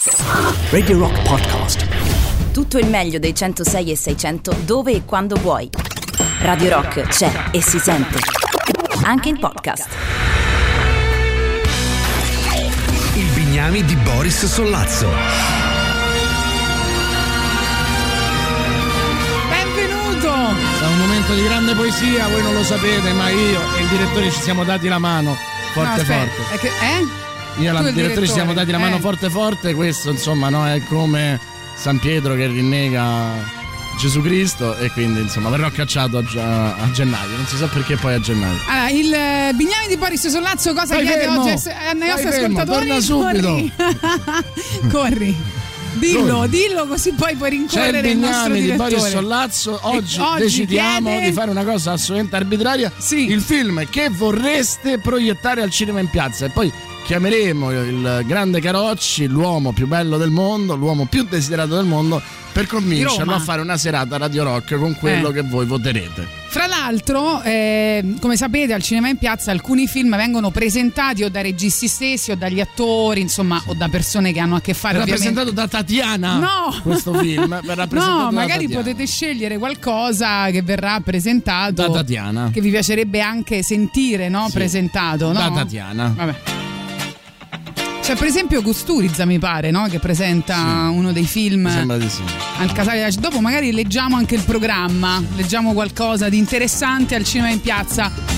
Radio Rock Podcast. Tutto il meglio dei 106 e 600 dove e quando vuoi. Radio Rock c'è e si sente anche in podcast. Il Bignami di Boris Sollazzo. Benvenuto! È un momento di grande poesia, voi non lo sapete, ma io e il direttore ci siamo dati la mano forte. Io e il direttore ci siamo dati la mano forte. Questo insomma no, è come San Pietro che rinnega Gesù Cristo, e quindi insomma verrò cacciato a gennaio, non si sa perché poi a gennaio. Allora, il Bignami di Boris Sollazzo cosa chiede oggi ai nostri ascoltatori? Torna subito. Corri. Dillo così poi puoi rincorrere il nostro direttore. Di Boris Sollazzo. Oggi decidiamo di fare una cosa assolutamente arbitraria. Sì. Il film che vorreste proiettare al cinema in piazza, e poi chiameremo il grande Carocci, l'uomo più bello del mondo, l'uomo più desiderato del mondo, per convincerlo a fare una serata Radio Rock con quello che voi voterete. Fra l'altro, come sapete, al cinema in piazza alcuni film vengono presentati o da registi stessi o dagli attori, insomma, o da persone che hanno a che fare. È rappresentato da Tatiana. No, questo film verrà presentato no, magari da Tatiana. Potete scegliere qualcosa che verrà presentato da Tatiana, che vi piacerebbe anche sentire, no? Sì. Presentato, no? Da Tatiana. Vabbè. C'è per esempio Kusturica, mi pare, no? Che presenta uno dei film. Mi sembra di sì. Al Casale. Dopo magari leggiamo anche il programma, leggiamo qualcosa di interessante al cinema in piazza.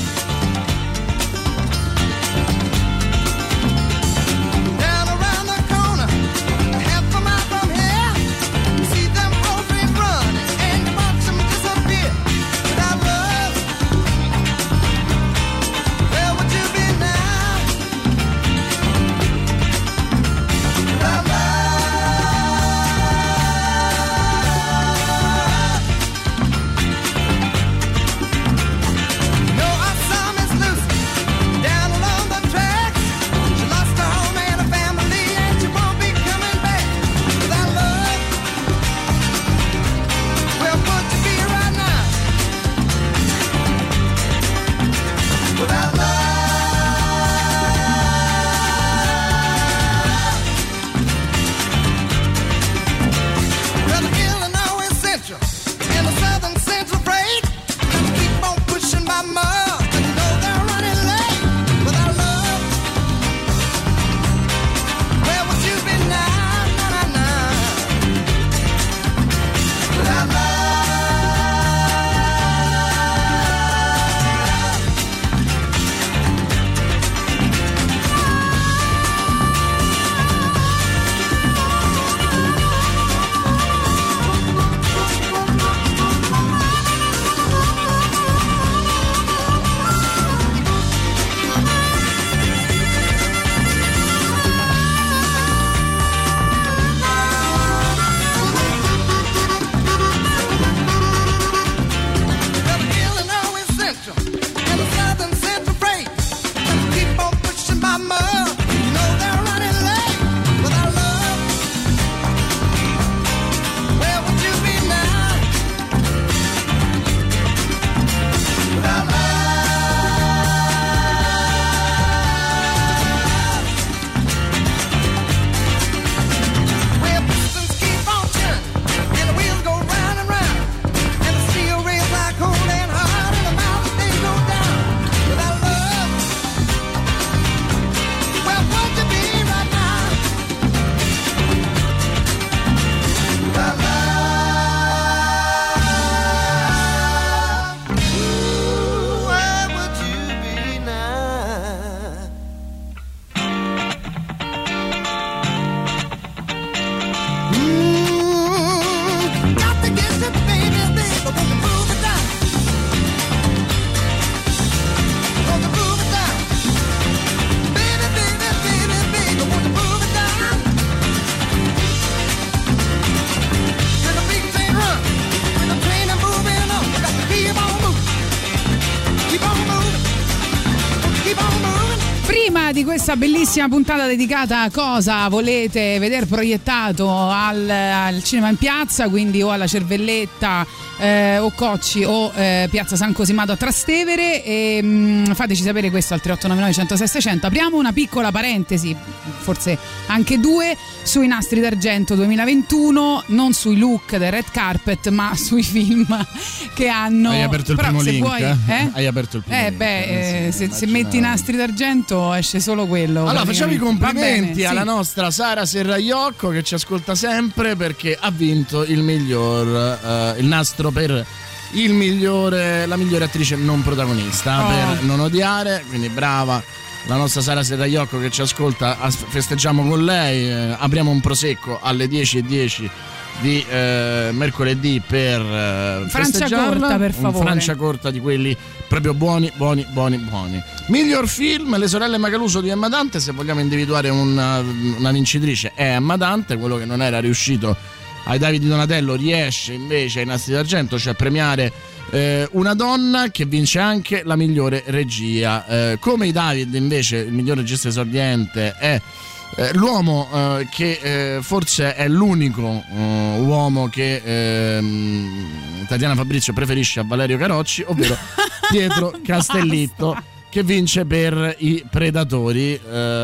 questa bellissima puntata dedicata a cosa volete vedere proiettato al cinema in piazza, quindi o alla Cervelletta o Cocci o Piazza San Cosimato a Trastevere, e fateci sapere questo al 3899 106 600. Apriamo una piccola parentesi, forse anche due, sui Nastri d'Argento 2021, non sui look del red carpet ma sui film che hanno. Hai aperto il primo link? Vuoi, Hai aperto il primo link. Se metti i Nastri d'Argento esce solo quello. Allora facciamo i complimenti alla nostra Sara Serraiocco, che ci ascolta sempre, perché ha vinto il miglior il nastro per la migliore attrice non protagonista, per Non odiare, quindi brava la nostra Sara Serraiocco che ci ascolta. Festeggiamo con lei, apriamo un prosecco alle 10:10 di mercoledì per Francia corta, per favore. Francia corta di quelli proprio buoni. Miglior film, Le sorelle Macaluso di Emma Dante. Se vogliamo individuare una vincitrice è Emma Dante. Quello che non era riuscito ai David Donatello riesce invece ai Nastri d'Argento, cioè premiare una donna che vince anche la migliore regia. Come i David invece il miglior regista esordiente è l'uomo che forse è l'unico uomo che Tatiana Fabrizio preferisce a Valerio Carocci, ovvero Pietro Castellitto, che vince per I Predatori.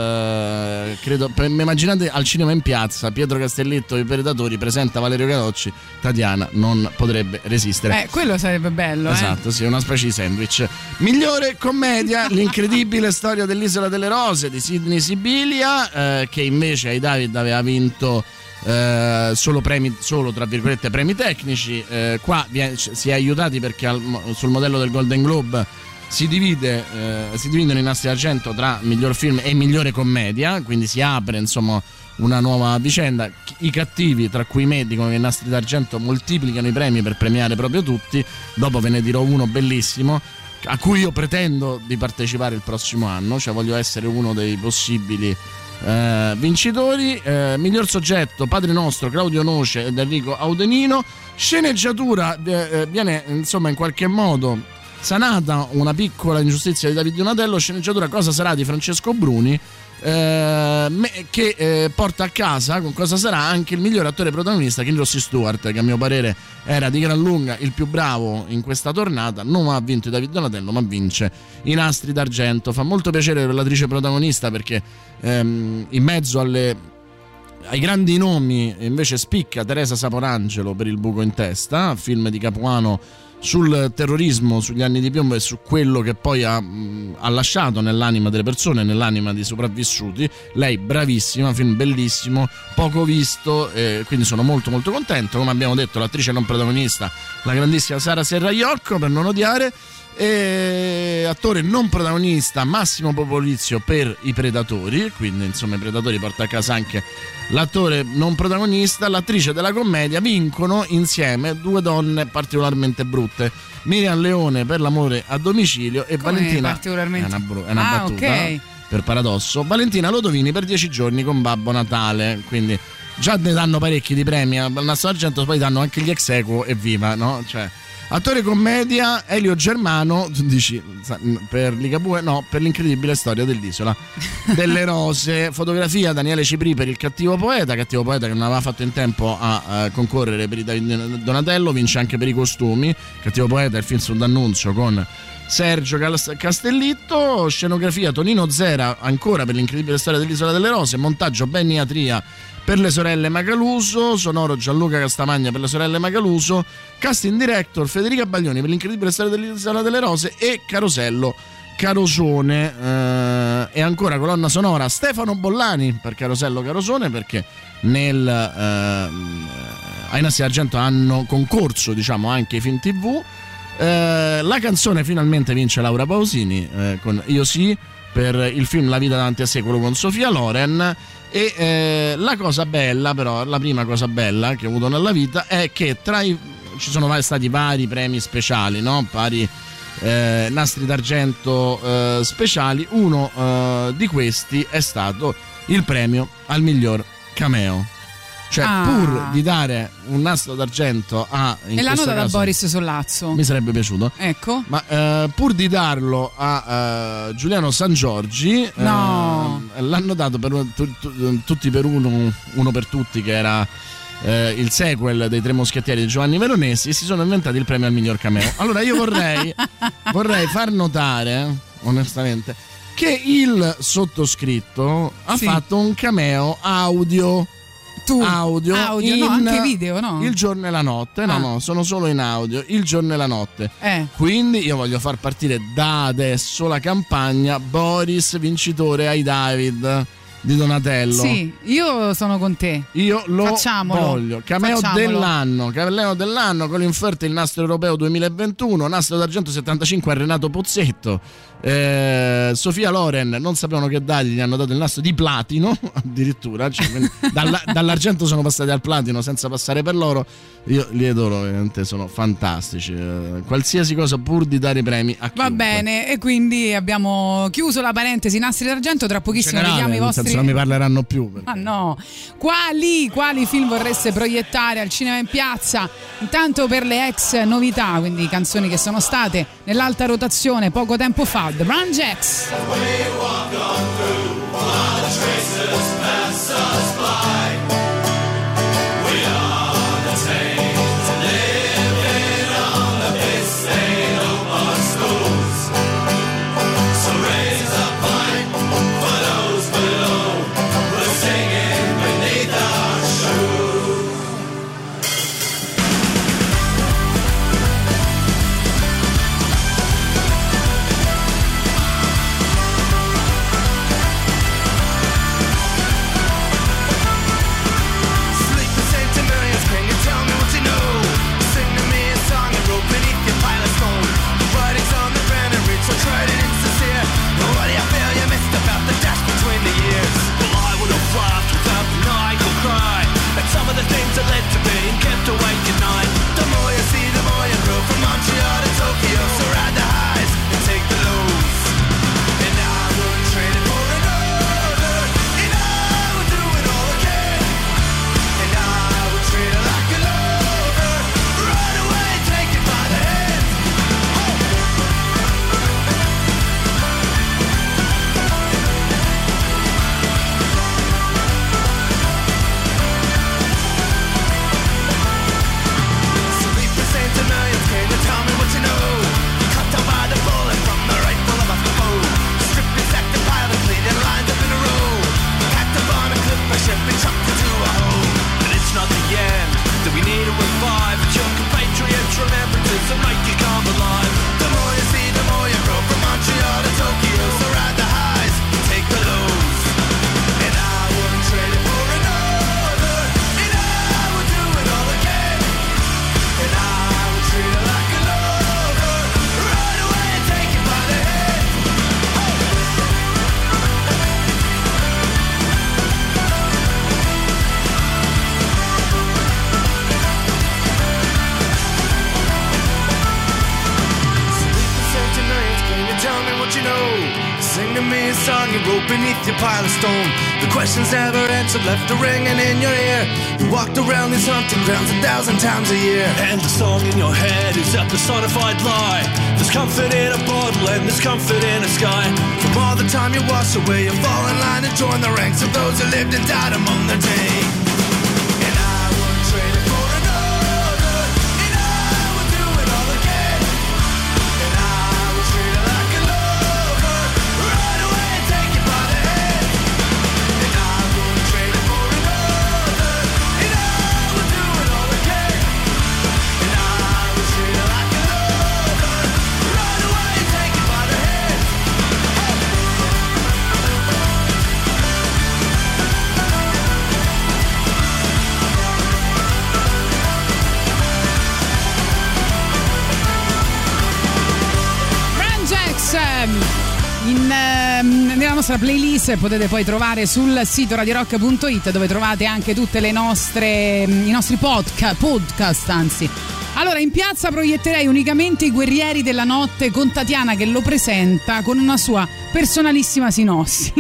Credo, immaginate al cinema in piazza Pietro Castellitto I Predatori presenta Valerio Carocci, Tatiana non potrebbe resistere. Quello sarebbe bello. Esatto, sì, una specie di sandwich. Migliore commedia, L'incredibile storia dell'Isola delle Rose di Sidney Sibilia, che invece ai David aveva vinto solo tra virgolette premi tecnici. Qua si è aiutati perché sul modello del Golden Globe si dividono i Nastri d'Argento tra miglior film e migliore commedia, quindi si apre insomma una nuova vicenda. I cattivi, tra cui me, dicono che i Nastri d'Argento moltiplicano i premi per premiare proprio tutti. Dopo ve ne dirò uno bellissimo a cui io pretendo di partecipare il prossimo anno, cioè voglio essere uno dei possibili vincitori. Miglior soggetto, Padre Nostro, Claudio Noce ed Enrico Audenino. Sceneggiatura, viene insomma in qualche modo sanata una piccola ingiustizia di David Donatello. Sceneggiatura Cosa sarà di Francesco Bruni, che porta a casa con Cosa sarà anche il migliore attore protagonista, Ken Rossi Stewart, che a mio parere era di gran lunga il più bravo in questa tornata. Non ha vinto David Donatello ma vince i Nastri d'Argento. Fa molto piacere per l'attrice protagonista, perché in mezzo ai grandi nomi invece spicca Teresa Saporangelo per Il buco in testa, film di Capuano sul terrorismo, sugli anni di piombo e su quello che poi ha lasciato nell'anima delle persone, nell'anima dei sopravvissuti. Lei bravissima, film bellissimo, poco visto, quindi sono molto molto contento. Come abbiamo detto, l'attrice non protagonista, la grandissima Sara Serraiocco per Non odiare, e attore non protagonista Massimo Popolizio per I Predatori, quindi insomma I Predatori porta a casa anche l'attore non protagonista. L'attrice della commedia vincono insieme due donne particolarmente brutte, Miriam Leone per L'amore a domicilio e come Valentina particolarmente? È una battuta, okay, per paradosso, Valentina Lodovini per 10 giorni con Babbo Natale. Quindi già ne danno parecchi di premi al Nastro d'Argento, poi danno anche gli ex equo e viva, no? Cioè, attore commedia, Elio Germano, tu dici per Ligabue? No, per L'incredibile storia dell'Isola delle Rose. Fotografia, Daniele Cipri per Il cattivo poeta che non aveva fatto in tempo a concorrere per i David Donatello, vince anche per i costumi. Cattivo poeta è il film su D'Annunzio con Sergio Castellitto. Scenografia, Tonino Zera ancora per L'incredibile storia dell'Isola delle Rose. Montaggio, Benny Atria per Le sorelle Macaluso. Sonoro, Gianluca Castamagna per Le sorelle Macaluso. Casting director, Federica Baglioni per L'incredibile storia dell'Isola delle Rose e Carosello Carosone. E ancora colonna sonora, Stefano Bollani per Carosello Carosone, perché ai Nastri d'Argento hanno concorso diciamo anche i film TV. La canzone finalmente vince Laura Pausini con Io sì per il film La vita davanti a secolo con Sofia Loren. E la cosa bella, però, la prima cosa bella che ho avuto nella vita è che ci sono stati vari premi speciali, no? Vari Nastri d'Argento speciali. Uno di questi è stato il premio al miglior cameo. Cioè, pur di dare un Nastro d'Argento e l'hanno dato a Boris Sollazzo, mi sarebbe piaciuto, ecco, ma pur di darlo a Giuliano Sangiorgi, no, l'hanno dato per tutti per uno per tutti, che era il sequel dei Tre Moschettieri di Giovanni Veronesi, e si sono inventati il premio al miglior cameo. Allora io vorrei far notare, onestamente, che il sottoscritto ha fatto un cameo audio, no, anche video, no? Il giorno e la notte, no, sono solo in audio, il giorno e la notte. Quindi io voglio far partire da adesso la campagna Boris vincitore ai David di Donatello. Sì, io sono con te. Io lo voglio. Cameo dell'anno con l'inferte il nastro europeo 2021, nastro d'argento 75 a Renato Pozzetto. Sofia Loren non sapevano che dargli, gli hanno dato il nastro di platino addirittura, cioè, dall'argento sono passati al platino senza passare per l'oro. Io li adoro, veramente sono fantastici, qualsiasi cosa pur di dare i premi a chiunque. Va bene, e quindi abbiamo chiuso la parentesi nastri d'argento. Tra pochissimo vediamo i vostri, non mi parleranno più perché... no, quali film vorreste proiettare al cinema in piazza? Intanto per le ex novità, quindi canzoni che sono state nell'alta rotazione poco tempo fa, The Brown Jacks. Pile of stone. The questions never answered, left a ringing in your ear. You walked around these hunting grounds 1,000 times a year. And the song in your head is a personified lie. There's comfort in a bottle and there's comfort in a sky. From all the time you wash away, you fall in line and join the ranks of those who lived and died among their day. And I would trade it for another, and I would do it all again. And I would treat it like a lover, right away and take it by the head. And I would trade it for another, and I would do it all again. And I would treat it like a lover, right away and take it by the head. Nella nostra playlist potete poi trovare sul sito radiorock.it, dove trovate anche tutte le nostre i nostri podcast anzi. Allora, in piazza proietterei unicamente I Guerrieri della Notte, con Tatiana che lo presenta con una sua personalissima sinossi.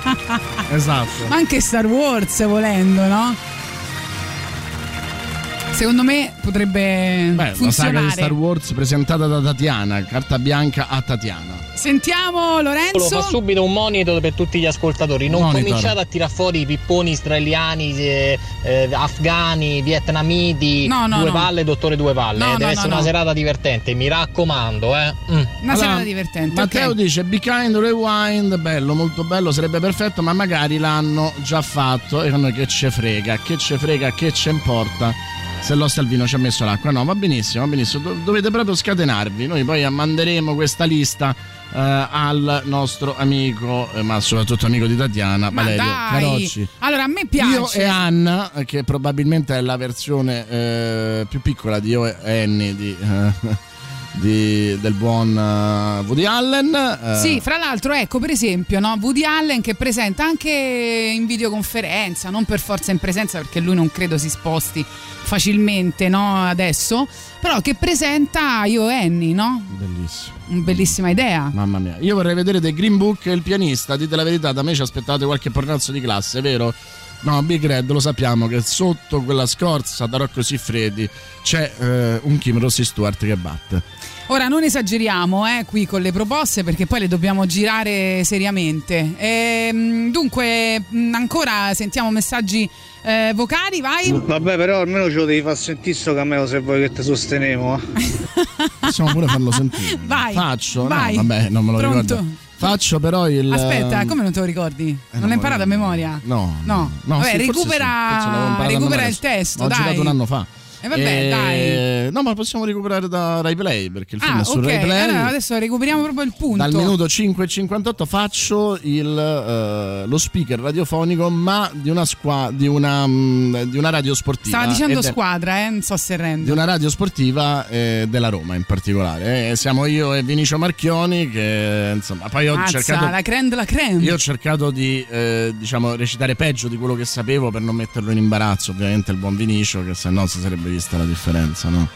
Esatto. Ma anche Star Wars volendo, no? Secondo me potrebbe funzionare. La saga di Star Wars presentata da Tatiana, carta bianca a Tatiana. Sentiamo Lorenzo. Fa subito un monito per tutti gli ascoltatori. Non cominciate a tirar fuori i pipponi israeliani, afghani, vietnamiti, due palle, dottore due palle. Deve essere una serata divertente, mi raccomando. Una serata divertente. Matteo dice Be Kind, Rewind, bello, molto bello, sarebbe perfetto, ma magari l'hanno già fatto e a noi che ce frega, che ce importa se lo Salvino ci ha messo l'acqua. No, va benissimo, dovete proprio scatenarvi. Noi poi manderemo questa lista al nostro amico, ma soprattutto amico di Tatiana, Valerio Carocci. Allora, a me piace. Io e Anna, che probabilmente è la versione più piccola di Io e Annie del buon Woody Allen. Sì, fra l'altro, ecco, per esempio, no? Woody Allen che presenta anche in videoconferenza, non per forza in presenza, perché lui non credo si sposti facilmente, no? Adesso, però che presenta Io e Annie, no? Bellissimo. Bellissima idea. Mamma mia, io vorrei vedere The Green Book e il pianista. Dite la verità, da me ci aspettate qualche pornazzo di classe, vero? No, Big Red, lo sappiamo che sotto quella scorza da Rocco Siffredi c'è un Kim Rossi Stewart che batte. Ora non esageriamo qui con le proposte, perché poi le dobbiamo girare seriamente. Dunque ancora sentiamo messaggi vocali, vai. Vabbè, però almeno ce lo devi far sentire sto cameo, se vuoi che ti sostenevo. Possiamo pure farlo sentire. Vai. Faccio? Vai. No, vabbè, non me lo Pronto? ricordo. Faccio però il... Aspetta, come non te lo ricordi? Non l'hai imparato a memoria? No. Vabbè, sì, recupera il testo, l'ho dai. girato un anno fa. Vabbè, dai. No, ma possiamo recuperare da Rai Play, perché il film è su Rai Play. Allora adesso recuperiamo proprio il punto. Dal minuto 5:58 faccio lo speaker radiofonico, ma di una radio sportiva. Stava dicendo squadra, non so se rende. Di una radio sportiva della Roma in particolare. Siamo io e Vinicio Marchioni, che insomma, poi ho cercato la crème de la crème. Io ho cercato di recitare peggio di quello che sapevo, per non metterlo in imbarazzo, ovviamente, il buon Vinicio, che se no si sarebbe vista la differenza, no?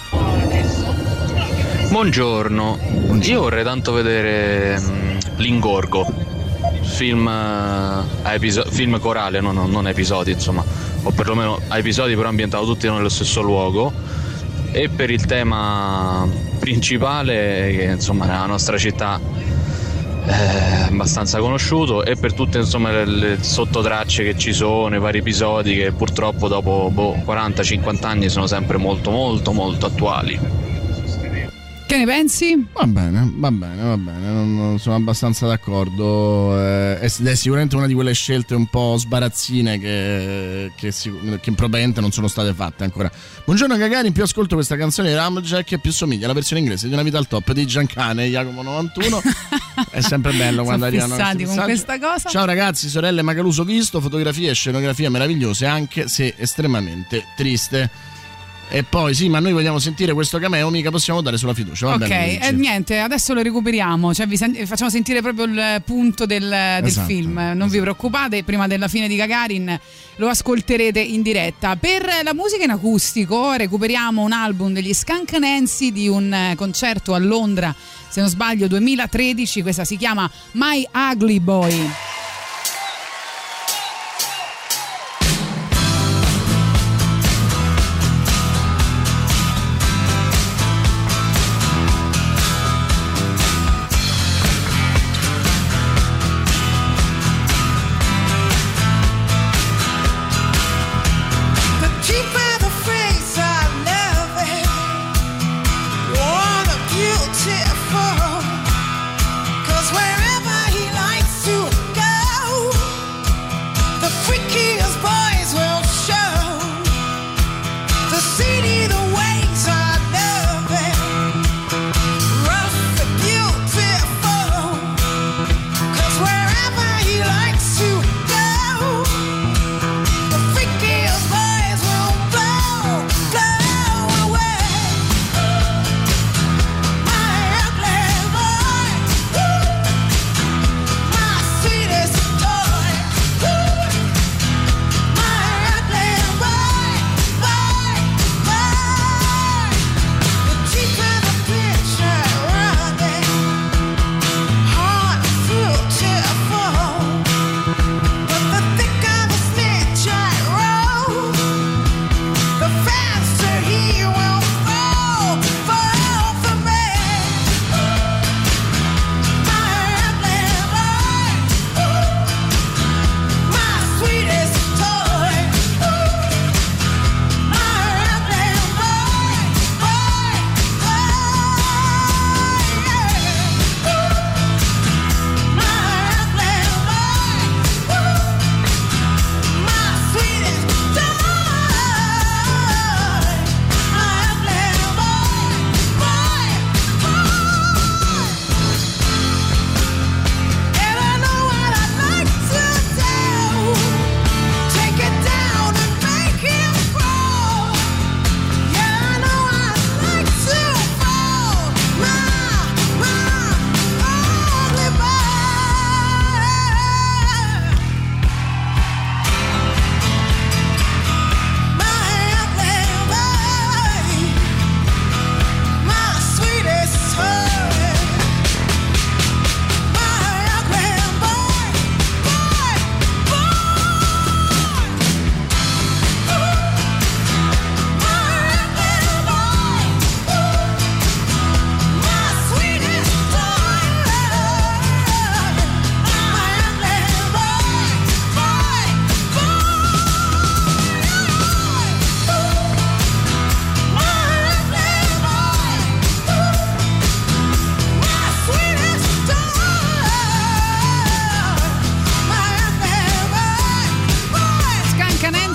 Buongiorno. Io vorrei tanto vedere L'Ingorgo, film corale, non episodi, insomma, o perlomeno a episodi però ambientato tutti nello stesso luogo, e per il tema principale, che insomma nella nostra città è abbastanza conosciuto, e per tutte insomma le sottotracce che ci sono, i vari episodi che purtroppo dopo 40-50 anni sono sempre molto molto molto attuali. Che ne pensi? Va bene, sono abbastanza d'accordo. Ed è sicuramente una di quelle scelte un po' sbarazzine che probabilmente non sono state fatte ancora. Buongiorno Gagarin, più ascolto questa canzone di Ramjack e più somiglia alla versione inglese di Una vita al top di Giancane e Jacopo 91. È sempre bello quando arrivano questi con questa cosa. Ciao ragazzi, sorelle Macaluso visto, fotografie e scenografie meravigliose, anche se estremamente triste. E poi sì, ma noi vogliamo sentire questo cameo, mica possiamo dare sulla fiducia. Va bene, niente, adesso lo recuperiamo, cioè facciamo sentire proprio il punto del film. Non vi preoccupate, prima della fine di Gagarin lo ascolterete in diretta. Per la musica in acustico recuperiamo un album degli Skunk Nancy di un concerto a Londra, se non sbaglio 2013, questa si chiama My Ugly Boy. Wherever he likes to go.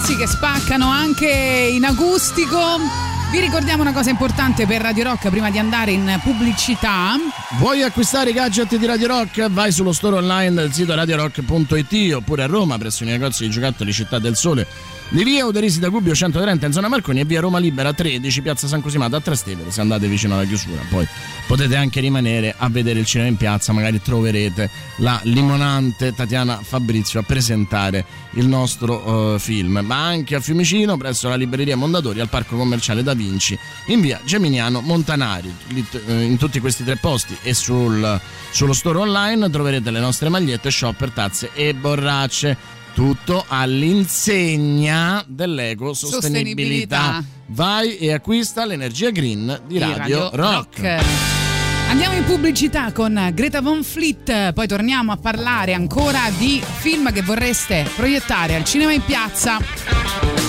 pezzi che spaccano anche in acustico. Vi ricordiamo una cosa importante per Radio Rock prima di andare in pubblicità. Vuoi acquistare i gadget di Radio Rock? Vai sullo store online del sito radiorock.it oppure a Roma presso i negozi di giocattoli Città del Sole di via Uderisi da Gubbio 130 in zona Marconi e via Roma Libera 13 piazza San Cosimato a Trastevere. Se andate vicino alla chiusura poi potete anche rimanere a vedere il cinema in piazza, magari troverete la limonante Tatiana Fabrizio a presentare il nostro film, ma anche a Fiumicino presso la libreria Mondadori al parco commerciale Da Vinci in via Geminiano Montanari. In tutti questi 3 posti e sullo store online troverete le nostre magliette, shopper, tazze e borracce. Tutto all'insegna dell'ecosostenibilità. Vai e acquista l'energia green di Radio Rock. Andiamo in pubblicità con Greta Van Fleet, poi torniamo a parlare ancora di film che vorreste proiettare al cinema in piazza.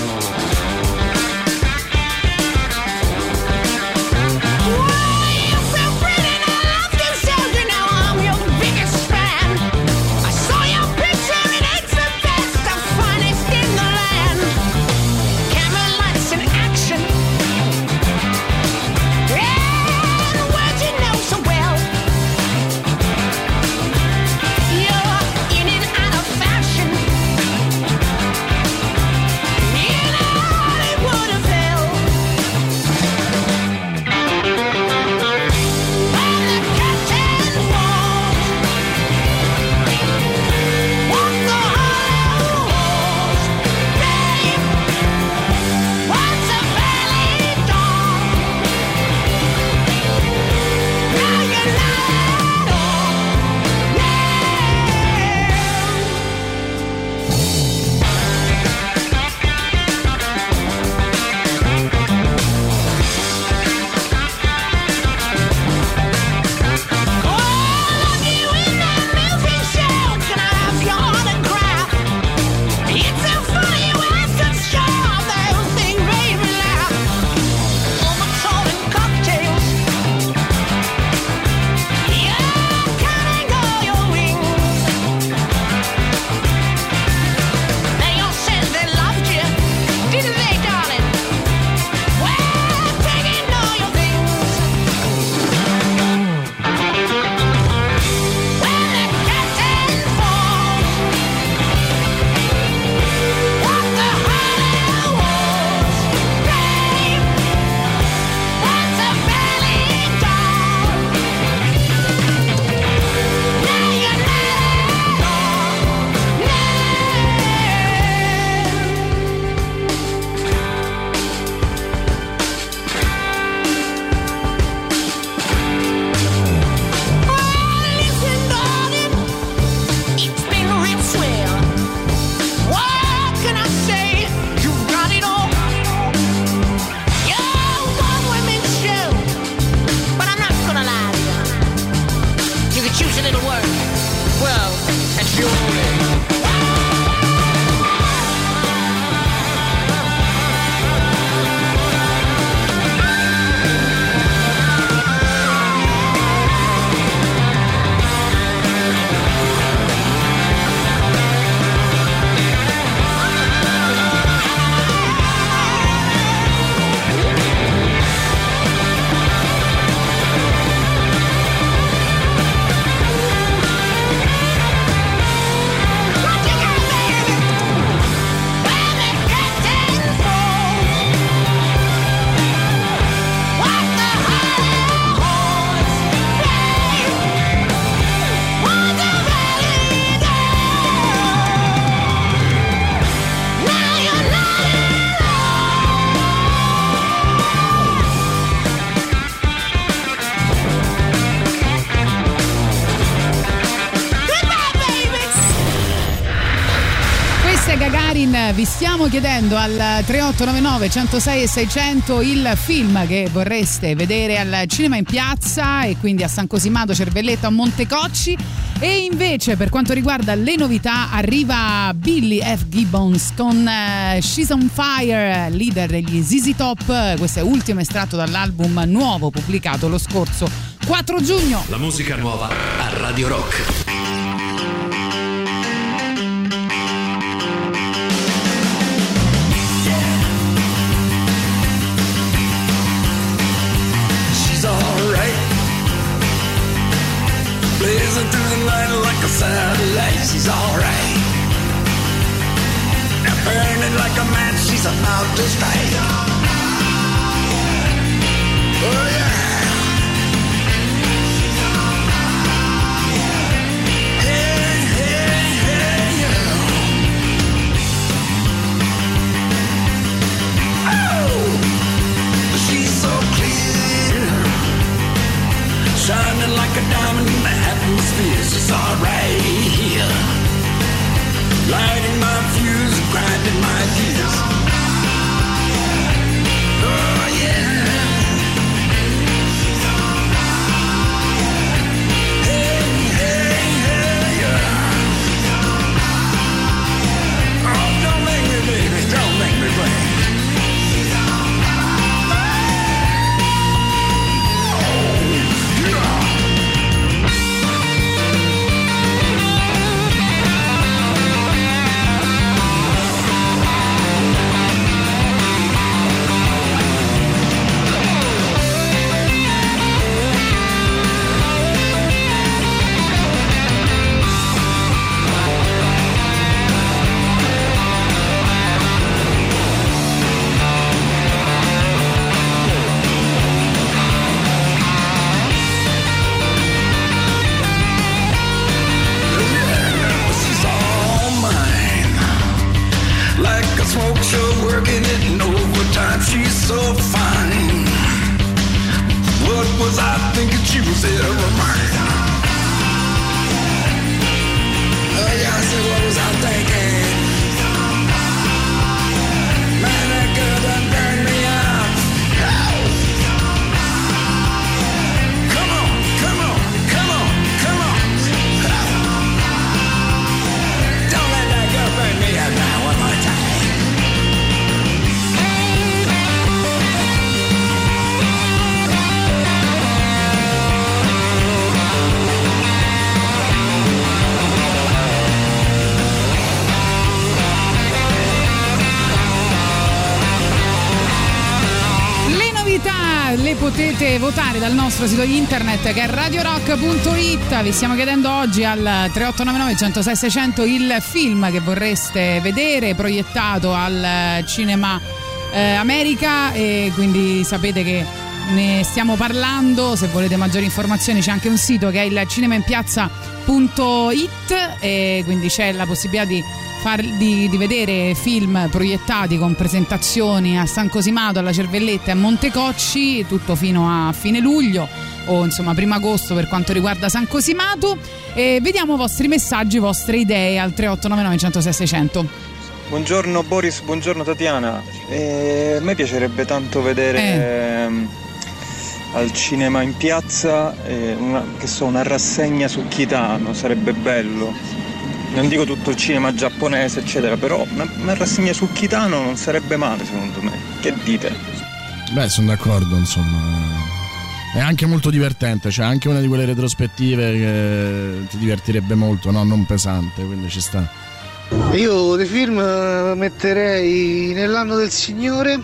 Vi stiamo chiedendo al 3899 106 e 600 il film che vorreste vedere al cinema in piazza e quindi a San Cosimato, Cervelletto, a Montecocci. E invece per quanto riguarda le novità arriva Billy F. Gibbons con She's on Fire, leader degli ZZ Top. Questo è ultimo estratto dall'album nuovo pubblicato lo scorso 4 giugno. La musica nuova a Radio Rock. she's alright. Now burning like a match, she's about to strike. Oh yeah. Shining like a diamond in the atmosphere, she's alright here. Lighting my fuse, grinding my gears. Oh yeah. Hey, hey, hey, yeah. Oh, don't make me, baby, don't make me break. Smoke show, working it in overtime, she's so fine. What was I thinking, she was ever mine? Oh yeah, I said, what was I thinking? Man, that girl done burned me out. Ow. Come on, come on, come on, come on. Don't let that girl burn me out now, one more time. Le potete votare dal nostro sito internet che è radiorock.it. Vi stiamo chiedendo oggi al 3899 106 600 il film che vorreste vedere proiettato al Cinema America, e quindi sapete che ne stiamo parlando. Se volete maggiori informazioni c'è anche un sito che è il cinemainpiazza.it, e quindi c'è la possibilità di vedere film proiettati con presentazioni a San Cosimato, alla Cervelletta e a Montecocci, tutto fino a fine luglio o insomma primo agosto per quanto riguarda San Cosimato. E vediamo i vostri messaggi, vostre idee al 3899 106 600. Buongiorno Boris, buongiorno Tatiana. A me piacerebbe tanto vedere al Cinema in Piazza una rassegna su Kitano, sarebbe bello. Non dico tutto il cinema giapponese eccetera, però una rassegna su Kitano non sarebbe male secondo me. Che dite? Beh, sono d'accordo, insomma. È anche molto divertente, cioè anche una di quelle retrospettive che ti divertirebbe molto, no? Non pesante, quindi ci sta. Io dei film metterei Nell'anno del Signore,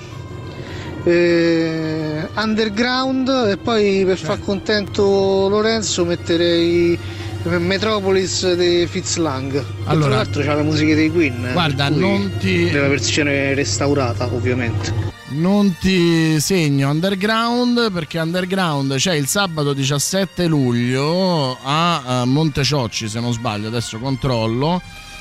Underground, e poi per far contento Lorenzo metterei Metropolis di Fitz Lang. Allora, tra l'altro c'ha le musiche dei Queen. Guarda, nella versione restaurata, ovviamente. Non ti segno Underground, perché Underground c'è il sabato 17 luglio a Monteciocci, se non sbaglio, adesso controllo.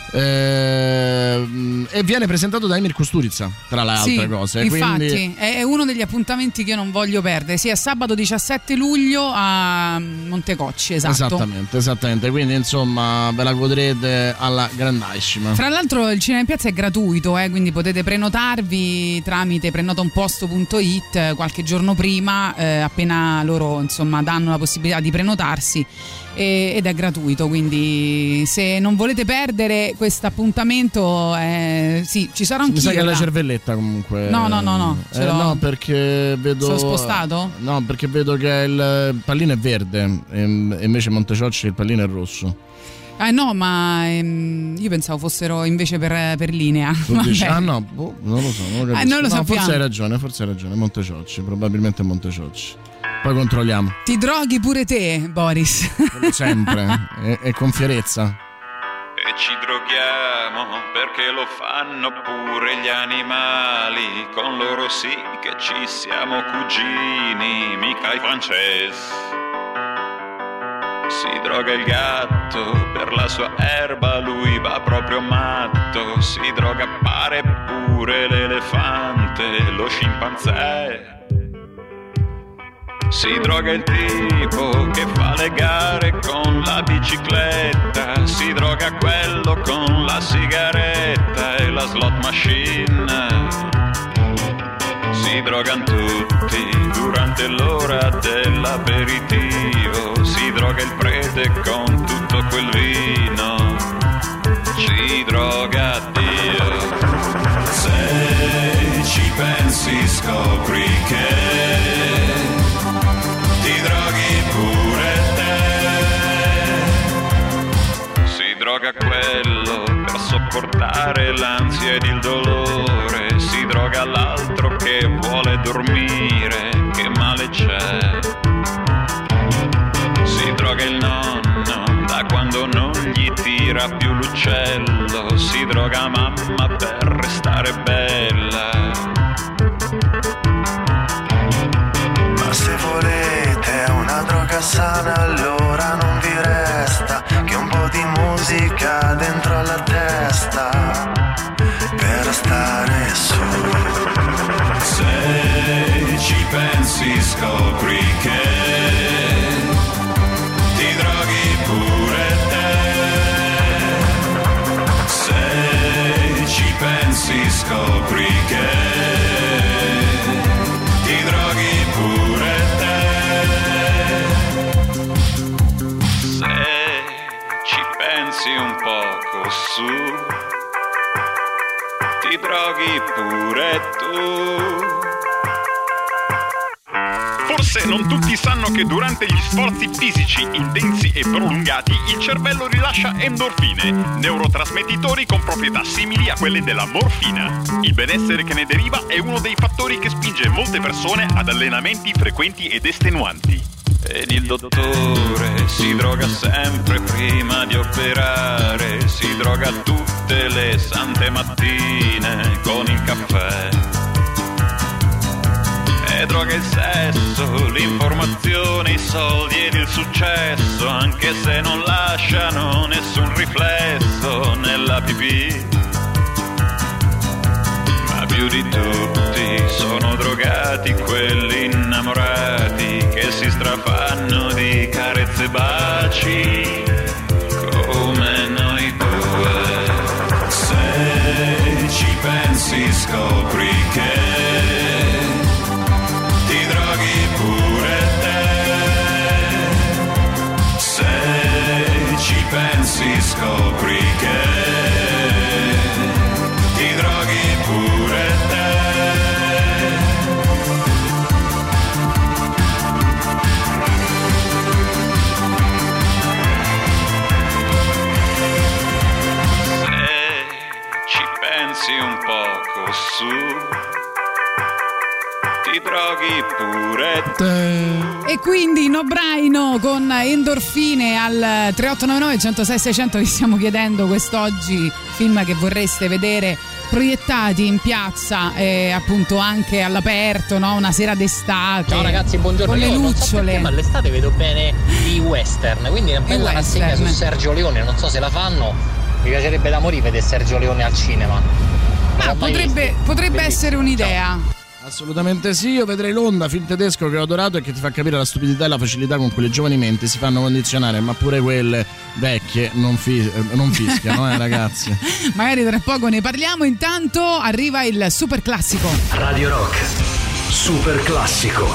E viene presentato da Emir Kusturica, tra le altre cose. Infatti quindi è uno degli appuntamenti che io non voglio perdere. Sì, è sabato 17 luglio a Montecocci, esatto. Esattamente, quindi insomma ve la godrete alla grandissima. Fra l'altro il Cinema in Piazza è gratuito, quindi potete prenotarvi tramite prenotaunposto.it qualche giorno prima, appena loro insomma danno la possibilità di prenotarsi, ed è gratuito, quindi se non volete perdere questo appuntamento, sì, ci sarò anch'io. Mi sa che è la Cervelletta comunque. No, no, perché vedo. Sono spostato? No, perché vedo che il pallino è verde e invece Monteciocci il pallino è rosso. No, ma io pensavo fossero invece per linea. Dici, no, non lo so, non lo capisco. Non lo sappiamo. Forse hai ragione, Monteciocci, probabilmente Monteciocci. Poi controlliamo. Ti droghi pure te, Boris. Sempre, e con fierezza. che ci droghiamo, perché lo fanno pure gli animali, con loro sì che ci siamo cugini, mica i francesi. Si droga il gatto, per la sua erba lui va proprio matto, si droga pare pure l'elefante, lo scimpanzé. Si droga il tipo che fa le gare con la bicicletta, si droga quello con la sigaretta e la slot machine. Si drogano tutti durante l'ora dell'aperitivo, si droga il prete con tutto quel vino, ci droga Dio. Se ci pensi scopri che ti droghi pure te. Si droga quello per sopportare l'ansia ed il dolore, si droga l'altro che vuole dormire, che male c'è. Si droga il nonno da quando non gli tira più l'uccello, si droga mamma per restare bella. Ma se volete una droga sana, allora non vi resta che un po' di musica dentro alla testa per stare su. Se ci pensi scopri che ti droghi pure te. Se ci pensi scopri che ti droghi pure te. Se ci pensi un poco su, ti droghi pure tu. Forse non tutti sanno che durante gli sforzi fisici intensi e prolungati il cervello rilascia endorfine, neurotrasmettitori con proprietà simili a quelle della morfina. Il benessere che ne deriva è uno dei fattori che spinge molte persone ad allenamenti frequenti ed estenuanti. Ed il dottore si droga sempre prima di operare, si droga tutte le sante mattine con il caffè. E droga il sesso, l'informazione, i soldi ed il successo, anche se non lasciano nessun riflesso nella pipì. Ma più di tutti sono drogati quelli innamorati che si strafanno di carezze e baci come noi due. Se ci pensi scopri che ti droghi pure te. Se ci pensi scopri che ti droghi pure te. Se ci pensi un poco su, ti droghi pure te. E quindi No Braino con Endorfine al 3899 106 600. Vi stiamo chiedendo quest'oggi film che vorreste vedere proiettati in piazza, appunto anche all'aperto, no? Una sera d'estate. Ciao ragazzi, buongiorno. Con le lucciole. Non so perché, ma all'estate vedo bene i western, quindi una bella rassegna su Sergio Leone, non so se la fanno. Mi piacerebbe da morire vedere Sergio Leone al cinema. Ma potrebbe essere un'idea. Ciao. Assolutamente sì, io vedrei L'Onda, film tedesco che ho adorato e che ti fa capire la stupidità e la facilità con cui le giovani menti si fanno condizionare, ma pure quelle vecchie non fischiano, ragazzi. Magari tra poco ne parliamo, intanto arriva il super classico. Radio Rock, super classico.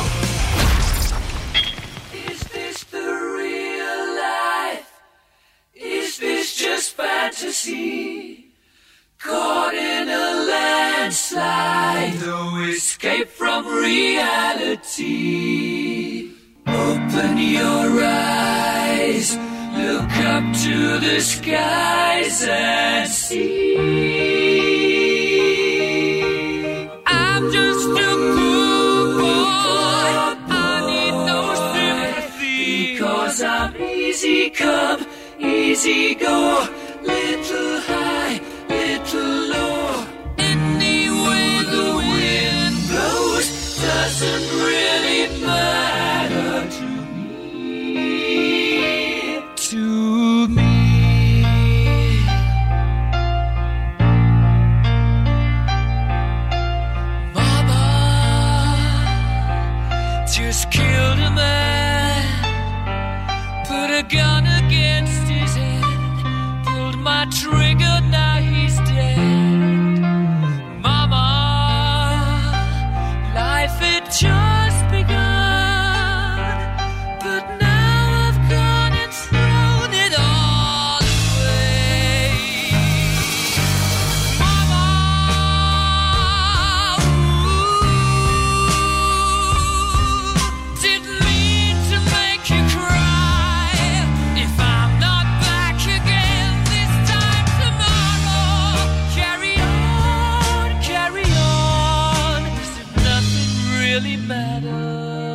Is this the real life? Is this just fantasy? Caught in a landslide, no escape from reality. Open your eyes, look up to the skies and see. I'm just a poor boy, I need no sympathy, because I'm easy come, easy go, little doesn't really matter to me. Mama just killed a man, put a gun against his head, pulled my trigger, now he's dead. Mama, life had just begun, but now I've gone and thrown it all away. Mama, didn't mean to make you cry. If I'm not back again this time tomorrow, carry on, as if nothing really matters.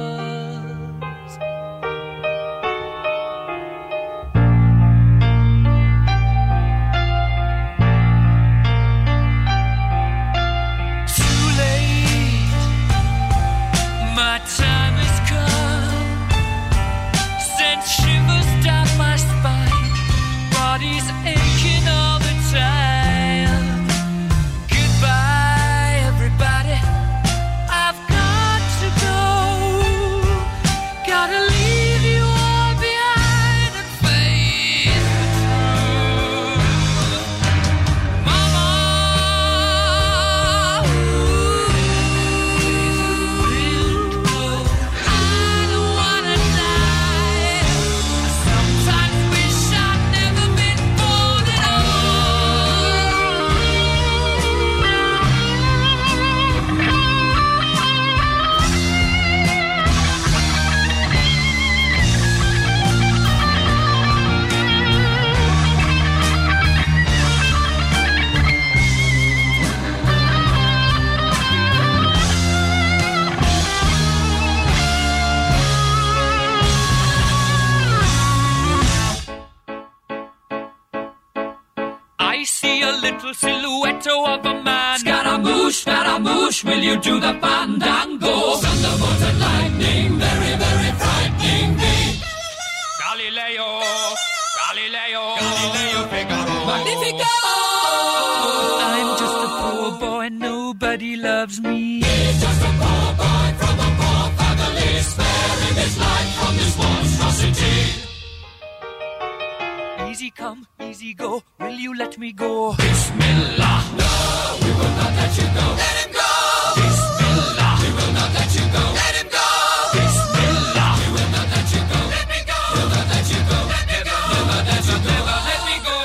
Too late, my time has come, sent shivers down my spine, body's aching all the time. Goodbye, everybody, I've got to go. Gotta leave you all behind and face the truth. Mama, I don't wanna die. I sometimes wish I'd never been born at I see a little silhouette of a man. Scaramouche, will you do the fandango? Thunderbolt and lightning, very, very frightening me. Galileo, Figaro. Magnifico! I'm just a poor boy, nobody loves me. He's just a poor boy from a poor family, sparing his life from this monstrosity. Easy come, easy go, will you let me go? Bismillah, no, we will not let you go. Let him go! Bismillah, we will not let you go. Let him go! Bismillah, we will not let you go. Let me go! We'll not let you go. Let me go! We'll not let you go. Never let me go.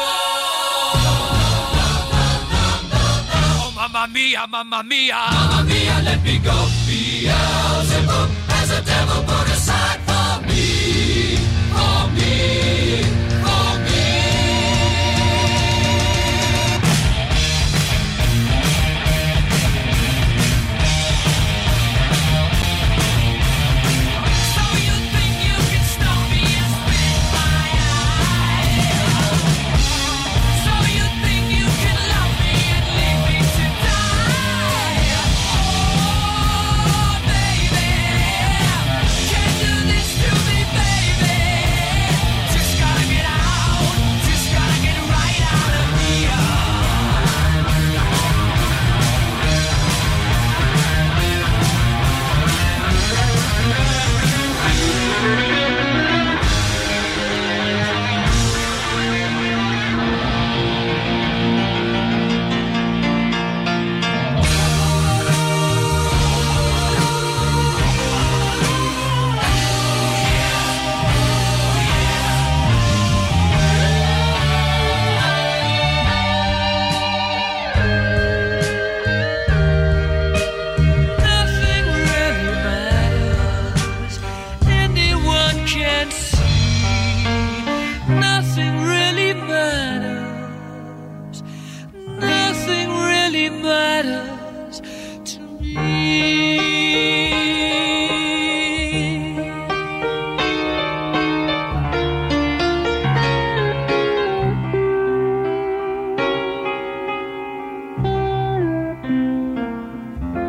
Oh, mamma mia, mamma mia. Mamma mia, let me go. Beelzebub has a devil put aside for me. For me. For me. So you think you can stop me and spit in my eye? So you think you can love me and leave me to die? Oh, baby, can't do this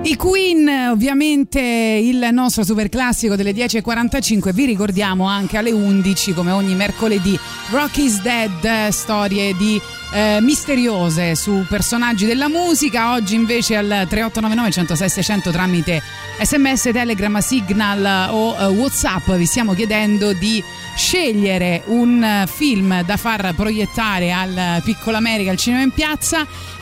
I Queen, ovviamente il nostro super classico delle 10.45. Vi ricordiamo anche alle 11, come ogni mercoledì, Rock is Dead, storie di misteriose su personaggi della musica. Oggi invece al 3899 106 600 tramite SMS, Telegram, Signal o WhatsApp vi stiamo chiedendo di scegliere un film da far proiettare al Piccolo America, al Cinema in Piazza.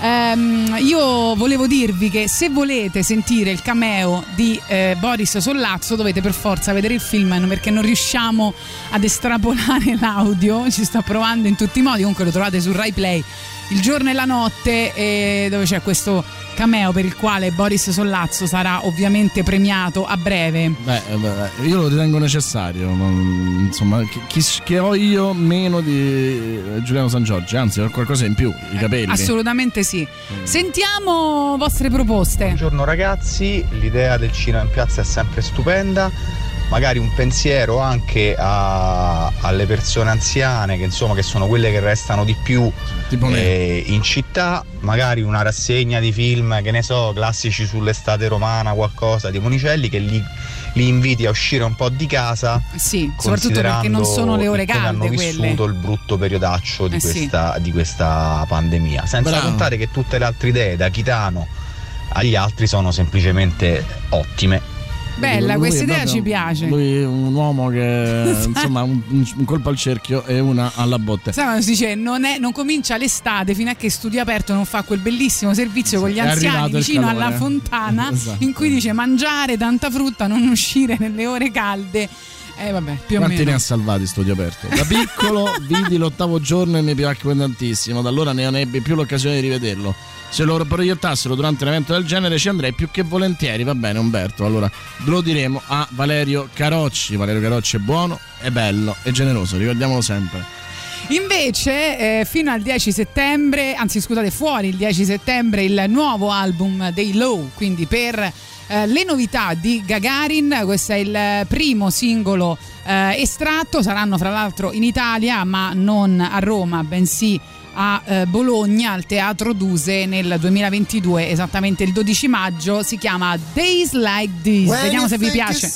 Io volevo dirvi che se volete sentire il cameo di Boris Sollazzo dovete per forza vedere il film, perché non riusciamo ad estrapolare l'audio. Ci sto provando in tutti i modi. Comunque lo trovate su Rai Play, Il giorno e la notte, dove c'è questo cameo per il quale Boris Sollazzo sarà ovviamente premiato a breve. Io lo ritengo necessario, insomma, che ho io meno di Giuliano Sangiorgi, anzi ho qualcosa in più, i capelli. Assolutamente sì. Sentiamo vostre proposte. Buongiorno ragazzi, l'idea del Cinema in Piazza è sempre stupenda. Magari un pensiero anche alle persone anziane, che insomma che sono quelle che restano di più in città. Magari una rassegna di film, che ne so, classici sull'estate romana, qualcosa di Monicelli, che li inviti a uscire un po' di casa. Sì, soprattutto perché non sono le ore calde, hanno vissuto il brutto periodaccio di questa pandemia, senza contare che tutte le altre idee, da Chitano agli altri, sono semplicemente ottime. Bella, questa idea ci piace. Lui è un uomo che insomma un colpo al cerchio e una alla botte. Sai, si dice non comincia l'estate fino a che Studio Aperto non fa quel bellissimo servizio con gli anziani vicino alla fontana, in cui dice mangiare tanta frutta, non uscire nelle ore calde. Vabbè, più o meno. Quanti ne ha salvati Studio Aperto? Da piccolo vidi l'ottavo giorno e mi piacque tantissimo. Da allora non ebbi più l'occasione di rivederlo. Se lo proiettassero durante un evento del genere ci andrei più che volentieri. Va bene Umberto, allora lo diremo a Valerio Carocci. Valerio Carocci è buono, è bello, è generoso, ricordiamolo sempre. Invece fino al 10 settembre, anzi scusate, fuori il 10 settembre il nuovo album dei Low, quindi per le novità di Gagarin. Questo è il primo singolo estratto. Saranno fra l'altro in Italia, ma non a Roma, bensì a Bologna, al Teatro Duse, nel 2022, esattamente il 12 maggio. Si chiama Days Like This. Vediamo se vi piace.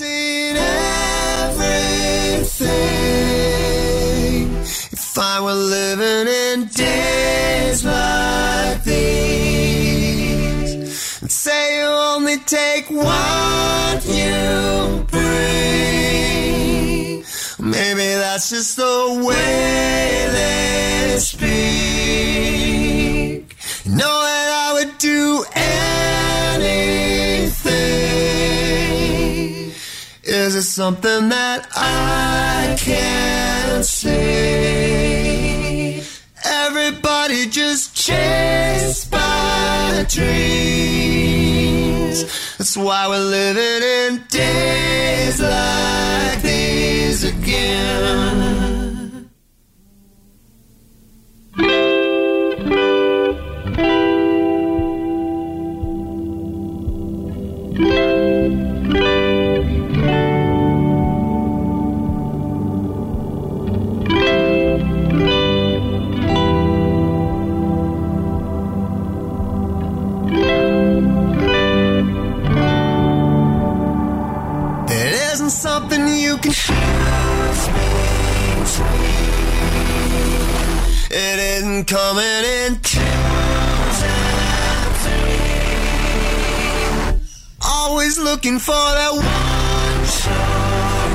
If I were living in days like these, and say you only take what you bring, maybe that's just the way they speak. You know that I would do anything. Is it something that I can't see? Everybody just chased by dreams. That's why we're living in days like these again. Something you can choose between. It isn't coming in twos and threes. Always looking for that one sure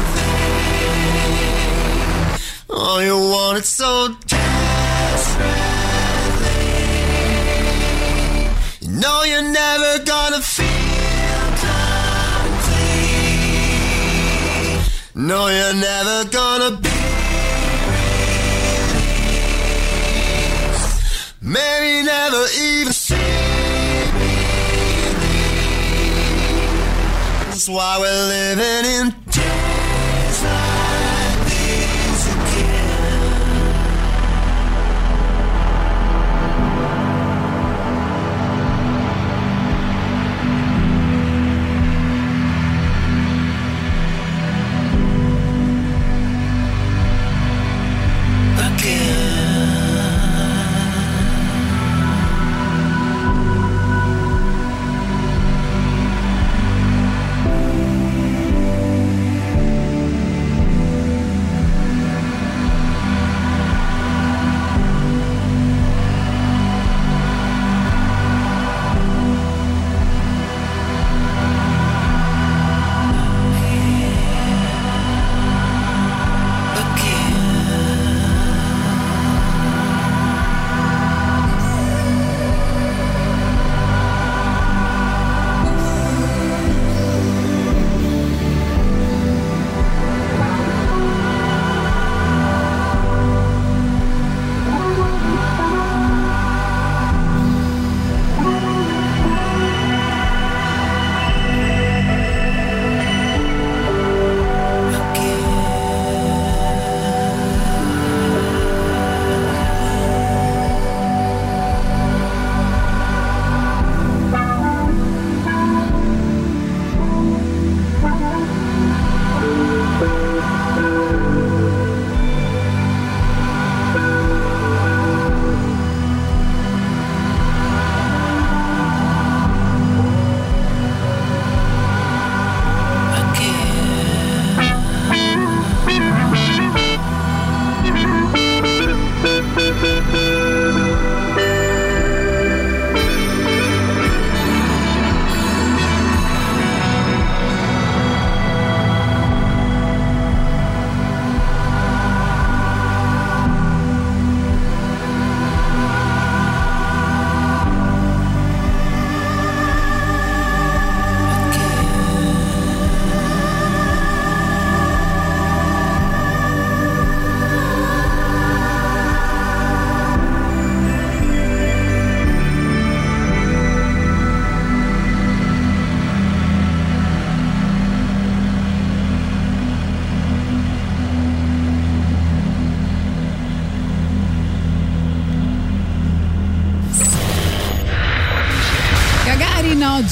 thing. Oh, you want it so desperately. You know you're never gonna feel. No, you're never gonna be released. Maybe never even see me. That's why we're living in days like these again.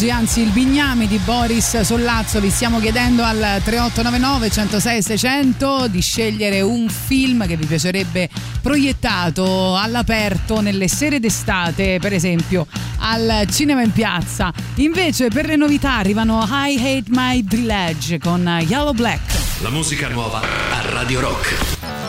oggi, anzi il bignami di Boris Sollazzo. Vi stiamo chiedendo al 3899 106 600 di scegliere un film che vi piacerebbe proiettato all'aperto nelle sere d'estate, per esempio al cinema in piazza. Invece per le novità arrivano I Hate My Village con Yellow Black. La musica nuova a Radio Rock.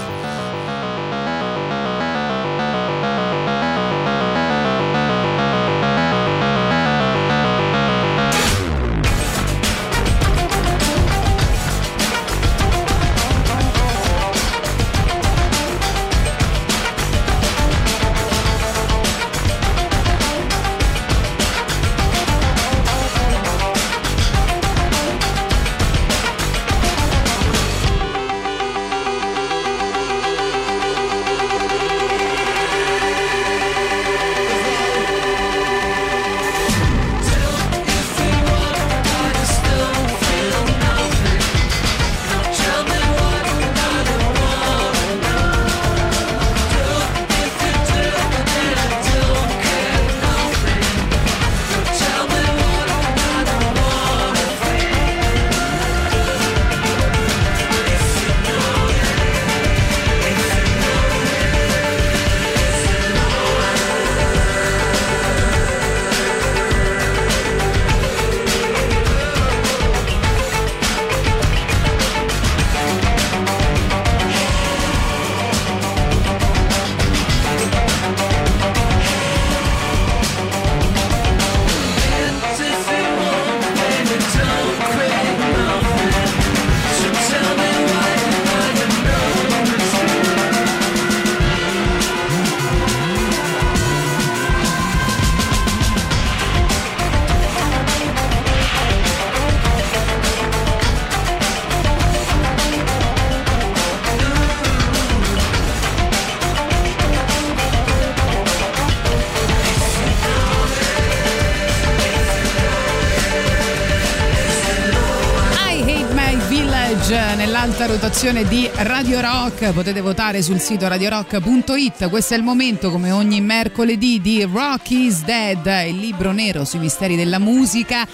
Nell'alta rotazione di Radio Rock potete votare sul sito radiorock.it. Questo è il momento, come ogni mercoledì, di Rock is Dead, il libro nero sui misteri della musica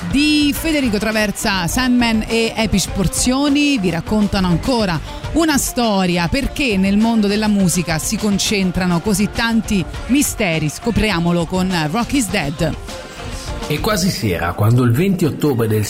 di Federico Traversa. Sandman e Epic Porzioni vi raccontano ancora una storia, perché nel mondo della musica si concentrano così tanti misteri. Scopriamolo con Rock is Dead. È quasi sera quando il 20 ottobre del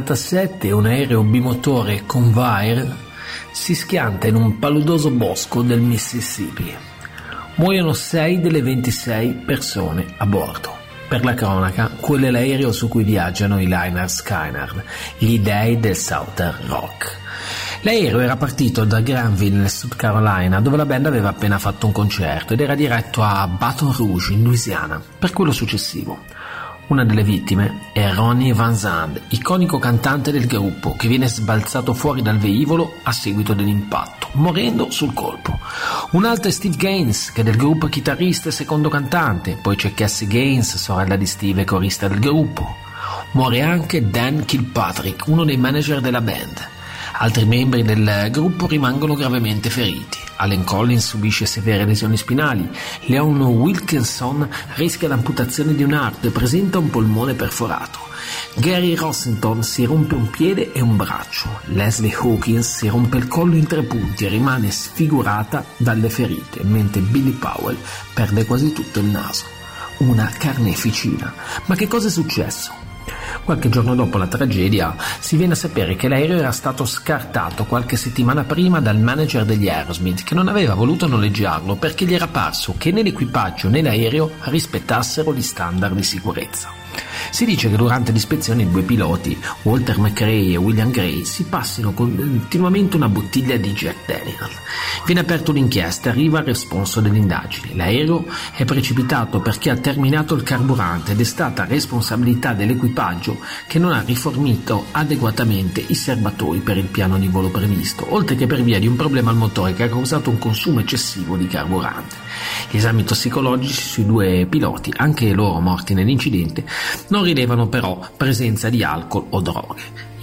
77 un aereo bimotore Convair si schianta in un paludoso bosco del Mississippi. Muoiono 6 delle 26 persone a bordo. Per la cronaca, quello è l'aereo su cui viaggiano i Lynyrd Skynyrd, gli dei del Southern Rock. L'aereo era partito da Granville, nel South Carolina, dove la band aveva appena fatto un concerto, ed era diretto a Baton Rouge, in Louisiana, per quello successivo. Una delle vittime è Ronnie Van Zant, iconico cantante del gruppo, che viene sbalzato fuori dal velivolo a seguito dell'impatto, morendo sul colpo. Un altro è Steve Gaines, che è del gruppo chitarrista e secondo cantante. Poi c'è Cassie Gaines, sorella di Steve e corista del gruppo. Muore anche Dan Kilpatrick, uno dei manager della band. Altri membri del gruppo rimangono gravemente feriti. Allen Collins subisce severe lesioni spinali. Leon Wilkinson rischia l'amputazione di un arto e presenta un polmone perforato. Gary Rossington si rompe un piede e un braccio. Leslie Hawkins si rompe il collo in 3 punti e rimane sfigurata dalle ferite, mentre Billy Powell perde quasi tutto il naso. Una carneficina. Ma che cosa è successo? Qualche giorno dopo la tragedia si viene a sapere che l'aereo era stato scartato qualche settimana prima dal manager degli Aerosmith, che non aveva voluto noleggiarlo perché gli era parso che né l'equipaggio né l'aereo rispettassero gli standard di sicurezza. Si dice che durante l'ispezione i 2 piloti, Walter McRae e William Gray, si passino continuamente una bottiglia di Jack Daniel. Viene aperta un'inchiesta e arriva il responso delle indagini. L'aereo è precipitato perché ha terminato il carburante ed è stata responsabilità dell'equipaggio che non ha rifornito adeguatamente i serbatoi per il piano di volo previsto, oltre che per via di un problema al motore che ha causato un consumo eccessivo di carburante. Gli esami tossicologici sui 2 piloti, anche loro morti nell'incidente, non rilevano però presenza di alcol o droghe.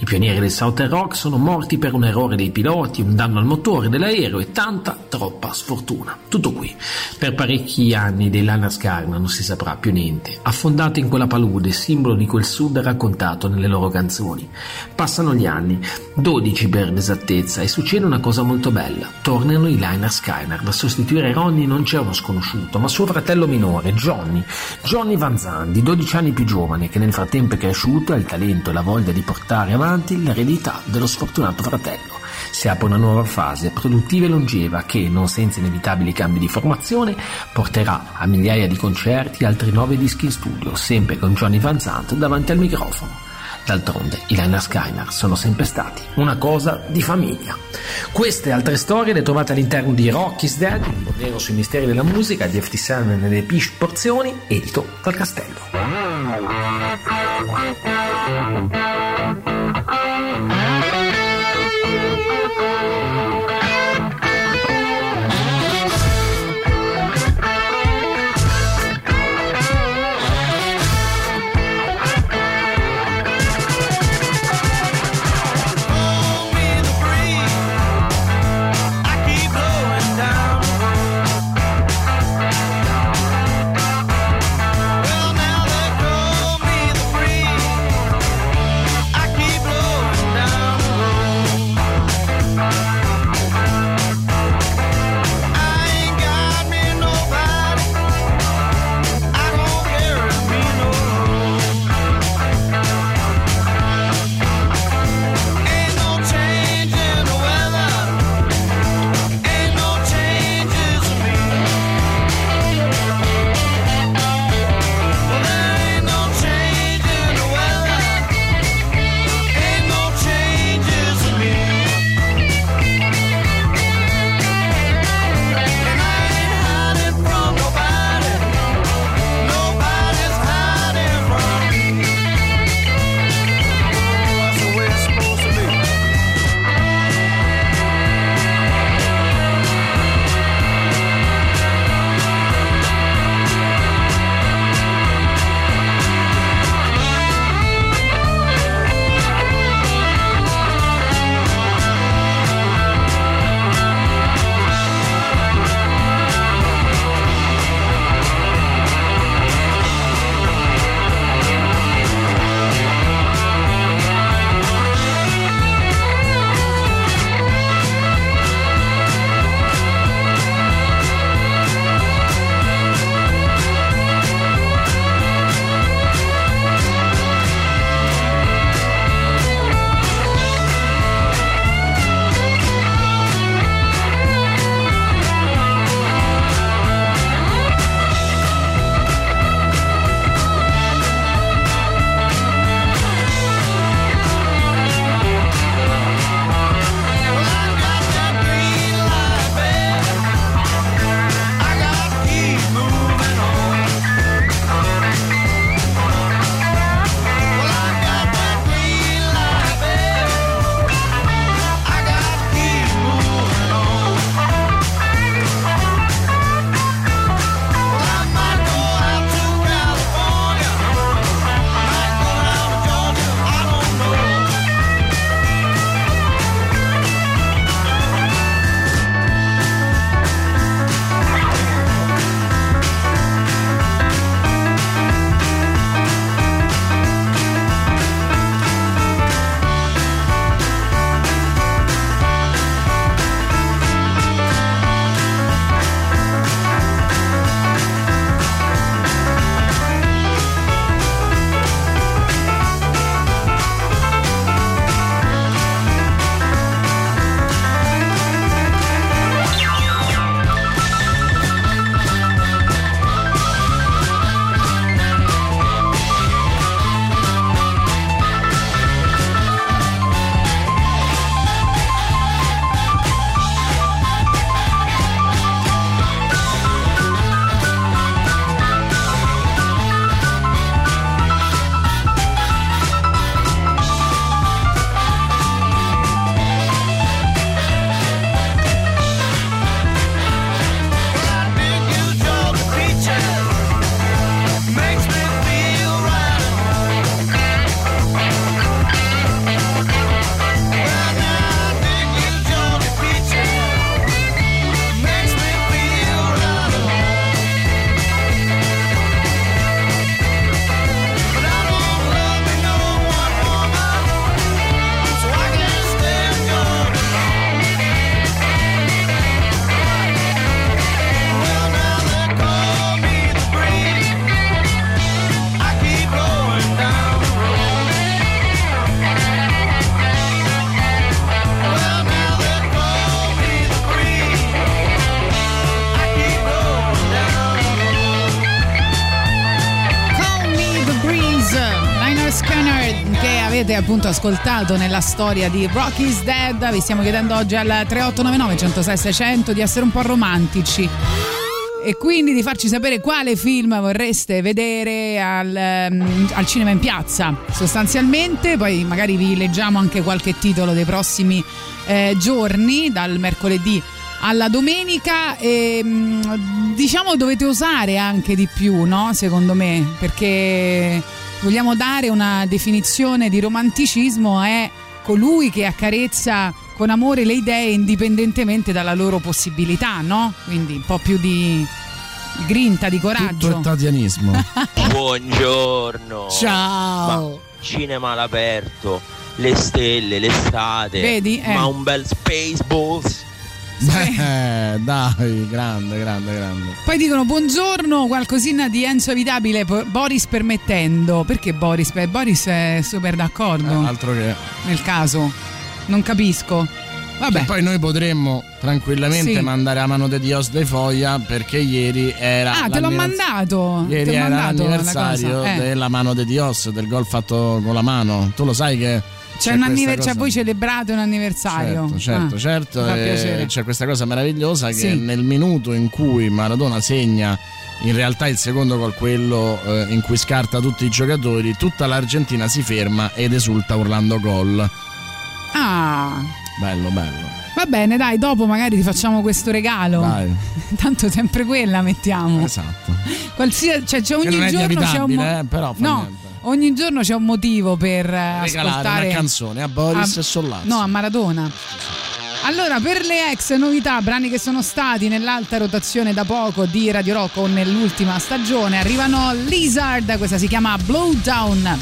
I pionieri del Southern Rock sono morti per un errore dei piloti, un danno al motore dell'aereo e tanta, troppa sfortuna. Tutto qui. Per parecchi anni dei Lynyrd Skynyrd non si saprà più niente, affondato in quella palude, simbolo di quel sud raccontato nelle loro canzoni. Passano gli anni, 12 per l'esattezza, e succede una cosa molto bella. Tornano i Lynyrd Skynyrd. A sostituire Ronnie non c'è uno sconosciuto, ma suo fratello minore, Johnny Van Zandt, di 12 anni più giovane, che nel frattempo è cresciuto e ha il talento e la voglia di portare avanti l'eredità dello sfortunato fratello. Si apre una nuova fase produttiva e longeva che, non senza inevitabili cambi di formazione, porterà a migliaia di concerti e altri 9 dischi in studio, sempre con Johnny Van Zandt davanti al microfono. D'altronde i Lynyrd Skynyrd sono sempre stati una cosa di famiglia. Queste e altre storie le trovate all'interno di Rock is Dead, un libro nero sui misteri della musica di FT Sun nelle porzioni, edito dal Castello. avete appunto ascoltato nella storia di Rock is Dead. Vi stiamo chiedendo oggi al 3899 106 600 di essere un po' romantici e quindi di farci sapere quale film vorreste vedere al cinema in piazza sostanzialmente. Poi magari vi leggiamo anche qualche titolo dei prossimi giorni, dal mercoledì alla domenica, e diciamo dovete osare anche di più, no? Secondo me, perché vogliamo dare una definizione di romanticismo, è colui che accarezza con amore le idee indipendentemente dalla loro possibilità, no? Quindi un po' più di grinta, di coraggio. Tutto è tatianismo. Buongiorno. Ciao. Ma cinema all'aperto, le stelle, l'estate. Vedi? Ma un bel Spaceballs. Dai, grande. Poi dicono buongiorno, qualcosina di Enzo Evitabile, Boris permettendo. Perché Boris? Boris è super d'accordo. Altro che. Nel caso, non capisco. Vabbè. E poi noi potremmo tranquillamente mandare a mano di Dios dei Foglia, perché ieri era. Te l'ho mandato. Ieri era l'anniversario della mano di Dios, del gol fatto con la mano. Tu lo sai che. C'è un anniversario, voi celebrate un anniversario. Certo. C'è questa cosa meravigliosa che nel minuto in cui Maradona segna in realtà il secondo gol, quello in cui scarta tutti i giocatori, tutta l'Argentina si ferma ed esulta urlando gol. Bello. Va bene, dai, dopo magari ti facciamo questo regalo. Dai. Tanto sempre quella mettiamo. Esatto. Cioè ogni non è giorno c'è un però niente. Ogni giorno c'è un motivo per regalare ascoltare una canzone a Boris e Sollazzo. No, a Maradona. Allora, per le ex novità, brani che sono stati nell'alta rotazione da poco di Radio Rock o nell'ultima stagione, arrivano Lizard, questa si chiama Blow Down.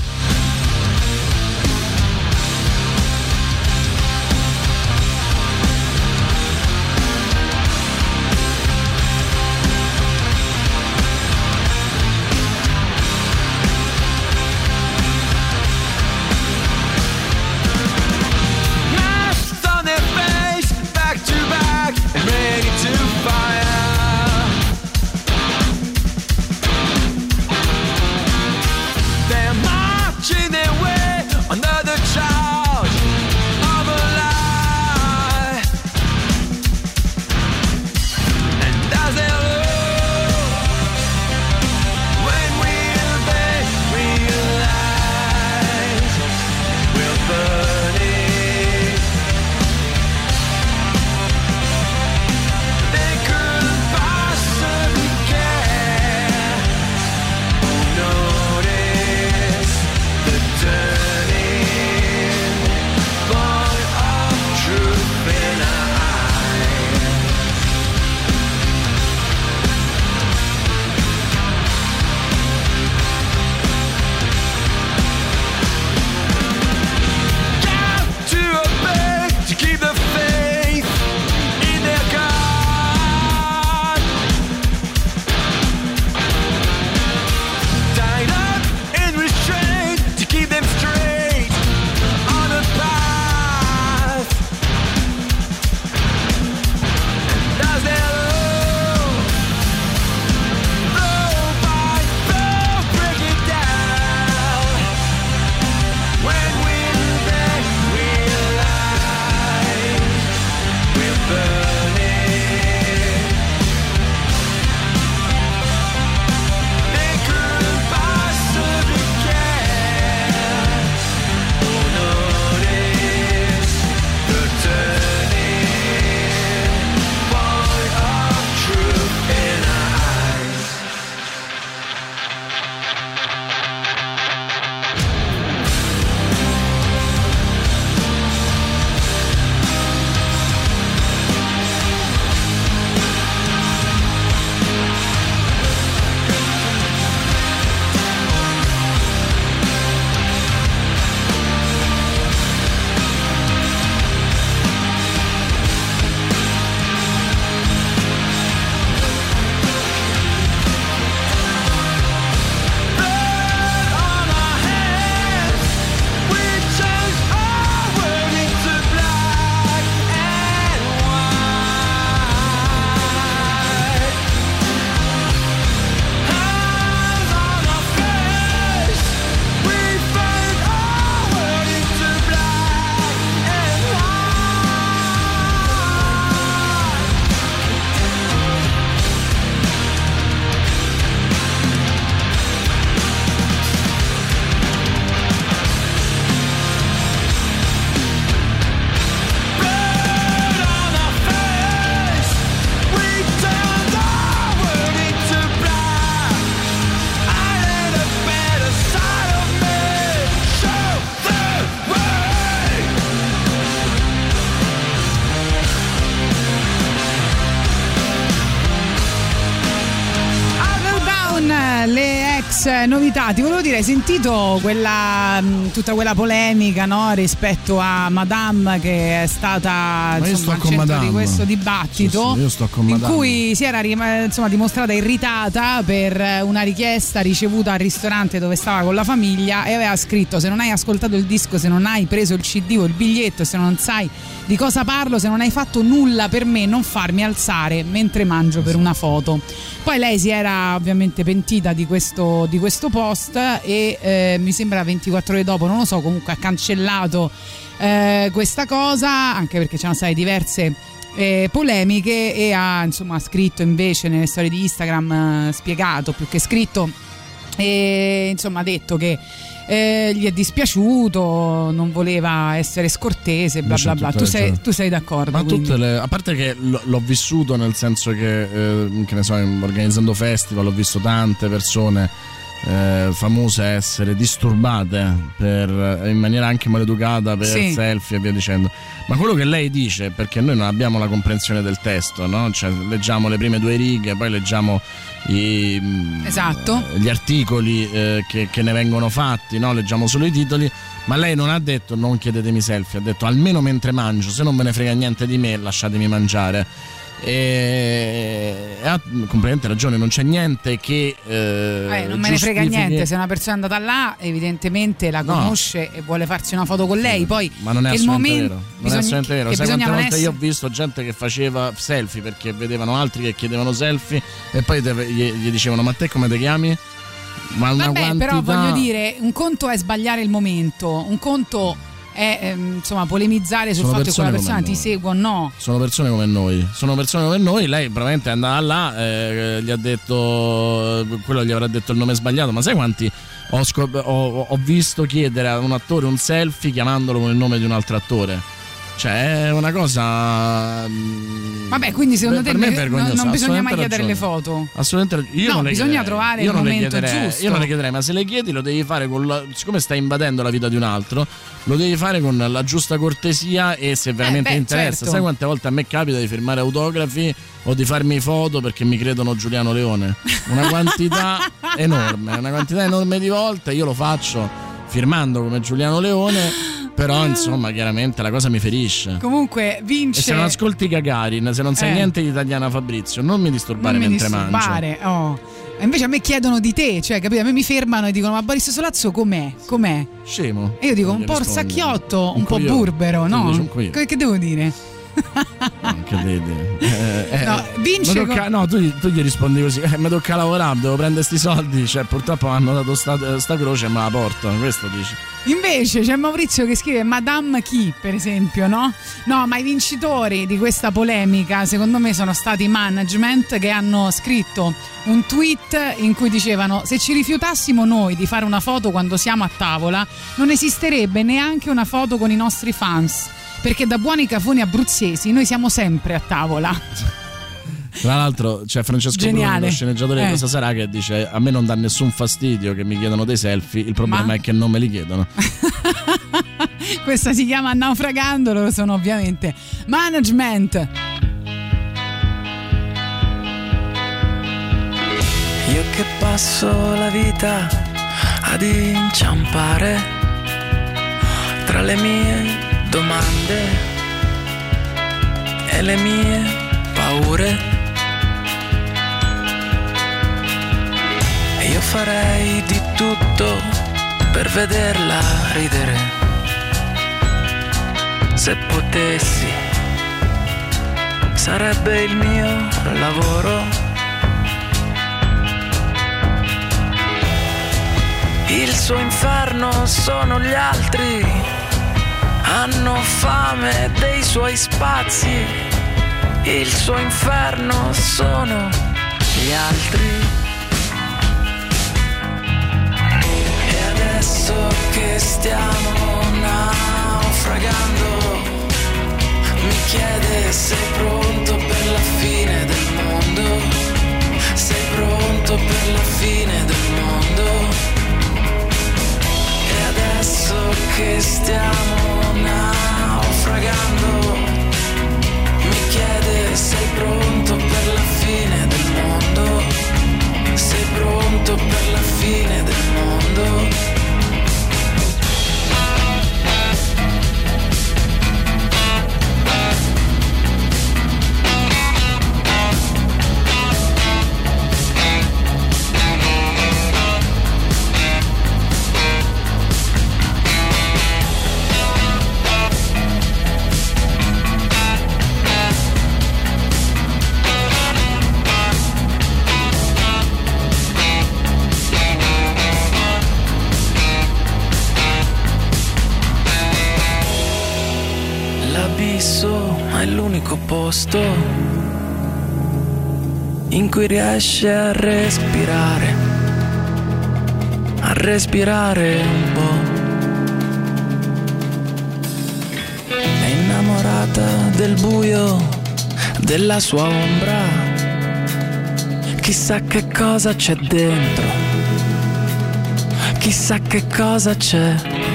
novità, ti volevo dire, hai sentito tutta quella polemica, no, rispetto a Madame, che è stata al centro di questo dibattito, sì, io sto con in cui si era dimostrata irritata per una richiesta ricevuta al ristorante dove stava con la famiglia e aveva scritto: se non hai ascoltato il disco, se non hai preso il CD o il biglietto, se non sai di cosa parlo, se non hai fatto nulla per me, non farmi alzare mentre mangio per una foto. Poi lei si era ovviamente pentita di questo post e mi sembra 24 ore dopo, non lo so, comunque ha cancellato questa cosa, anche perché c'erano state diverse polemiche, e ha scritto invece nelle storie di Instagram, spiegato più che scritto, e ha detto che gli è dispiaciuto, non voleva essere scortese, bla bla bla. Tu sei d'accordo? Ma a parte che l'ho vissuto, nel senso che ne so, organizzando festival ho visto tante persone famose essere disturbate in maniera anche maleducata per selfie e via dicendo. Ma quello che lei dice, perché noi non abbiamo la comprensione del testo, no? Cioè, leggiamo le prime 2 righe, poi leggiamo gli articoli che ne vengono fatti, no? Leggiamo solo i titoli, ma lei non ha detto non chiedetemi selfie, ha detto almeno mentre mangio, se non ve ne frega niente di me, lasciatemi mangiare. E ha completamente ragione, non c'è niente che non me ne frega niente. Se una persona è andata là, evidentemente la conosce e vuole farsi una foto con lei, poi ma non è assolutamente vero, non è assolutamente vero. Sai quante volte io ho visto gente che faceva selfie perché vedevano altri che chiedevano selfie e poi gli dicevano: ma te come ti chiami? Ma una vabbè, però voglio dire, un conto è sbagliare il momento, un conto è polemizzare sul fatto che quella persona ti segue o no. Sono persone come noi. Lei probabilmente è andata là, gli ha detto, quello gli avrà detto il nome sbagliato, ma sai quanti ho visto chiedere a un attore un selfie chiamandolo con il nome di un altro attore? Cioè è una cosa. Vabbè, quindi secondo te non bisogna mai chiedere le foto? Assolutamente. Bisogna trovare il momento giusto. Io non le chiederei, ma se le chiedi lo devi fare siccome stai invadendo la vita di un altro, lo devi fare con la giusta cortesia e se veramente interessa. Certo. Sai quante volte a me capita di firmare autografi o di farmi foto perché mi credono Giuliano Leone? Una quantità enorme di volte. Io lo faccio firmando come Giuliano Leone. Però chiaramente la cosa mi ferisce. Comunque vince. E se non ascolti Gagarin, se non sai niente di Italiana Fabrizio, non mi disturbare mentre mangio. Oh. E invece a me chiedono di te, cioè, capito? A me mi fermano e dicono: ma Boris Solazzo com'è? Scemo. E io dico un po' orsacchiotto, un po' burbero, no? Che devo dire? Che vedi? Vince tu gli rispondi così: mi tocca lavorare, devo prendere sti soldi, cioè purtroppo mi hanno dato sta croce e me la porto, questo dici. Invece c'è Maurizio che scrive Madame chi, per esempio, no? No, ma i vincitori di questa polemica secondo me sono stati i management, che hanno scritto un tweet in cui dicevano: se ci rifiutassimo noi di fare una foto quando siamo a tavola, non esisterebbe neanche una foto con i nostri fans, perché da buoni cafoni abruzzesi noi siamo sempre a tavola. Tra l'altro c'è Francesco Bruno, lo sceneggiatore di Cosa Sarà, che dice: a me non dà nessun fastidio che mi chiedono dei selfie, il problema è che non me li chiedono. Questa si chiama Naufragando, loro sono ovviamente management. Io che passo la vita ad inciampare tra le mie domande e le mie paure. Io farei di tutto per vederla ridere, se potessi sarebbe il mio lavoro. Il suo inferno sono gli altri, hanno fame dei suoi spazi. Il suo inferno sono gli altri. Adesso che stiamo naufragando, mi chiede: sei pronto per la fine del mondo? Sei pronto per la fine del mondo? E adesso che stiamo naufragando, mi chiede: sei pronto per la fine del mondo? Sei pronto per la fine del mondo? abisso, ma è l'unico posto in cui riesce a respirare un po'. È innamorata del buio, della sua ombra, chissà che cosa c'è dentro, chissà che cosa c'è.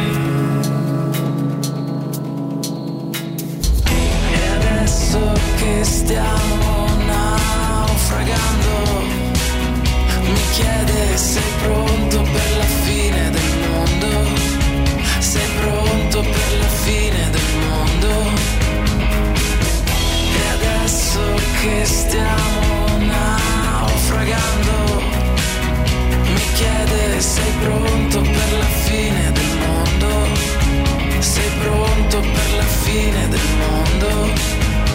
E adesso che stiamo naufragando, mi chiede: sei pronto per la fine del mondo? Sei pronto per la fine del mondo? E adesso che stiamo naufragando, mi chiede: sei pronto per la fine del mondo? Sei pronto per la fine del mondo?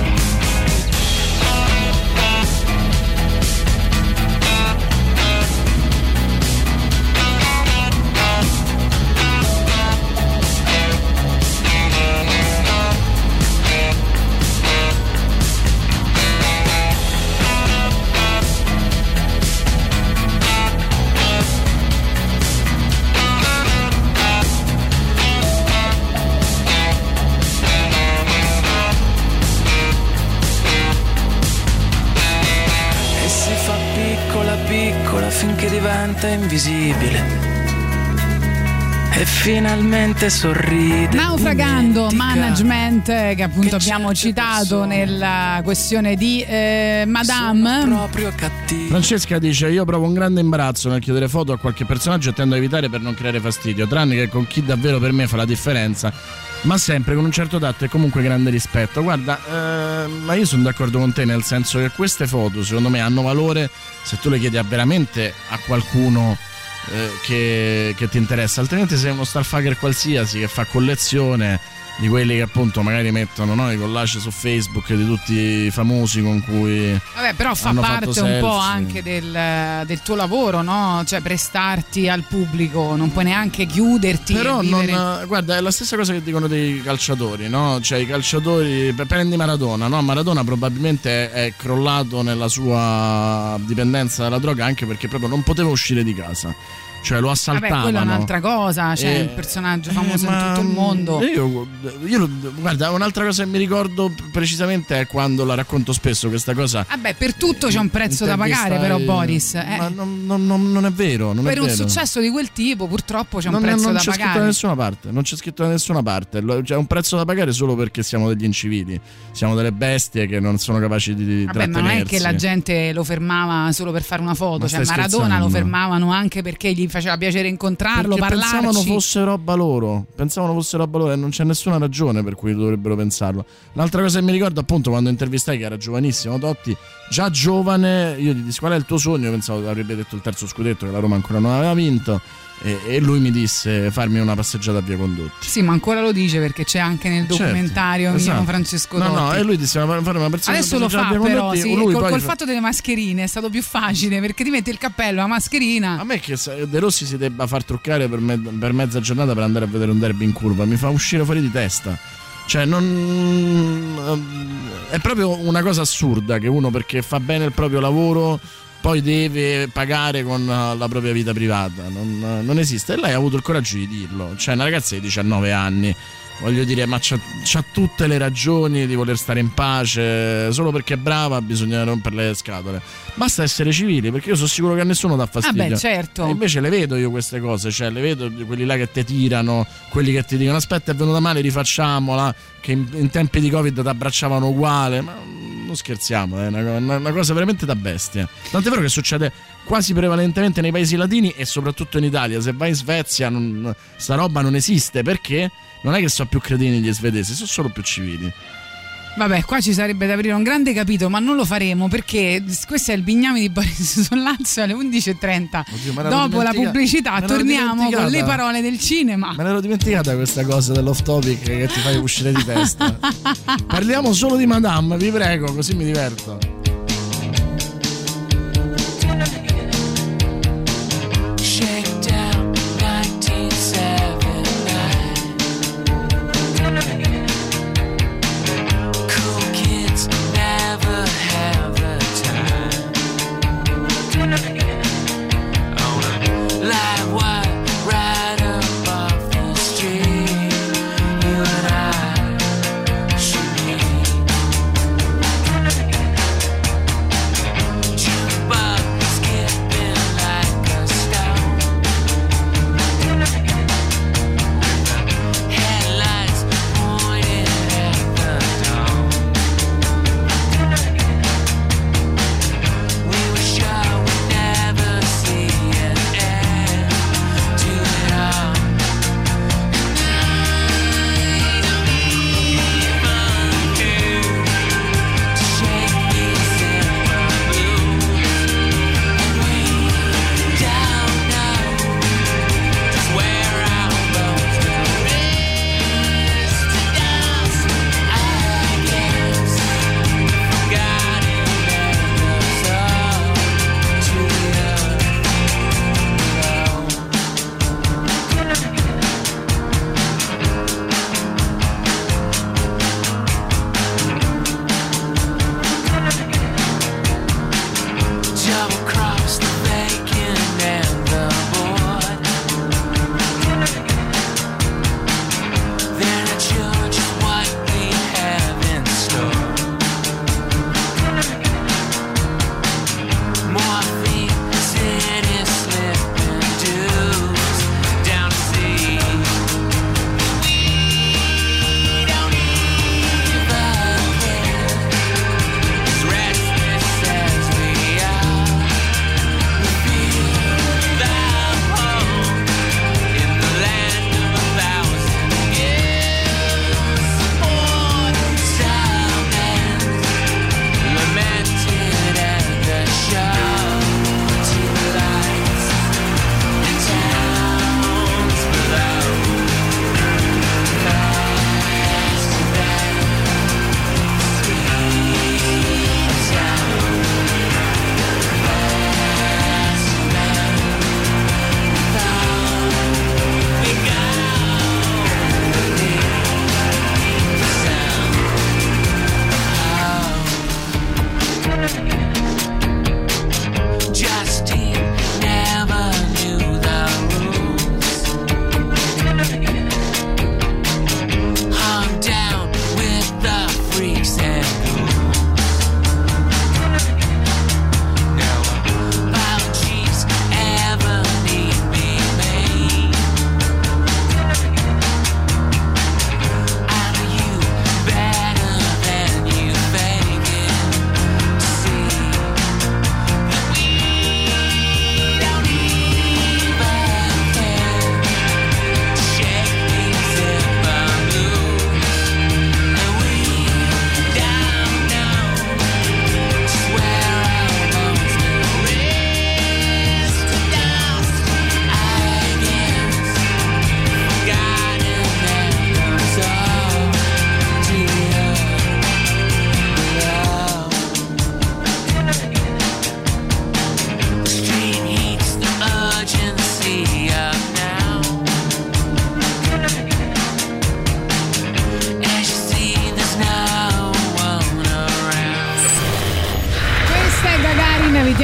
Finché diventa invisibile e finalmente sorride. Naufragando, Management, che appunto abbiamo citato nella questione di Madame. Francesca dice: io provo un grande imbarazzo nel chiedere foto a qualche personaggio e tendo a evitare per non creare fastidio, tranne che con chi davvero per me fa la differenza, ma sempre con un certo tatto e comunque grande rispetto. Guarda, ma io sono d'accordo con te, nel senso che queste foto secondo me hanno valore se tu le chiedi veramente a qualcuno che ti interessa, altrimenti sei uno starfucker qualsiasi che fa collezione di quelli che appunto magari mettono, no, i collage su Facebook di tutti i famosi con cui vabbè, però fa parte un po' anche del tuo lavoro, no? Cioè prestarti al pubblico, non puoi neanche chiuderti. Però guarda, è la stessa cosa che dicono dei calciatori, no? Cioè i calciatori, prendi Maradona, no? Maradona probabilmente è crollato nella sua dipendenza dalla droga anche perché proprio non poteva uscire di casa. Cioè lo assaltavano. Vabbè, quella è un'altra cosa, cioè un personaggio famoso in tutto il mondo. Io guarda, un'altra cosa che mi ricordo precisamente è quando la racconto spesso questa cosa. Vabbè, per tutto c'è un prezzo da pagare, però Boris. Ma non è vero. Non per è un vero. Successo di quel tipo purtroppo c'è un prezzo da pagare. Non c'è scritto da nessuna parte. C'è un prezzo da pagare solo perché siamo degli incivili. Siamo delle bestie che non sono capaci di trattenersi. Ma non è che la gente lo fermava solo per fare una foto. Cioè Maradona lo fermavano anche perché gli faceva piacere incontrarlo, perché parlarci. Pensavano fosse roba loro e non c'è nessuna ragione per cui dovrebbero pensarlo. L'altra cosa che mi ricordo appunto quando intervistai, che era giovanissimo Totti, già giovane, io gli dissi: qual è il tuo sogno? Pensavo avrebbe detto il terzo scudetto che la Roma ancora non aveva vinto. E lui mi disse: farmi una passeggiata a Via Condotti. Sì, ma ancora lo dice perché c'è anche nel documentario, certo, esatto. Francesco Totti. No, e lui disse: fare una passeggiata. Adesso lo fa, però sì, col fatto delle mascherine è stato più facile perché ti metti il cappello, la mascherina. A me che De Rossi si debba far truccare per mezza giornata per andare a vedere un derby in curva mi fa uscire fuori di testa. Cioè è proprio una cosa assurda che uno, perché fa bene il proprio lavoro, poi deve pagare con la propria vita privata. Non esiste. E lei ha avuto il coraggio di dirlo. Cioè una ragazza di 19 anni, voglio dire, ma c'ha tutte le ragioni di voler stare in pace. Solo perché è brava bisogna romperle le scatole. Basta essere civili, perché io sono sicuro che a nessuno dà fastidio. Beh, certo. E invece le vedo io queste cose. Cioè le vedo quelli là che te tirano, quelli che ti dicono: aspetta, è venuta male, rifacciamola, che in tempi di Covid ti abbracciavano uguale. Ma non scherziamo, è una cosa veramente da bestia. Tant'è vero che succede quasi prevalentemente nei paesi latini e soprattutto in Italia. Se vai in Svezia sta roba non esiste, perché non è che sono più cretini gli svedesi, sono solo più civili. Vabbè, qua ci sarebbe da aprire un grande capitolo, ma non lo faremo perché questo è il Bignami di Boris Sollazzo alle 11.30. Oddio, dopo la pubblicità torniamo con le parole del cinema. Me l'ero dimenticata questa cosa dell'off topic che ti fai uscire di testa. Parliamo solo di Madame, vi prego, così mi diverto.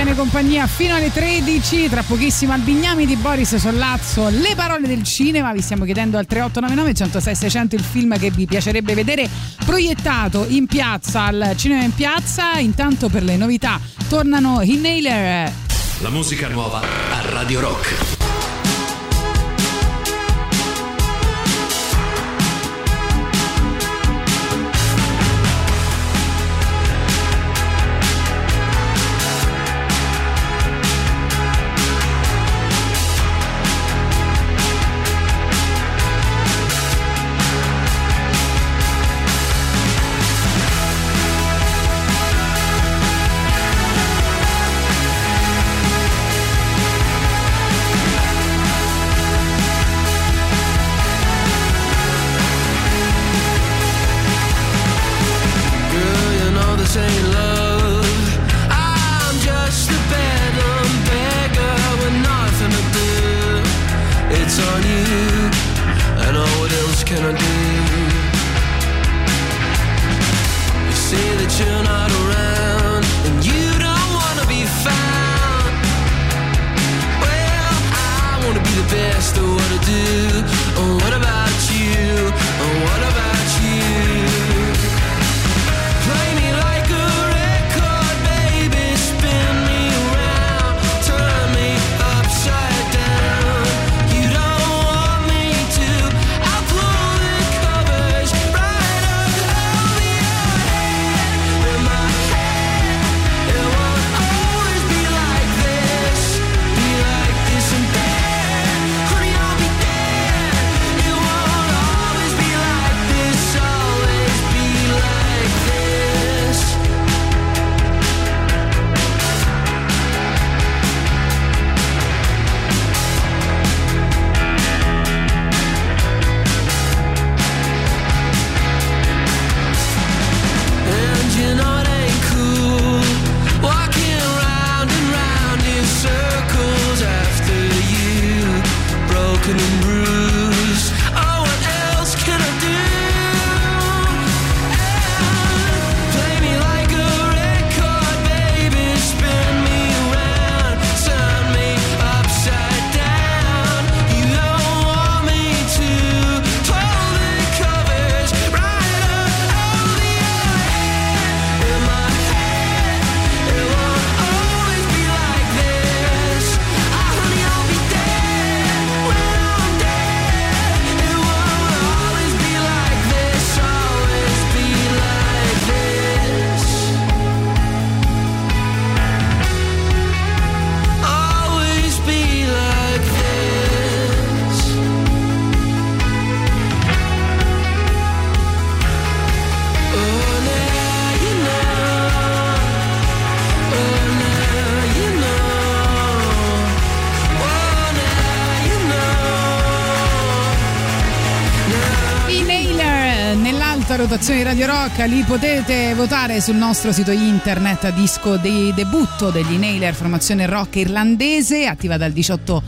tiene compagnia fino alle 13. Tra pochissimo Albignami di Boris Sollazzo, le parole del cinema. Vi stiamo chiedendo al 3899 106 600 il film che vi piacerebbe vedere proiettato in piazza, al cinema in piazza. Intanto, per le novità, tornano Inhaler. La musica nuova a Radio Rock. Rotazione di Radio Rock, li potete votare sul nostro sito internet a disco di debutto degli Inhaler, formazione rock irlandese attiva dal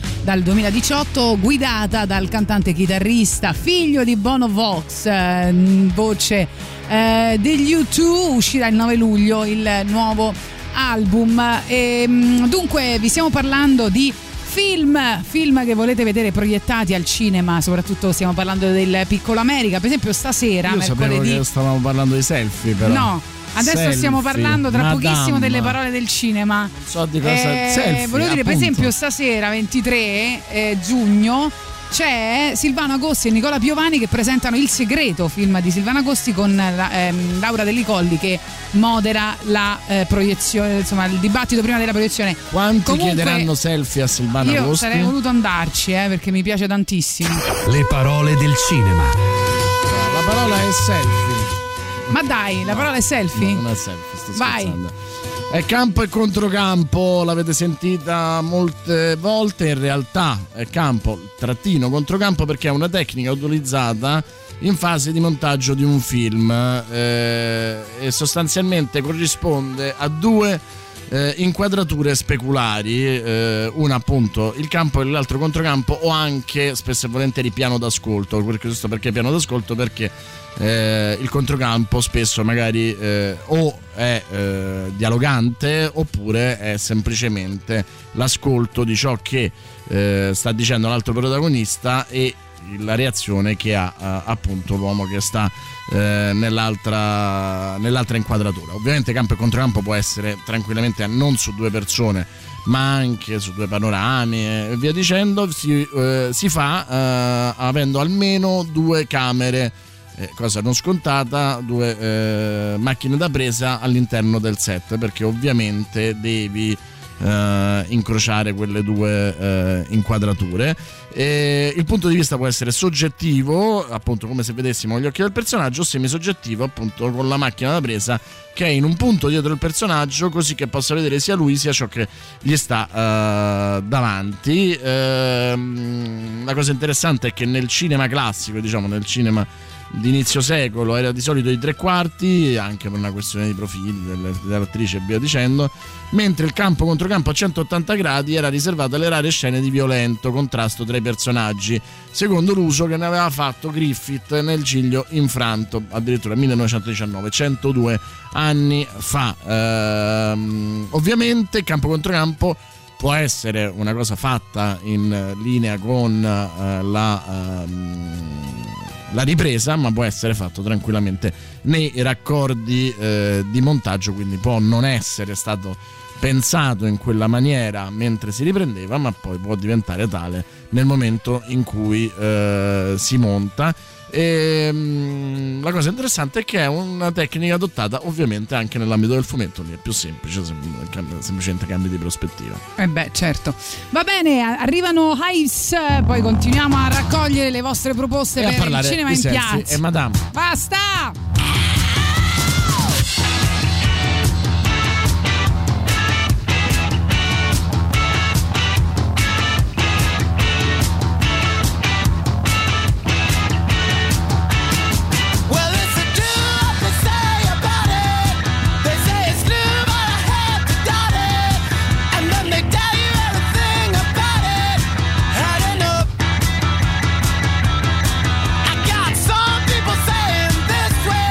2018, guidata dal cantante chitarrista figlio di Bono Vox, voce degli U2. Uscirà il 9 luglio il nuovo album e dunque vi stiamo parlando di film che volete vedere proiettati al cinema, soprattutto stiamo parlando del Piccolo America. Per esempio stasera, io mercoledì, sapevo che stavamo parlando di selfie, però no, adesso selfie, stiamo parlando tra pochissimo delle parole del cinema. So di cosa selfie, volevo dire, appunto. per esempio stasera 23 giugno c'è Silvano Agosti e Nicola Piovani che presentano Il Segreto, film di Silvano Agosti con Laura Delli Colli che modera la proiezione, insomma il dibattito prima della proiezione. Quanti chiederanno selfie a Silvano Agosti? Io sarei voluto andarci perché mi piace tantissimo. Le parole del cinema. La parola è selfie. Ma dai, la parola è selfie? No, non è selfie, sto Vai. scherzando. È campo e controcampo, l'avete sentita molte volte, in realtà è campo trattino controcampo perché è una tecnica utilizzata in fase di montaggio di un film e sostanzialmente corrisponde a due inquadrature speculari, una appunto il campo e l'altro controcampo, o anche spesso e volentieri piano d'ascolto. Questo perché piano d'ascolto? Perché il controcampo spesso magari o è dialogante oppure è semplicemente l'ascolto di ciò che sta dicendo l'altro protagonista e la reazione che ha appunto l'uomo che sta nell'altra inquadratura. Ovviamente campo e controcampo può essere tranquillamente non su due persone ma anche su due panorami e via dicendo. Si fa avendo almeno due camere, cosa non scontata, due macchine da presa all'interno del set, perché ovviamente devi incrociare quelle due inquadrature. Il punto di vista può essere soggettivo, appunto come se vedessimo gli occhi del personaggio, o semisoggettivo, appunto con la macchina da presa che è in un punto dietro il personaggio, così che possa vedere sia lui sia ciò che gli sta davanti. La cosa interessante è che nel cinema classico, diciamo nel cinema di inizio secolo, era di solito i 3/4, anche per una questione di profili dell'attrice e via dicendo, mentre il campo controcampo a 180 gradi era riservato alle rare scene di violento contrasto tra i personaggi, secondo l'uso che ne aveva fatto Griffith nel Giglio infranto, addirittura 1919, 102 anni fa. Ovviamente campo controcampo può essere una cosa fatta in linea con la ripresa, ma può essere fatto tranquillamente nei raccordi di montaggio, quindi può non essere stato pensato in quella maniera mentre si riprendeva, ma poi può diventare tale nel momento in cui si monta. E la cosa interessante è che è una tecnica adottata ovviamente anche nell'ambito del fumetto, lì è più semplice, semplicemente cambi di prospettiva. Certo. Va bene, arrivano Hives, poi continuiamo a raccogliere le vostre proposte per il cinema in piazza. E Madame. Basta! This way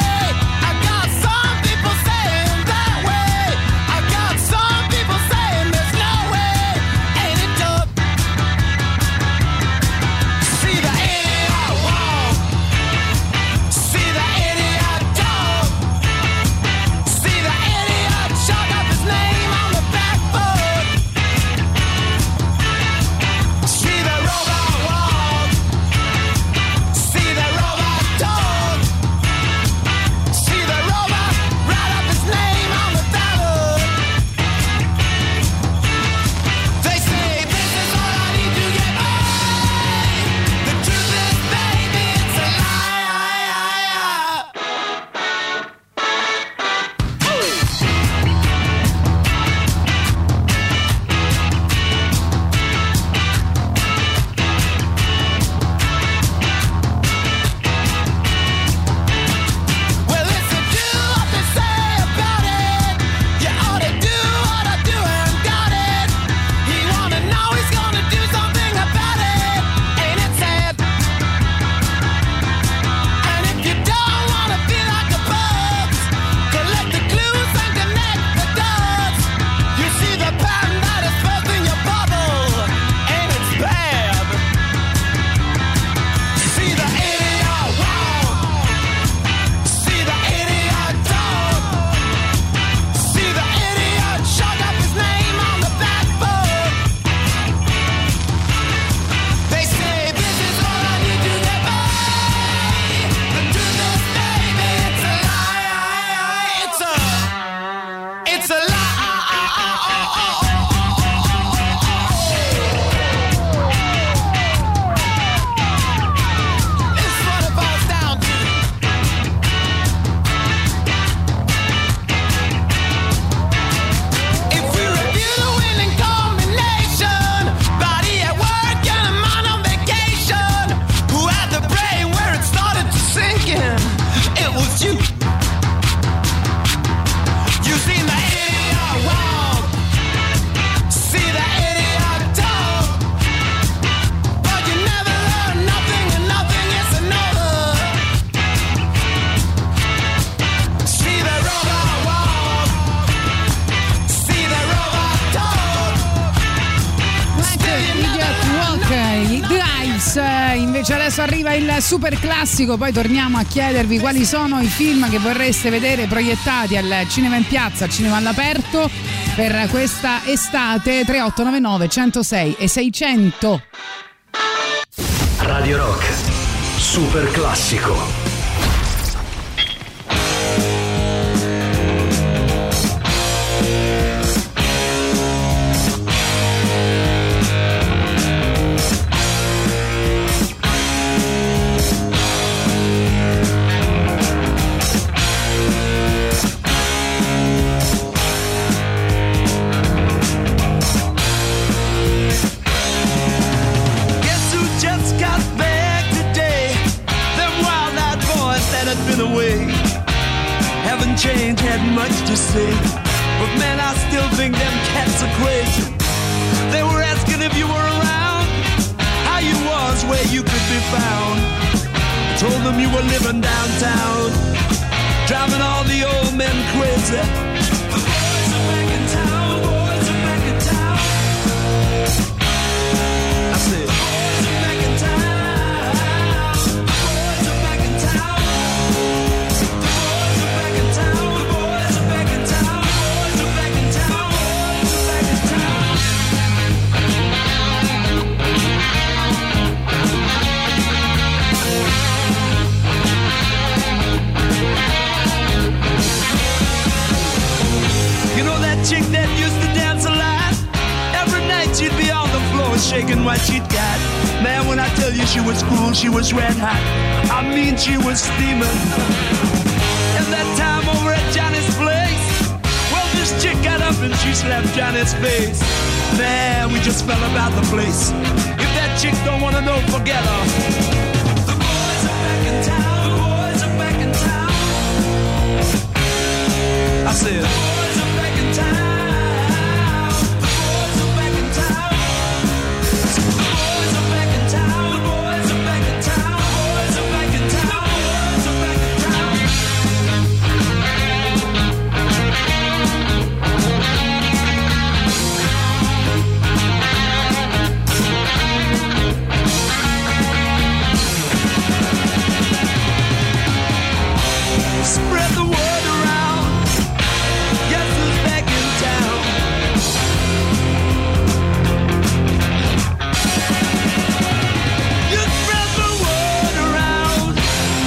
adesso arriva il super classico, poi torniamo a chiedervi quali sono i film che vorreste vedere proiettati al cinema in piazza, al cinema all'aperto per questa estate. 3899 106 e 600. Radio Rock, super classico. Change had much to say, but man, I still think them cats are crazy. They were asking if you were around, how you was, where you could be found. I told them you were living downtown, driving all the old men crazy. The boys are back in town, boys are back in town. I said, boys are back in town, boys are back in town. Chick that used to dance a lot. Every night she'd be on the floor shaking what she'd got. Man, when I tell you she was cool, she was red hot. I mean, she was steaming. And that time over at Johnny's place, well, this chick got up and she slapped Johnny's face. Man, we just fell about the place. If that chick don't wanna know, forget her. The boys are back in town, the boys are back in town. I said, the boys are back in town. Spread the word around. Guess who's back in town? You spread the word around.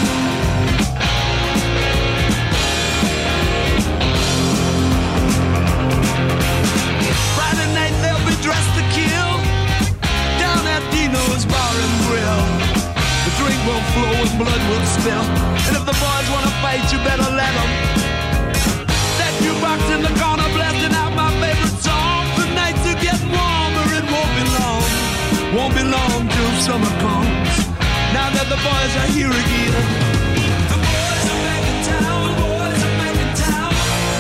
Friday night they'll be dressed to kill down at Dino's Bar and Grill. The drink will flow and blood will spill. And if the boys wanna fight, you better let them. That jukebox in the corner blasting out my favorite song. The nights are getting warmer, it won't be long. Won't be long till summer comes. Now that the boys are here again. The boys are back in town, the boys are back in town.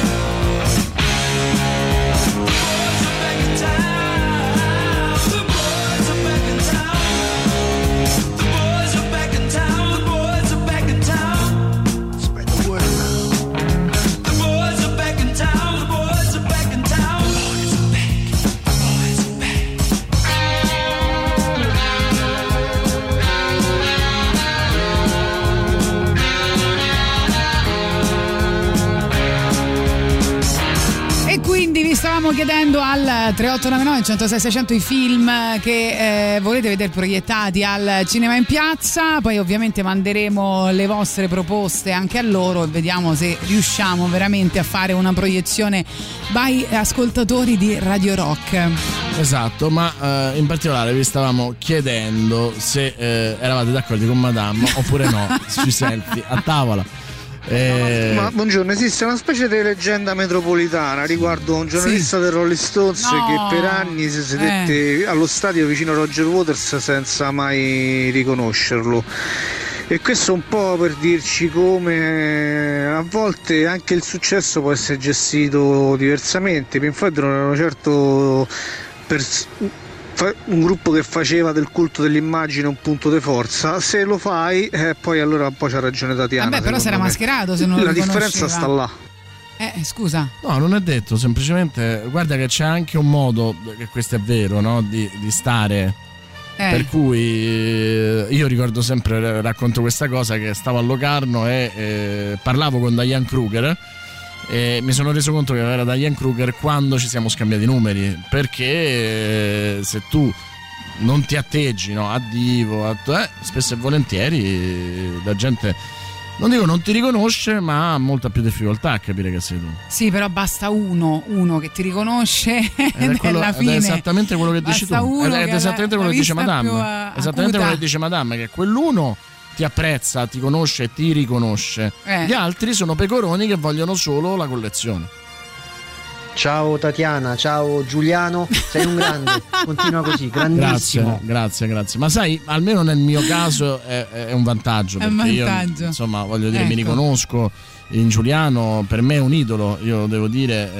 The boys are back in town. The boys are back in town. The boys are back in town. The boys are back in town. Spread the word around. The boys are back in town. The boys are back in town. The boys are back. The boys are back. E quindi vi stavamo chiedendo al 3899 106 600 i film che volete vedere proiettati al cinema in piazza. Poi ovviamente manderemo le vostre proposte anche a loro e vediamo se riusciamo veramente a fare una proiezione by ascoltatori di Radio Rock. Esatto, ma in particolare vi stavamo chiedendo se eravate d'accordo con Madame oppure no sui selfie a tavola. Ma buongiorno, esiste una specie di leggenda metropolitana riguardo un giornalista del Rolling Stones che per anni si sedette allo stadio vicino a Roger Waters senza mai riconoscerlo. E questo un po' per dirci come a volte anche il successo può essere gestito diversamente. Pink Floyd non erano certo un gruppo che faceva del culto dell'immagine un punto di forza. Se lo fai poi allora un po' c'ha ragione Tatiana. Vabbè, però si era mascherato, se non lo riconosceva. La differenza sta là. Scusa. No, non è detto, semplicemente guarda che c'è anche un modo, che questo è vero, no? Di stare Per cui io ricordo sempre, racconto questa cosa, che stavo a Locarno e parlavo con Diane Kruger e mi sono reso conto che era Diane Kruger quando ci siamo scambiati i numeri, perché se tu non ti atteggi, no, a divo, spesso e volentieri la gente, non dico non ti riconosce, ma ha molta più difficoltà a capire che sei tu. Sì, però basta uno che ti riconosce nella fine. È esattamente quello che dici tu. È esattamente quello che dice Madame. Esattamente quello che dice Madame, che quell'uno ti apprezza, ti conosce e ti riconosce. Gli altri sono pecoroni che vogliono solo la collezione. Ciao Tatiana, ciao Giuliano, sei un grande, continua così, grandissimo. Grazie. Ma sai, almeno nel mio caso è un vantaggio, perché io, insomma, voglio dire, mi riconosco in Giuliano, per me è un idolo, io devo dire,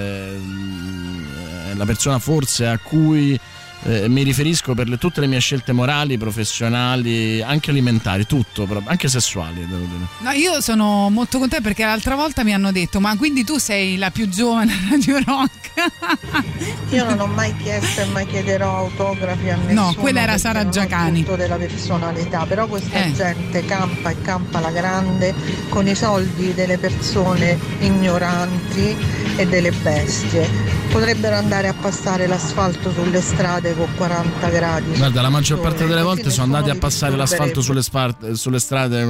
è la persona forse a cui mi riferisco per tutte le mie scelte morali, professionali, anche alimentari, tutto, anche sessuali, devo dire. No, io sono molto contenta perché l'altra volta mi hanno detto: ma quindi tu sei la più giovane a Radio Rock? Io non ho mai chiesto e mai chiederò autografi a nessuno. No, quella era Sara Giacani. Tutto della personalità, però questa gente campa e campa alla grande con i soldi delle persone ignoranti e delle bestie. Potrebbero andare a passare l'asfalto sulle strade con 40 gradi. Guarda, la maggior parte delle volte sono andati a passare l'asfalto sulle strade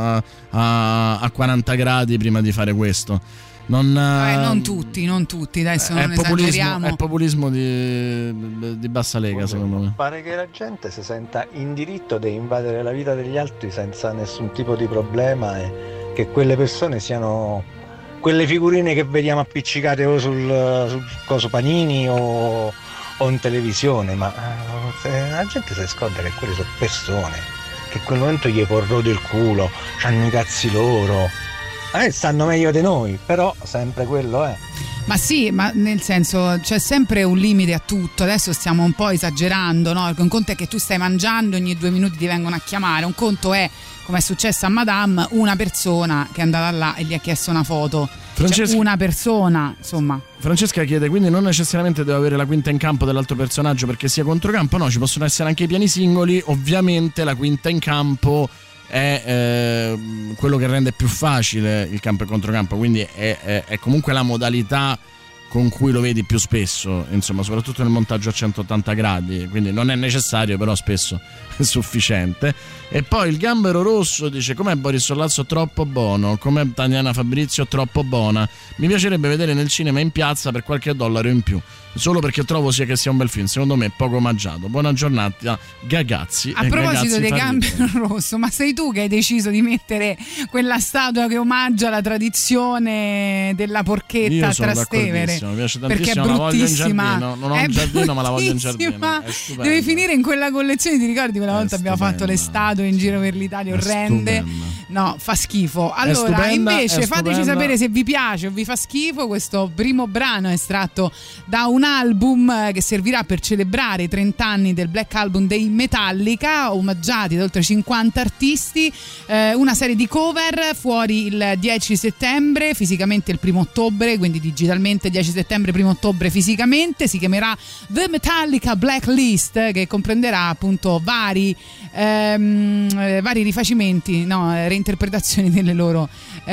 a 40 gradi prima di fare questo. Non tutti, adesso non esageriamo. È populismo di bassa lega, secondo me. Pare che la gente si senta in diritto di invadere la vita degli altri senza nessun tipo di problema, e che quelle persone siano quelle figurine che vediamo appiccicate o sul coso panini o in televisione, ma la gente si scorda che quelle sono persone che in quel momento gli corrode il culo, c'hanno i cazzi loro, stanno meglio di noi, però sempre quello è. Ma sì, ma nel senso, c'è sempre un limite a tutto. Adesso stiamo un po' esagerando, no? Un conto è che tu stai mangiando, ogni 2 minuti ti vengono a chiamare. Un conto è, come è successo a Madame, una persona che è andata là e gli ha chiesto una foto. Cioè, una persona, insomma. Francesca chiede: quindi non necessariamente devo avere la quinta in campo dell'altro personaggio perché sia controcampo? No, ci possono essere anche i piani singoli. Ovviamente la quinta in campo è quello che rende più facile il campo e controcampo, quindi è comunque la modalità con cui lo vedi più spesso, insomma, soprattutto nel montaggio a 180 gradi, quindi non è necessario, però spesso è sufficiente. E poi il Gambero Rosso dice: com'è Boris Sollazzo, troppo buono, com'è Tatiana Fabrizio, troppo buona, mi piacerebbe vedere nel cinema in piazza per qualche dollaro in più, solo perché trovo sia che sia un bel film, secondo me poco omaggiato. Buona giornata Gagazzi. A proposito dei Gambero Rosso, ma sei tu che hai deciso di mettere quella statua che omaggia la tradizione della porchetta a Trastevere? Mi piace tantissimo, perché è bruttissima. Non ho un giardino, ma la voglio in giardino. Deve finire in quella collezione, ti ricordi quella volta abbiamo fatto le statue in giro per l'Italia orrende? No, fa schifo. Allora, invece fateci sapere se vi piace o vi fa schifo. Questo primo brano è estratto da un album che servirà per celebrare i 30 anni del Black Album dei Metallica, omaggiati da oltre 50 artisti, una serie di cover fuori il 10 settembre, fisicamente il 1 ottobre, quindi digitalmente 10 settembre, 1 ottobre fisicamente. Si chiamerà The Metallica Blacklist, che comprenderà appunto vari rifacimenti, reinterpretazioni delle loro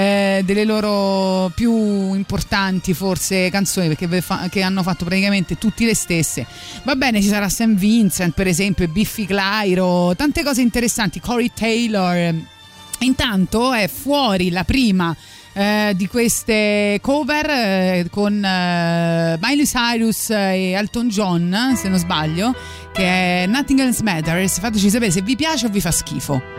più importanti forse canzoni, perché che hanno fatto praticamente tutti le stesse. Va bene, ci sarà St. Vincent per esempio, Biffy Clyro, tante cose interessanti, Corey Taylor. Intanto è fuori la prima di queste cover con Miley Cyrus e Elton John, se non sbaglio, che è Nothing Else Matters. Fateci sapere se vi piace o vi fa schifo.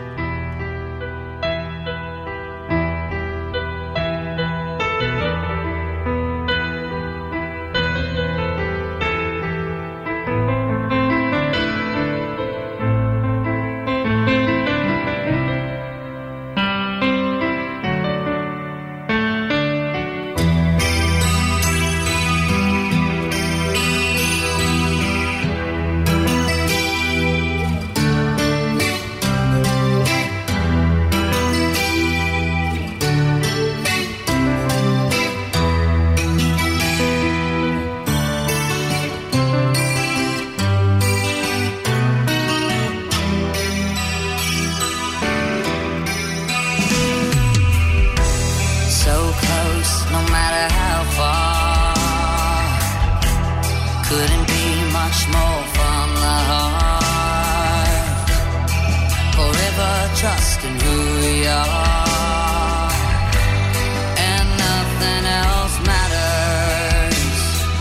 close, no matter how far. Couldn't be much more from the heart. Forever trusting who we are, and nothing else matters.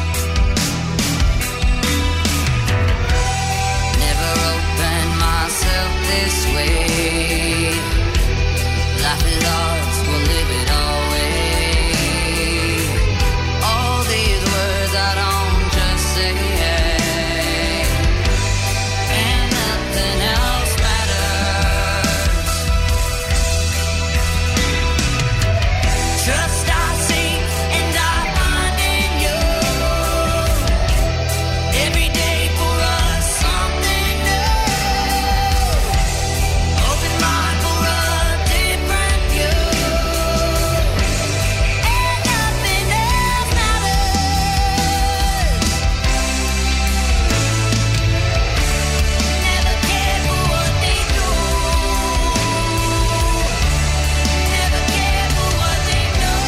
Never opened myself this way. Life is ours, we'll live it always. All these words I don't just say, and nothing else matters. Trust I seek and I find in you. Every day for us something new. Open mind for a different view, and nothing else matters. Never cared for what they do. Never cared for what they know.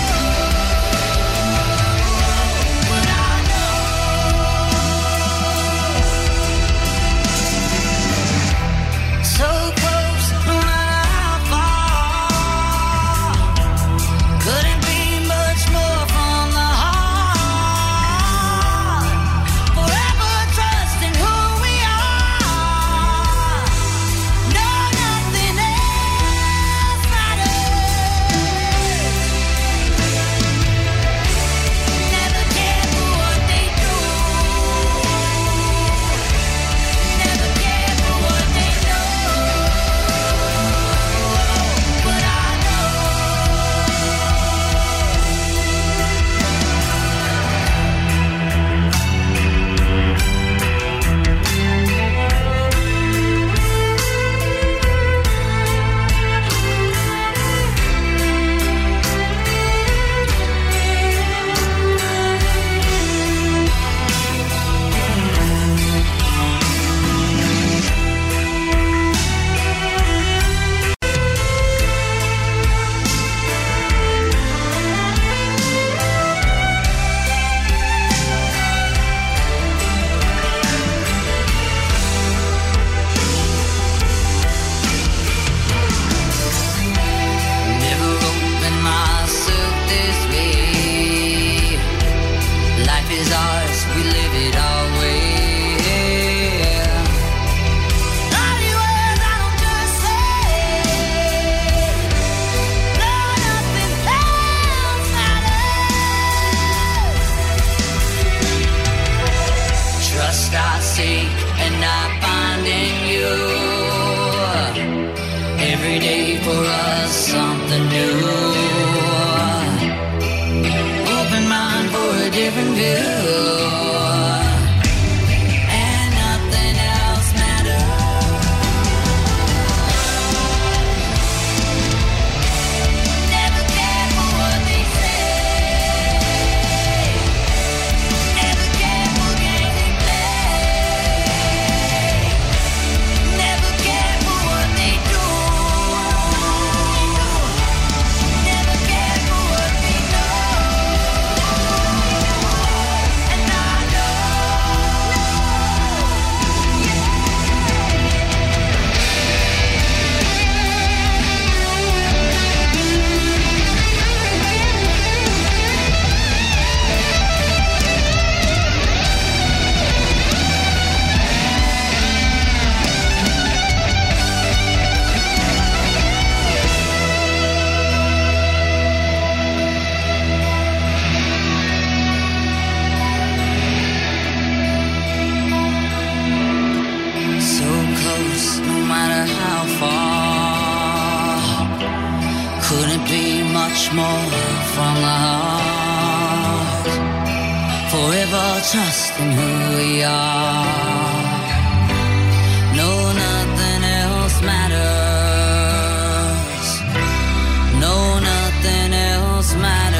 But I know. So close, no matter how far. Couldn't be much more from the heart. Forever trusting who we are. No, nothing else matters. Never cared for what they do. Never cared for what they know. But I know. Never opened myself this way. Life is ours, we live it our way. All these words I don't just say. No, nothing else matters. Trust I seek and I find in you. Every day for us something new. Open mind for a different view, and nothing else matters. Never cared for what they say. Never cared for games they play. Never cared for what they do. Never cared for what they know. And I know. So close, no matter how far. Couldn't be much more from the heart. Forever trusting who we are. No, nothing else matters. No, nothing else matters.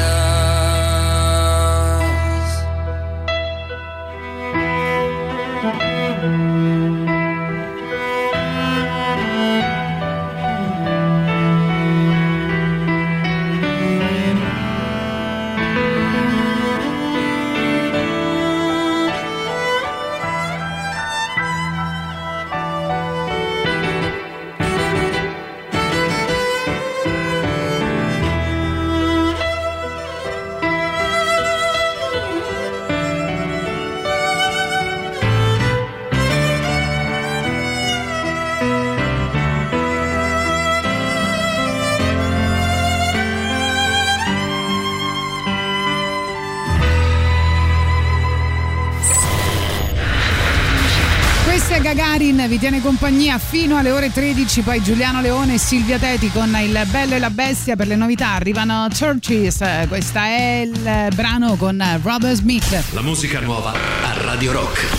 Gagarin vi tiene compagnia fino alle ore 13, poi Giuliano Leone e Silvia Teti con Il Bello e la Bestia. Per le novità arrivano Churches, questa è il brano con Robert Smith. La musica nuova a Radio Rock.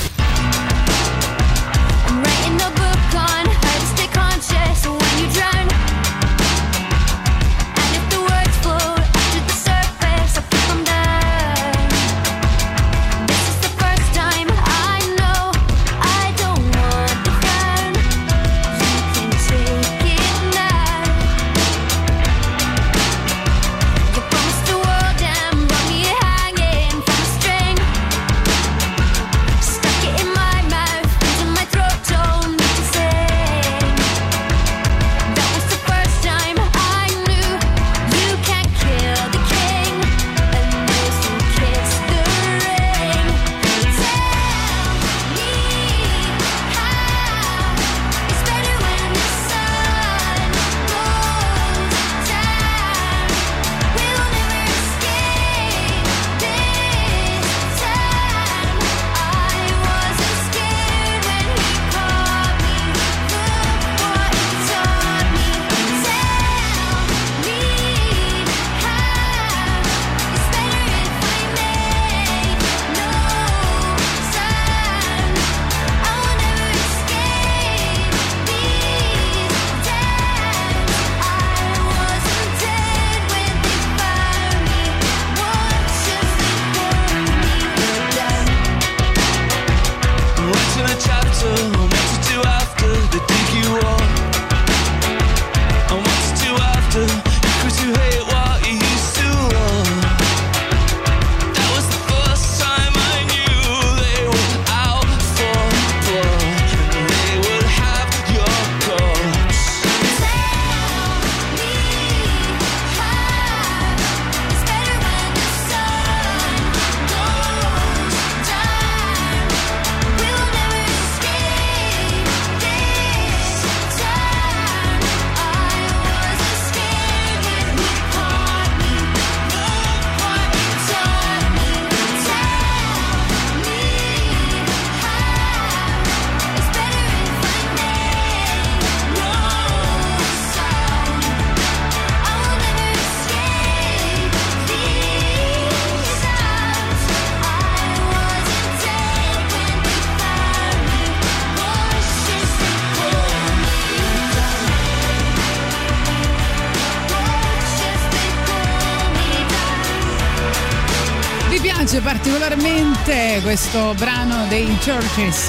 Particolarmente questo brano dei Churches,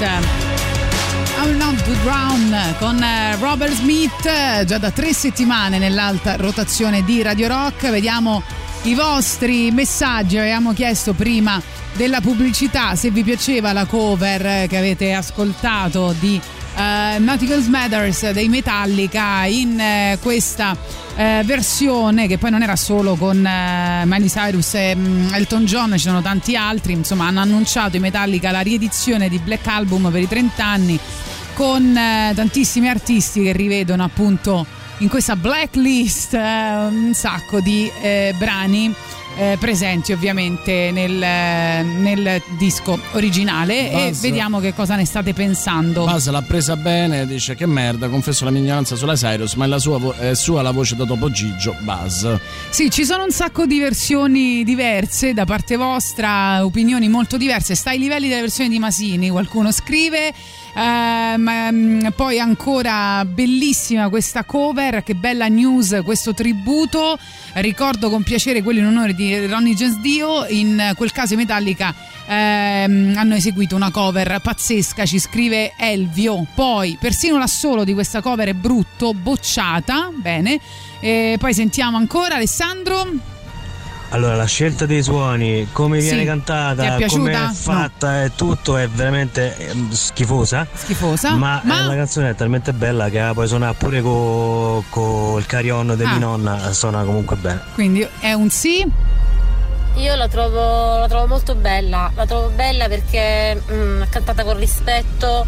I'm Not to Drown, con Robert Smith, già da 3 settimane nell'alta rotazione di Radio Rock. Vediamo i vostri messaggi. Avevamo chiesto prima della pubblicità se vi piaceva la cover che avete ascoltato di Nothing Else Matters dei Metallica in questa versione, che poi non era solo con Miley Cyrus e Elton John, ci sono tanti altri. Insomma, hanno annunciato i Metallica la riedizione di Black Album per i 30 anni con tantissimi artisti che rivedono appunto in questa blacklist un sacco di brani presenti ovviamente nel disco originale. Buzz, e vediamo che cosa ne state pensando. Buzz l'ha presa bene, dice: che merda, confesso la mia ignoranza sulla Cyrus, ma è sua la voce da Topo Gigio. Buzz. Sì, ci sono un sacco di versioni diverse da parte vostra, opinioni molto diverse. Sta ai livelli delle versioni di Masini, qualcuno scrive. Poi ancora bellissima questa cover, che bella news questo tributo, ricordo con piacere quello in onore di Ronnie James Dio. In quel caso i Metallica hanno eseguito una cover pazzesca, ci scrive Elvio. Poi persino l'assolo di questa cover è brutto, bocciata. Bene, poi sentiamo ancora Alessandro. Allora, la scelta dei suoni, come viene cantata, come è fatta, e tutto è veramente schifosa. Ma la canzone è talmente bella che puoi suonare pure con il carillon di mia nonna, suona comunque bene. Quindi è un sì? Io la trovo molto bella. La trovo bella perché è cantata con rispetto,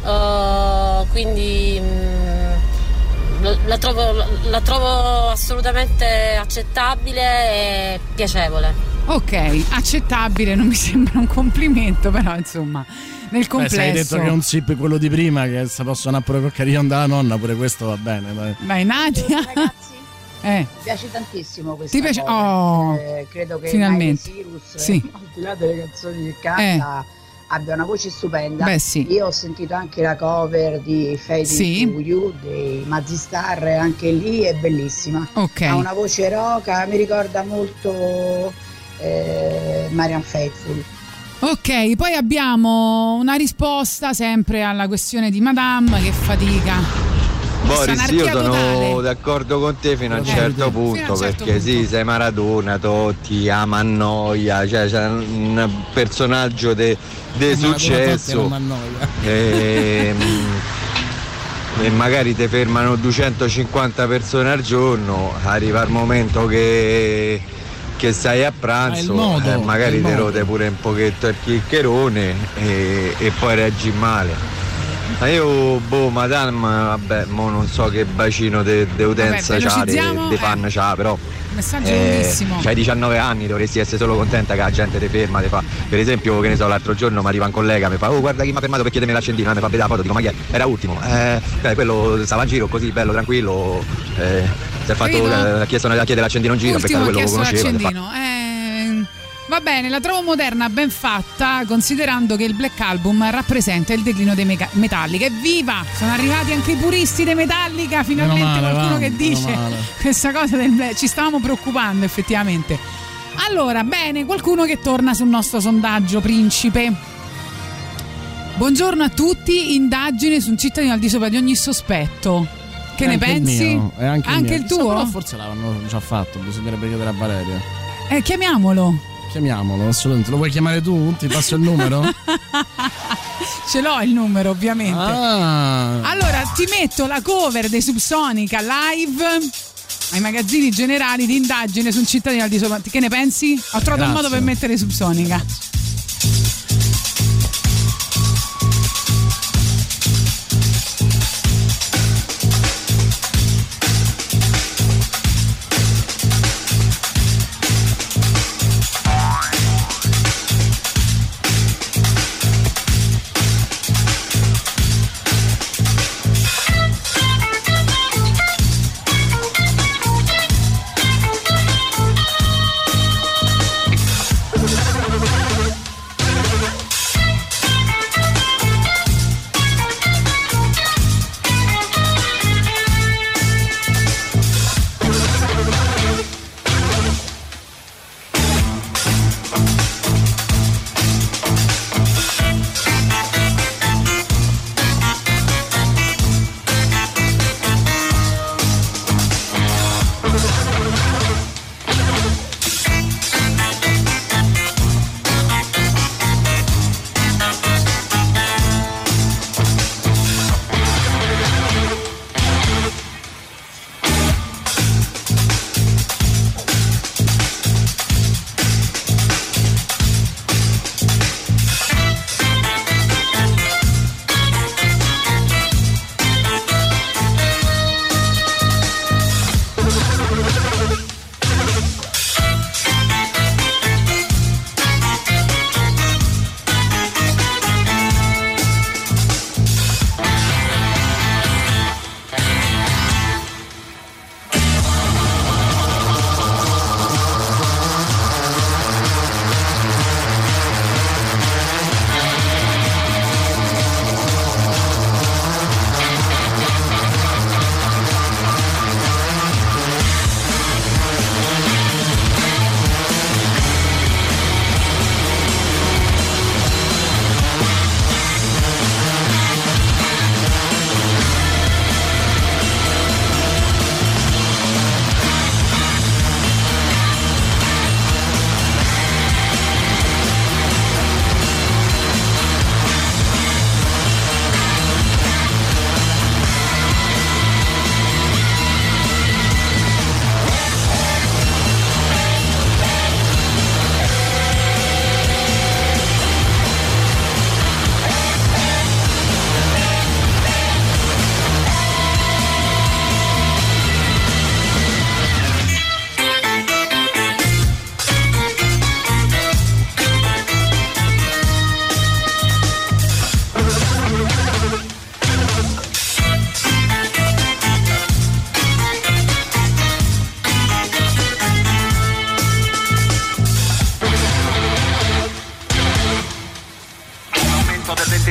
quindi la trovo assolutamente accettabile e piacevole. Ok, accettabile non mi sembra un complimento, però insomma nel complesso. Beh, se hai detto che è un zip quello di prima, che si possono andare pure col carillon della nonna, pure questo va bene. Dai Nadia. Ragazzi, mi piace tantissimo questa Ti piace? credo che finalmente. Cyrus, sì. al di là delle canzoni che canta, abbia una voce stupenda. Beh, sì. Io ho sentito anche la cover di Fading to You dei Mazzy Star, anche lì è bellissima. Ha una voce roca, mi ricorda molto Marianne Faithfull. Ok, poi abbiamo una risposta sempre alla questione di Madame, che fatica. Boris, io sono d'accordo con te fino a un certo punto, perché sì, sei Maradona, Totti, Amannoia, cioè c'è un personaggio di successo e magari ti fermano 250 persone al giorno, arriva il momento che stai a pranzo, magari ti rode pure un pochetto il chiccherone e poi reaggi male. Ma io, Madame, vabbè, mo non so che bacino di utenza c'ha, di fan c'ha, però messaggio lunghissimo. C'hai 19 anni, dovresti essere solo contenta che la gente ti ferma, ti fa. Per esempio, che ne so, l'altro giorno mi arriva un collega, mi fa: oh, guarda chi mi ha fermato per chiedermi l'accendino, mi fa vedere la foto, dico: ma chi è? Era Ultimo. Quello stava in giro così, bello, tranquillo, si è fatto, ha chiedere l'accendino in giro, perché quello lo conosceva. Va bene, la trovo moderna, ben fatta, considerando che il Black Album rappresenta il declino dei Metallica. Evviva! Sono arrivati anche i puristi dei Metallica, finalmente qualcuno che dice questa cosa del Black. Ci stavamo preoccupando effettivamente. Allora, bene, qualcuno che torna sul nostro sondaggio principe. Buongiorno a tutti, indagine su un cittadino al di sopra di ogni sospetto. Che ne pensi? Anche il tuo? Però forse l'hanno già fatto, bisognerebbe chiedere a Valeria. Chiamiamolo, assolutamente. Lo vuoi chiamare tu? Ti passo il numero? Ce l'ho il numero, ovviamente. Allora, ti metto la cover dei Subsonica live ai magazzini generali di indagine su un cittadino al di sopra. Che ne pensi? Ho trovato un modo per mettere Subsonica.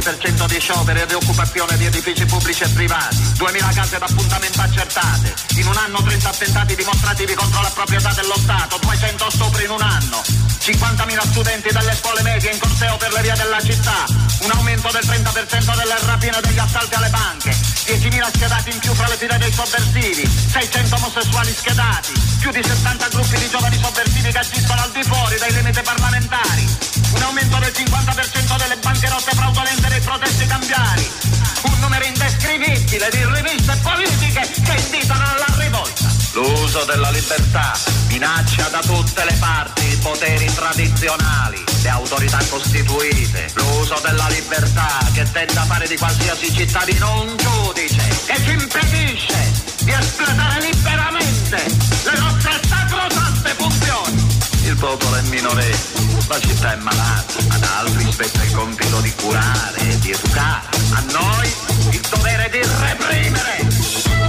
20% di scioperi e di occupazione di edifici pubblici e privati, 2000 case d'appuntamento accertate, in un anno 30 attentati dimostrativi contro la proprietà dello Stato, 200 stupri in un anno, 50.000 studenti delle scuole medie in corteo per le vie della città, un aumento del 30% delle rapine e degli assalti alle banche, 10.000 schedati in più fra le file dei sovversivi, 600 omosessuali schedati, più di 70 gruppi di giovani sovversivi che agiscono al di fuori dei limiti parlamentari, un aumento del 50% delle bancherotte fraudolente dei protesti cambiari, un numero indescrivibile di riviste politiche che invitano alla rivolta. L'uso della libertà minaccia da tutte le parti i poteri tradizionali, le autorità costituite. L'uso della libertà che tenta a fare di qualsiasi cittadino un giudice e ci impedisce di espletare liberamente le nostre sacrosante funzioni. Il popolo è minorenni, la città è malata, ad altri spetta il compito di curare e di educare, a noi il dovere di reprimere.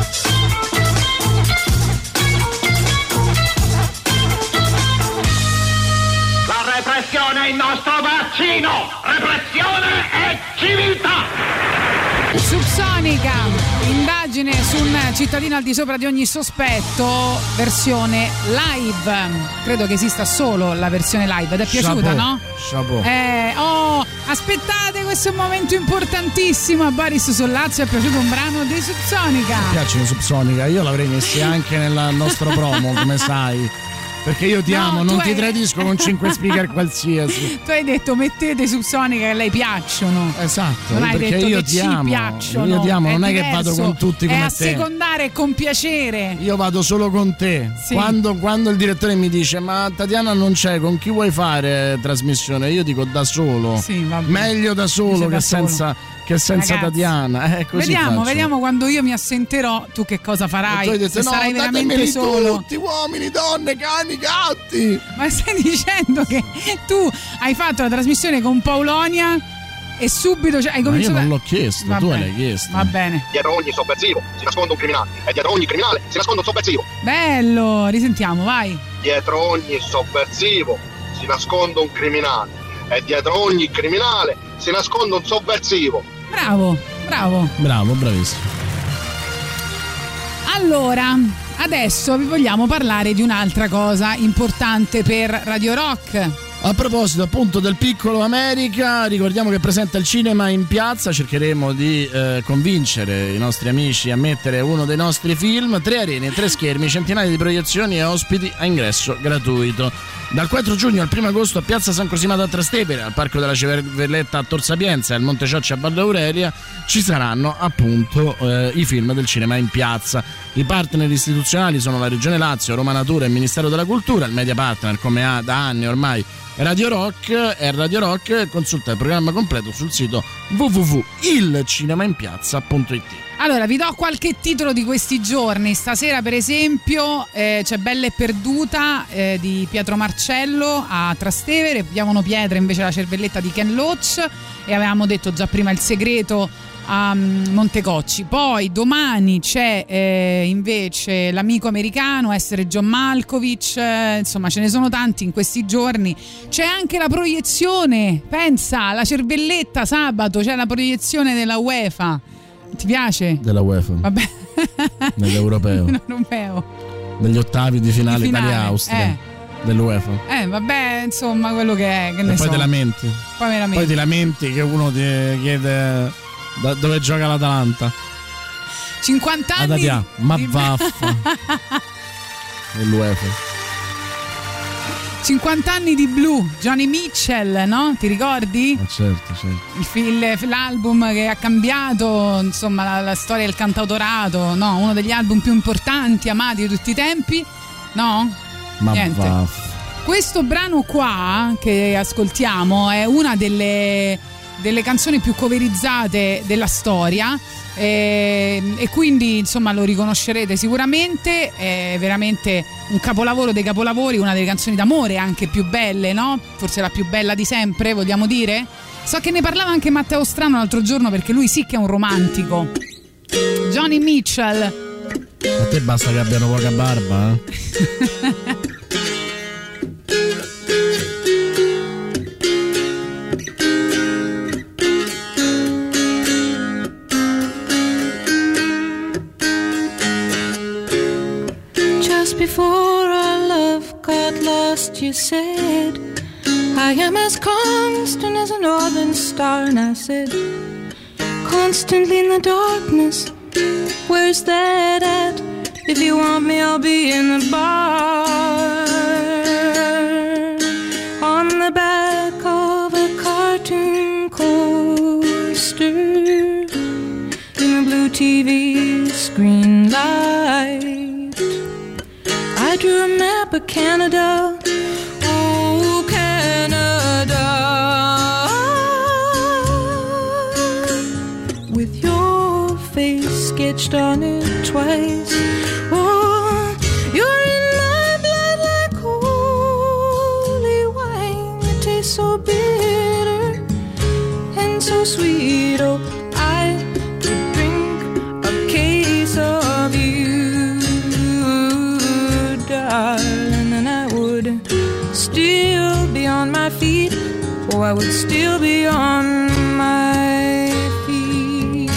La repressione è il nostro vaccino, repressione è civiltà. Subsonica, indagine su un cittadino al di sopra di ogni sospetto, versione live. Credo che esista solo la versione live. Ti è piaciuta, no? Chapeau. Aspettate, questo è un momento importantissimo. A Boris Sollazzo è piaciuto un brano di Subsonica. Mi piacciono Subsonica, io l'avrei messi anche nel nostro promo, come sai. Perché io ti amo, non ti tradisco con 5 speaker qualsiasi. Tu hai detto mettete Subsonica che a lei piacciono. Esatto, non hai perché detto io che ti ci amo. Piacciono. Io ti amo, non è diverso. che vado con tutti come te. È a secondare e con piacere. Io vado solo con te. Sì. Quando il direttore mi dice ma Tatiana non c'è, con chi vuoi fare trasmissione? Io dico da solo. Sì, vabbè. Meglio da solo che senza Ragazzi, Tatiana. Così vediamo quando io mi assenterò tu che cosa farai. Tu hai detto, se sarai veramente solo. Tutti, uomini, donne, cani, gatti. Ma stai dicendo che tu hai fatto la trasmissione con Paolonia e subito hai cominciato. Ma io non l'ho chiesto, va tu bene, l'hai chiesto. Va bene. Dietro ogni sovversivo si nasconde un criminale e dietro ogni criminale si nasconde un sovversivo. Bello, risentiamo, vai. Dietro ogni sovversivo si nasconde un criminale e dietro ogni criminale si nasconde un sovversivo. Bravo. Bravissimo. Allora, adesso vi vogliamo parlare di un'altra cosa importante per Radio Rock. A proposito appunto del piccolo America, ricordiamo che presenta il cinema in piazza, cercheremo di convincere i nostri amici a mettere uno dei nostri film, 3 arene, 3 schermi, centinaia di proiezioni e ospiti a ingresso gratuito. Dal 4 giugno al 1 agosto a Piazza San Cosimato a Trastevere, al Parco della Cervelletta a Tor Sapienza e al Monte Cioccia a Valle Aurelia ci saranno appunto i film del cinema in piazza. I partner istituzionali sono la Regione Lazio, Roma Natura e il Ministero della Cultura, il media partner come ha da anni ormai Radio Rock e Radio Rock. Consulta il programma completo sul sito www.ilcinemainpiazza.it. Allora, vi do qualche titolo di questi giorni. Stasera, per esempio, c'è Bella e Perduta di Pietro Marcello a Trastevere, Piavano Pietre invece la Cervelletta di Ken Loach, e avevamo detto già prima Il Segreto a Montecocci. Poi domani c'è invece L'Amico Americano, Essere John Malkovich, insomma ce ne sono tanti in questi giorni. C'è anche la proiezione, pensa, la Cervelletta sabato, c'è la proiezione della UEFA. Ti piace? Della UEFA. Vabbè. Dell'Europeo. Degli ottavi di finale Italia-Austria. Dell'UEFA. Vabbè, insomma, quello che è. Che e ne poi so. Te lamenti. Poi ti lamenti che uno ti chiede dove gioca l'Atalanta. 50 anni. Ma vaffa. Dell'UEFA. 50 anni di Blue, Johnny Mitchell, no? Ti ricordi? Certo. L'album che ha cambiato, insomma, la storia del cantautorato, no? Uno degli album più importanti, amati di tutti i tempi, no? Ma niente. Questo brano qua che ascoltiamo è una delle canzoni più coverizzate della storia. E quindi insomma lo riconoscerete sicuramente, è veramente un capolavoro dei capolavori, una delle canzoni d'amore anche più belle, no? Forse la più bella di sempre, vogliamo dire? So che ne parlava anche Matteo Strano l'altro giorno, perché lui sì che è un romantico. Johnny Mitchell. A te basta che abbiano poca barba, she said, I am as constant as a northern star. And I said, constantly in the darkness, where's that at? If you want me, I'll be in the bar. On the back of a cartoon coaster, in the blue TV screen light, I drew a map of Canada. Oh, Canada, with your face sketched on it twice. Oh, you're in my blood like holy wine. It tastes so bitter and so sweet. Oh, I could drink a case of you, darling, and I would still be on my feet. Oh, I would still be on my feet.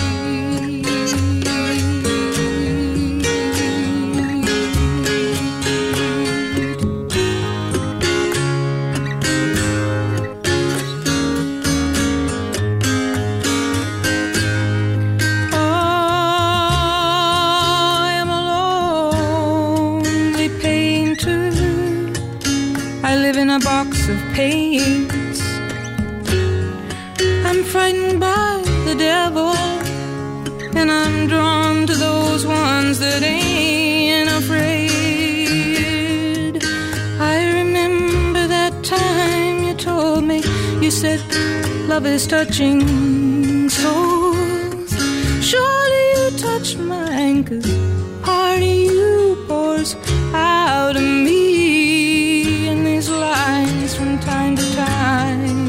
I am a lonely painter. I live in a box of paints. I'm frightened by the devil, and I'm drawn to those ones that ain't afraid. I remember that time you told me, you said, love is touching souls. Surely you touched mine, 'cause part of you pours out of me in these lines from time to time.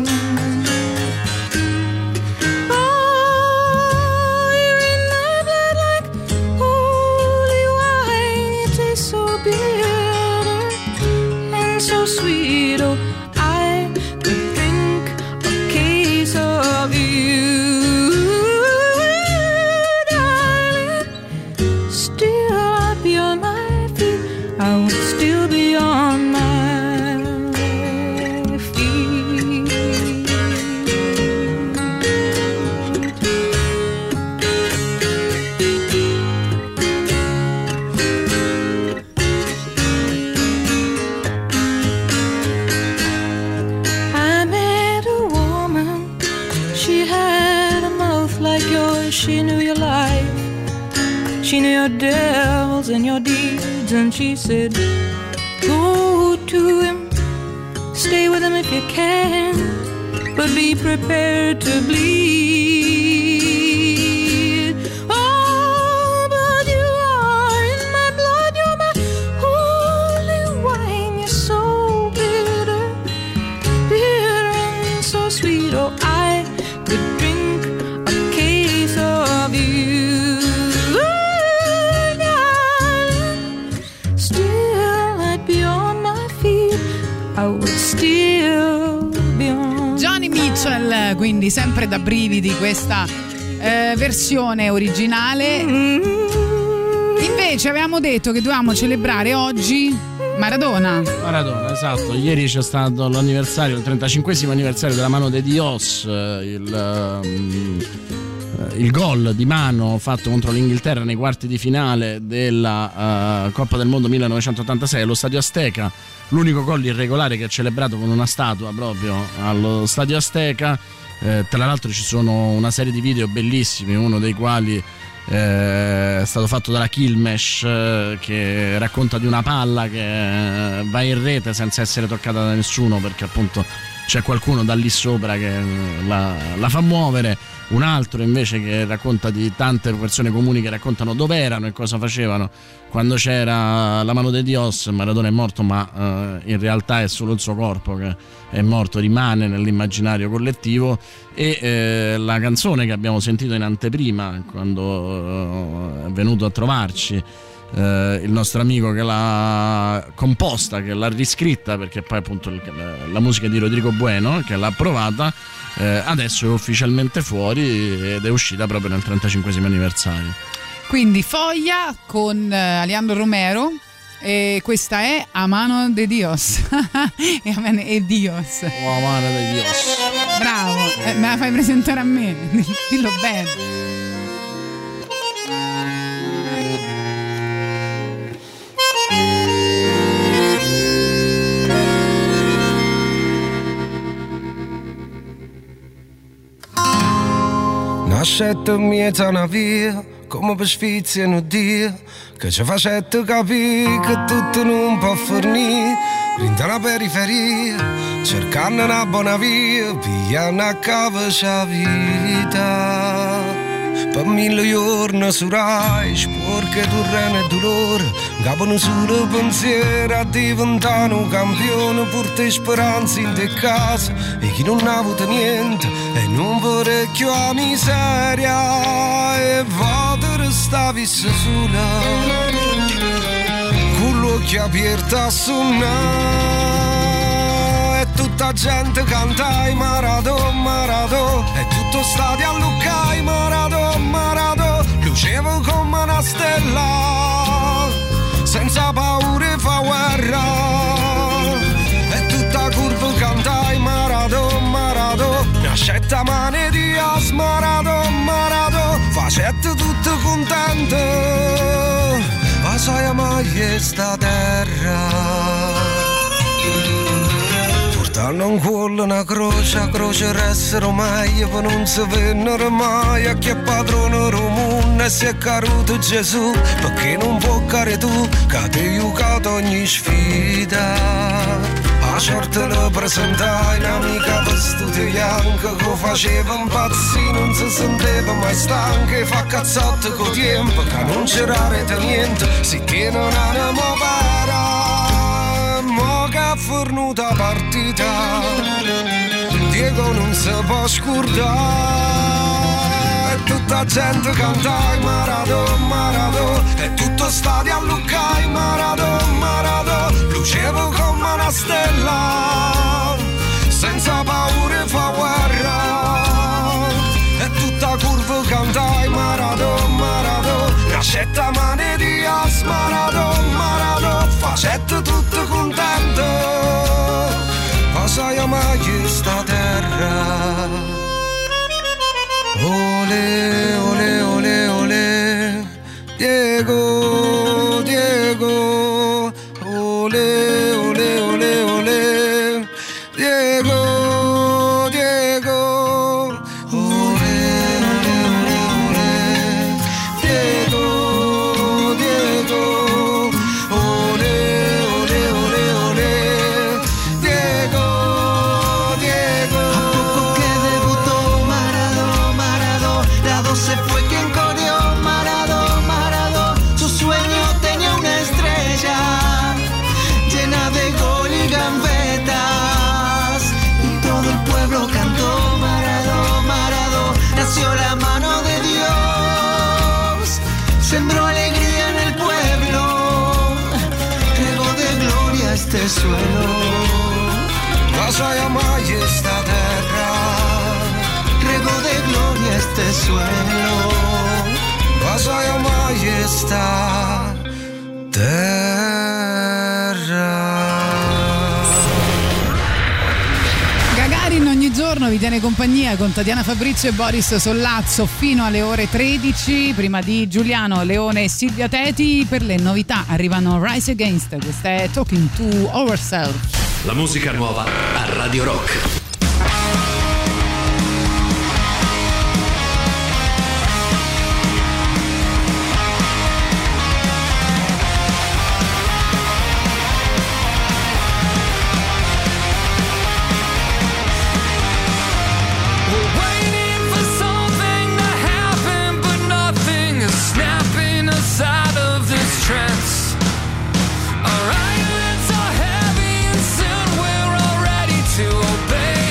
Oh, you're in my blood like holy wine. It tastes so bitter and so sweet. Oh, I could drink a case of you, darling. Still I'd be on my feet. I would still be on my feet. I met a woman, she had a mouth like yours. She knew your life, she knew your devils and your deeds, and she said, go to him, stay with him if you can, but be prepared to bleed. Oh, but you are in my blood, you're my holy wine. You're so bitter, bitter and so sweet. Oh, I could drink a case of you, darling. Still I'd be on my feet. I would still be on. Johnny Mitchell, quindi sempre da brividi questa versione originale. Invece avevamo detto che dovevamo celebrare oggi Maradona, esatto. Ieri c'è stato l'anniversario, il 35esimo anniversario della mano de Dios, il gol di mano fatto contro l'Inghilterra nei quarti di finale della Coppa del Mondo 1986 allo Stadio Azteca. L'unico gol irregolare che è celebrato con una statua proprio allo Stadio Azteca. Tra l'altro ci sono una serie di video bellissimi, uno dei quali è stato fatto dalla Quilmes, che racconta di una palla che va in rete senza essere toccata da nessuno, perché appunto c'è qualcuno da lì sopra che la fa muovere. Un altro invece che racconta di tante persone comuni che raccontano dove erano e cosa facevano quando c'era la mano de Dios. Maradona è morto, ma in realtà è solo il suo corpo che è morto, rimane nell'immaginario collettivo. E la canzone che abbiamo sentito in anteprima, quando è venuto a trovarci il nostro amico che l'ha composta, che l'ha riscritta, perché poi appunto la musica di Rodrigo Bueno, che l'ha approvata, adesso è ufficialmente fuori ed è uscita proprio nel 35esimo anniversario. Quindi Foglia con Alejandro Romero, E questa è A Mano de Dios. E Dios. A Mano de Dios. Bravo, me la fai presentare a me. Dillo bene. Nascette miezza una via, come per sfizia un Dio, che ci facette capire che tutto non può fornire. Rinda la periferia, cercando una buona via, pigliando a capo la vita. Per 1000 giorni su Rai, sporche, turrene e dolore, capo un solo pensiero a diventare un campione, porta speranze in te casa, e chi non ha avuto niente, e non vorrei più la miseria, e vado restavi sola, con l'occhio aperto a suonare, e tutta gente canta i Maradona, Maradona, e tutto stadio a Lucca, Maradona, Maradona, lucevo come una stella, senza paura fa guerra, e tutta curva canta i Maradona, Maradona, nascetta mani di as, Maradona, Maradona, facette tutto contento, ma sai mai sta terra. Non vuole una croce, a croce restano meglio, per non si vennero mai, a chi è padrone del mondo e si è caruto Gesù, perché non può care tu, che ti hai giocato ogni sfida. A sorte lo presentai, un'amica vestita bianca, che faceva impazzire, non si sentiva mai stanca, e fa cazzotte con tempo, che non c'era rete niente, si tiene un'anima vera. Che ha fornuta partita, Diego non si può scordare, e tutta gente canta Maradona, Maradona, e tutto stadio a Lucca, Maradona, Maradona, lucevo come una stella, senza paura fa guerra, e tutta curva canta Maradona, Maradona, nascetta mani di as, Maradona, Maradona, facette tutto contento, ma sai mai sta terra. Ole, ole, ole, ole, Diego, Diego, ole, ole, ole, ole, Diego, Diego, ole, ole, ole, ole, Diego, Diego, ole, ole, ole, ole, Diego, Diego. A poco que debutó Maradona, Maradona, la 12 fue quien corrió, Maradona, Maradona, su sueño tenía una estrella llena de gol y gambetas, y todo el pueblo cantó Maradona, Maradona, nació la mano de Dios, sembró alegría en el pueblo, regó de gloria este suelo. Ma sai mai sta terra, regó de gloria este suelo. ma sai mai sta terra. Gagarin ogni giorno vi tiene compagnia con Tatiana Fabrizio e Boris Sollazzo fino alle ore 13. Prima di Giuliano Leone e Silvia Teti, per le novità arrivano Rise Against. Questa è Talking to Ourselves. La musica nuova a Radio Rock. Alright, it's all heavy and soon we're all ready to obey.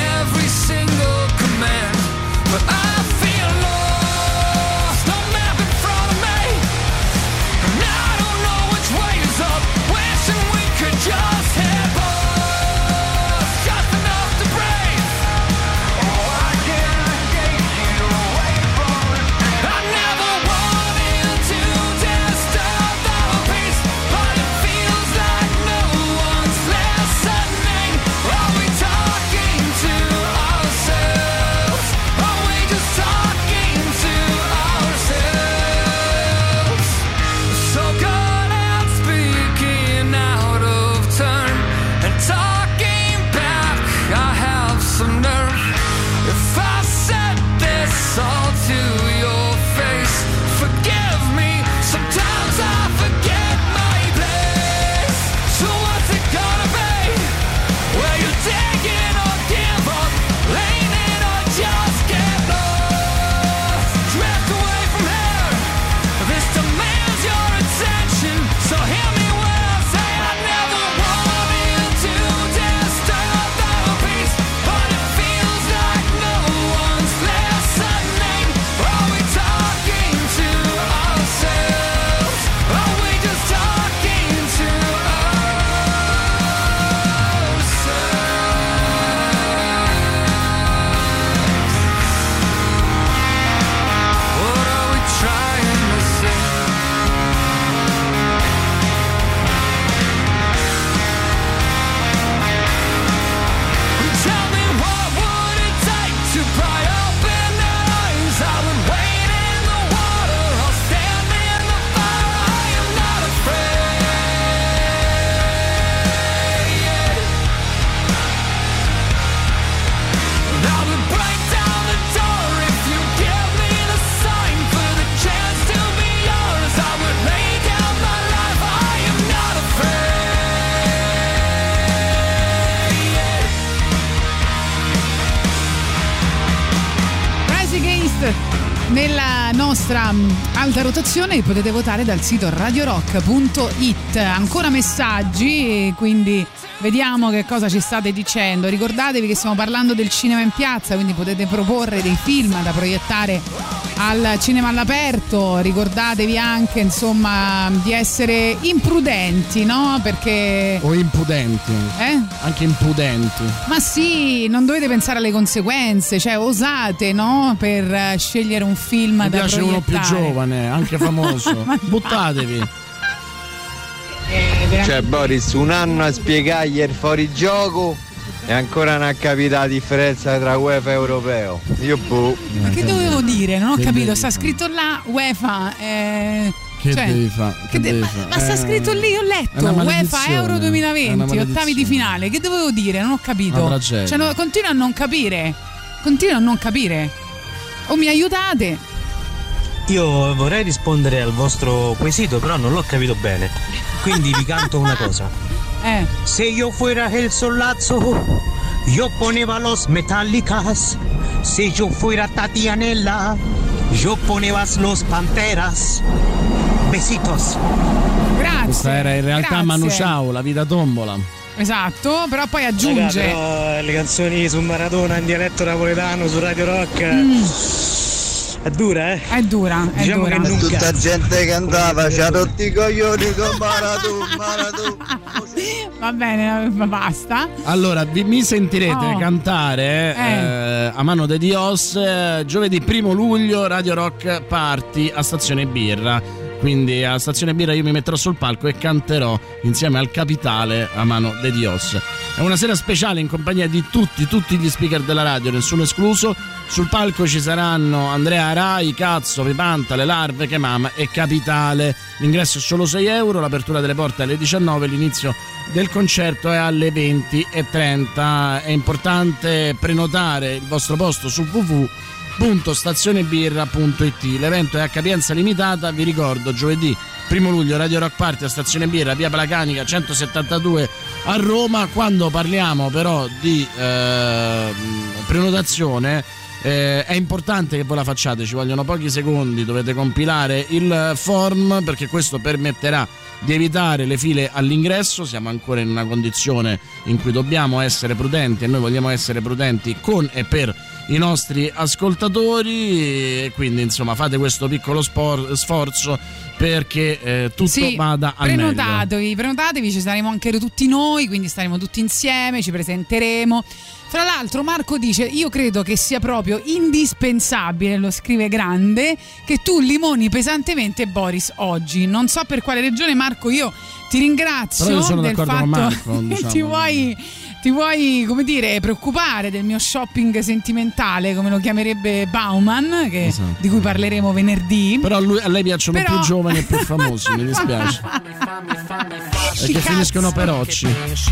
nella nostra alta rotazione potete votare dal sito radiorock.it. Ancora messaggi, quindi vediamo che cosa ci state dicendo. Ricordatevi che stiamo parlando del cinema in piazza, quindi potete proporre dei film da proiettare al cinema all'aperto. Ricordatevi anche, insomma, di essere imprudenti, no? Perché o impudenti, anche impudenti. Ma sì, non dovete pensare alle conseguenze, cioè osate, no? Per scegliere un film da proiettare. Mi piace uno più giovane, anche famoso. Buttatevi. Cioè Boris, un anno a spiegargli il fuorigioco e ancora non ha capito la differenza tra UEFA e europeo. Io Ma che dovevo dire? Non ho capito, sta scritto là UEFA. Che devi fare? Ma sta scritto lì, ho letto UEFA Euro 2020, ottavi di finale. Che dovevo dire? Non ho capito. Cioè, continuo a non capire. O mi aiutate? Io vorrei rispondere al vostro quesito, però non l'ho capito bene. Quindi vi canto una cosa. Se yo fuera el solazzo, yo poneva los metálicas. Se yo fuera Tatianella, yo ponevas los panteras. Besitos. Grazie. Questa era in realtà Manu Chao, La vita tombola. Esatto, però poi aggiunge. Però le canzoni su Maradona in dialetto napoletano su Radio Rock. È dura, È dura. Che tutta gente che andava, c'ha rotti i coglioni con Maradona. Va bene, basta. Allora, mi sentirete cantare a mano de Dios giovedì 1 luglio Radio Rock Party a Stazione Birra. Quindi a Stazione Birra io mi metterò sul palco e canterò insieme al Capitale a mano de Dios. È una sera speciale in compagnia di tutti gli speaker della radio, nessuno escluso. Sul palco ci saranno Andrea Arai, Cazzo, Pipanta, Le Larve, Chemama e Capitale. L'ingresso è solo 6 euro, l'apertura delle porte alle 19, l'inizio del concerto è alle 20:30. È importante prenotare il vostro posto su www.stazionebirra.it. L'evento è a capienza limitata, vi ricordo, giovedì 1 luglio Radio Rock Party a Stazione Birra, via Placanica 172 a Roma. Quando parliamo però di prenotazione è importante che voi la facciate, ci vogliono pochi secondi, dovete compilare il form perché questo permetterà di evitare le file all'ingresso. Siamo ancora in una condizione in cui dobbiamo essere prudenti e noi vogliamo essere prudenti con e per i nostri ascoltatori, e quindi insomma fate questo piccolo sforzo perché tutto vada al meglio. Prenotatevi, ci saremo anche tutti noi, quindi staremo tutti insieme, ci presenteremo. Fra l'altro Marco dice: io credo che sia proprio indispensabile, lo scrive Grande, che tu limoni pesantemente Boris oggi. Non so per quale ragione, Marco, io ti ringrazio del fatto con Marco, che ti vuoi, come dire, preoccupare del mio shopping sentimentale, come lo chiamerebbe Bauman, di cui parleremo venerdì. Però a lei piacciono più giovani e più famosi, mi dispiace. Perché finiscono per occi.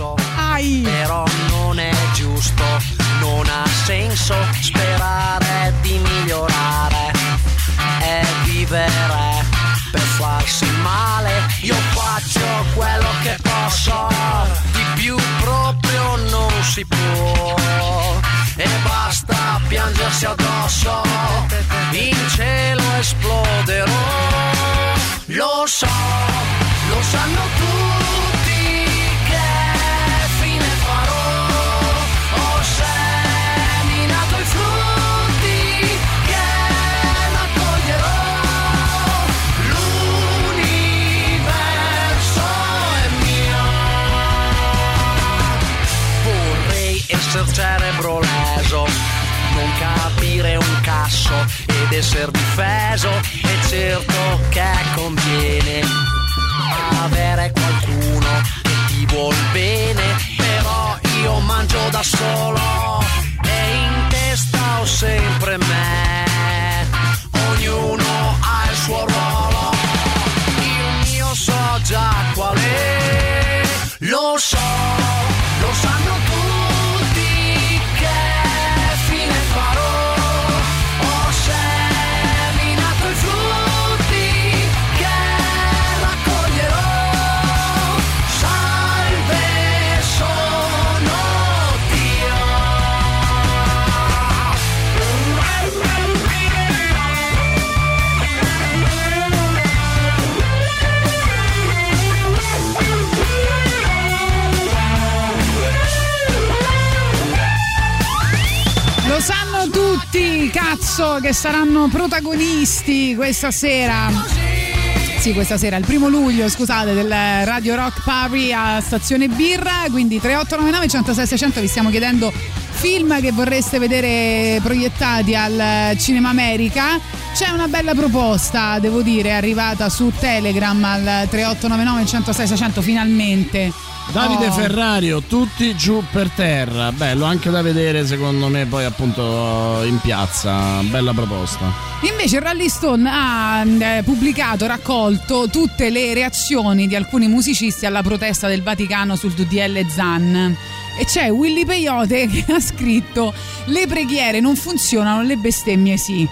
Però non è giusto, non ha senso sperare di migliorare e vivere per farsi male. Io faccio quello che posso, di più proprio non si può, e basta piangersi addosso, in cielo esploderò. Lo so, lo sanno tutti che fine farò, ho seminato i frutti che raccoglierò. L'universo è mio. Vorrei essere cerebro leso, non capire un cazzo ed essere difeso. È certo che conviene avere qualcuno che ti vuol bene, però io mangio da solo e in testa ho sempre me. Ognuno ha il suo ruolo, il mio so già qual è. Lo so, lo sanno tutti che fine farò. Ho seminato i frutti che raccoglierò. Salve sono Dio. sanno tutti, cazzo, che saranno protagonisti questa sera. Sì, questa sera, il 1 luglio, scusate, del Radio Rock Party a Stazione Birra, quindi 3899 106 600, vi stiamo chiedendo film che vorreste vedere proiettati al Cinema America. C'è una bella proposta, devo dire, è arrivata su Telegram al 3899 106 600 finalmente. Davide Ferrario, tutti giù per terra, bello anche da vedere secondo me poi appunto in piazza, bella proposta. Invece Rolling Stone ha raccolto tutte le reazioni di alcuni musicisti alla protesta del Vaticano sul DDL Zan. E c'è Willy Peyote che ha scritto: le preghiere non funzionano, le bestemmie sì.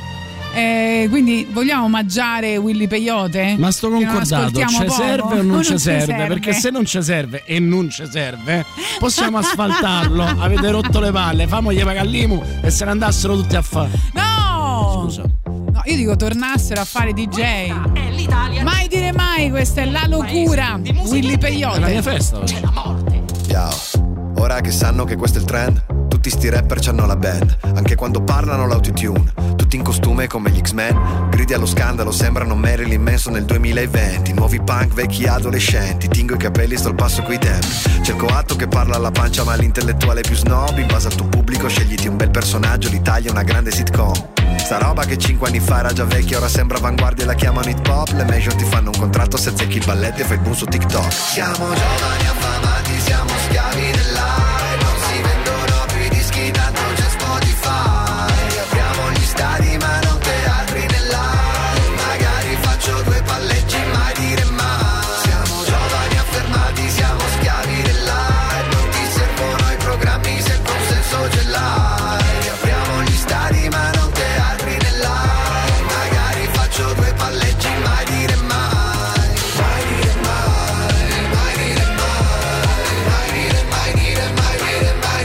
Quindi vogliamo omaggiare Willy Peyote? Ma sto concordato, ci serve o non ci serve? Perché se non ci serve e non ci serve, possiamo asfaltarlo. Avete rotto le palle, famogli pagare l'IMU e se ne andassero tutti a fare. No! Scusa. No, io dico tornassero a fare DJ. Mai dire mai, questa è la locura. Willy Peyote. È la mia festa. C'è la morte. Ciao. Ora che sanno che questo è il trend, tutti sti rapper c'hanno la band, anche quando parlano l'autotune, tutti in costume come gli X-Men, gridi allo scandalo, sembrano Marilyn Manson nel 2020, nuovi punk, vecchi adolescenti, tingo i capelli, sto al passo coi tempi, cerco atto che parla alla pancia ma l'intellettuale più snob, in base al tuo pubblico scegliti un bel personaggio, l'Italia è una grande sitcom. Sta roba che 5 anni fa era già vecchia, ora sembra avanguardia e la chiamano hip hop. Le major ti fanno un contratto se azzecchi il balletto e fai il boom su TikTok. Siamo giovani affamati, siamo schiavi dell'aria, non si vendono più i dischi, tanto c'è Spotify. Apriamo gli stadi ma non teatri nell'aria, magari faccio 2 palleggi, mai dire mai. Siamo giovani affermati, siamo schiavi dell'aria, non ti servono i programmi se il consenso ce l'hai. Apriamo gli stadi ma non teatri nell'aria, magari faccio 2 palleggi, mai dire mai. Mai dire mai, mai dire mai, mai dire mai, dire mai, dire mai,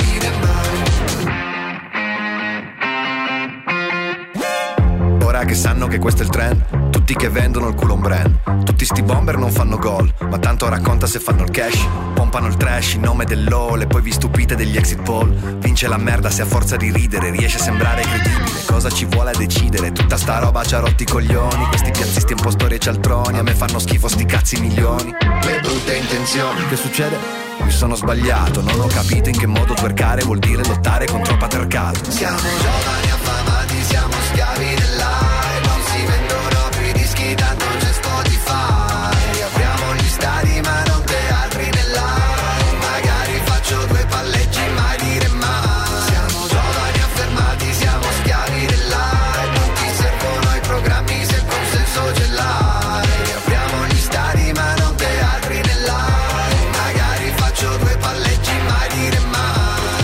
dire mai. Ora che sanno che questo è il trend, tutti che vendono il culo un brand, tutti sti bomber non fanno gol, ma tanto racconta se fanno il cash, pompano il trash in nome dell'all e poi vi stupite degli exit poll. Vince la merda se a forza di ridere riesce a sembrare credibile, cosa ci vuole a decidere, tutta sta roba ci ha rotti i coglioni, questi piazzisti un po' storie cialtroni, a me fanno schifo sti cazzi milioni, le brutte intenzioni. Che succede? Mi sono sbagliato, non ho capito in che modo twerkare vuol dire lottare contro il patriarcato. Siamo giovani affamati, siamo schiavi dell'aria, non si vendono più i dischi, tanto c'è Spotify. Apriamo gli stadi ma non teatri nell'aria, magari faccio 2 palleggi, mai dire mai. Siamo giovani affermati, siamo schiavi dell'aria, non ti servono i programmi se il consenso ce l'hai. Apriamo gli stadi ma non teatri nell'aria, magari faccio 2 palleggi, mai dire mai.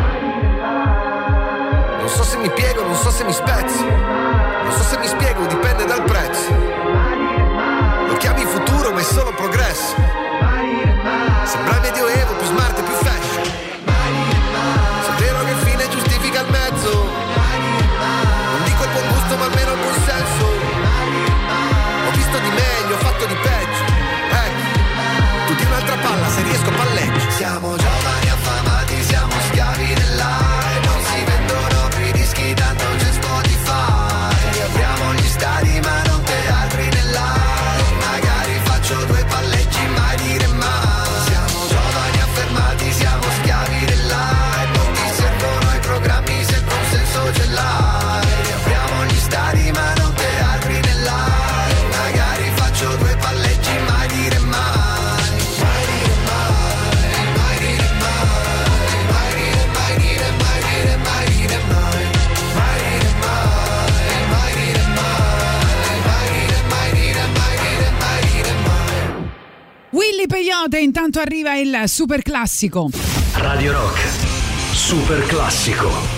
Non so se mi piego, non so se mi spezzo, non so se mi spiego, dipende dal prezzo. Lo chiami futuro ma è solo progresso. Sembra il medioevo, più smart e più fashion. Se è vero che il fine giustifica il mezzo, non dico il buon gusto ma almeno il buon senso. Ho visto di meglio, ho fatto di peggio. Tu di un'altra palla, se riesco palleggio. Siamo giovani affamati, siamo schiavi dell'aria, non si vendono più i dischi, tanto c'è Spotify. Apriamo gli stadi ma non teatri nell'aria, magari faccio 2 palleggi, mai dire mai. Siamo giovani affermati, siamo schiavi dell'aria, non ti servono i programmi se il consenso ce l'hai. Apriamo gli stadi ma non teatri nell'aria, magari faccio 2 palleggi, mai dire mai. Mai dire mai, mai dire mai, mai dire mai, dire mai, dire mai, dire mai. Mai dire mai, mai dire mai, mai dire mai, dire mai, dire mai, dire mai. Willy Peyote, intanto arriva il super classico. Radio Rock, super classico.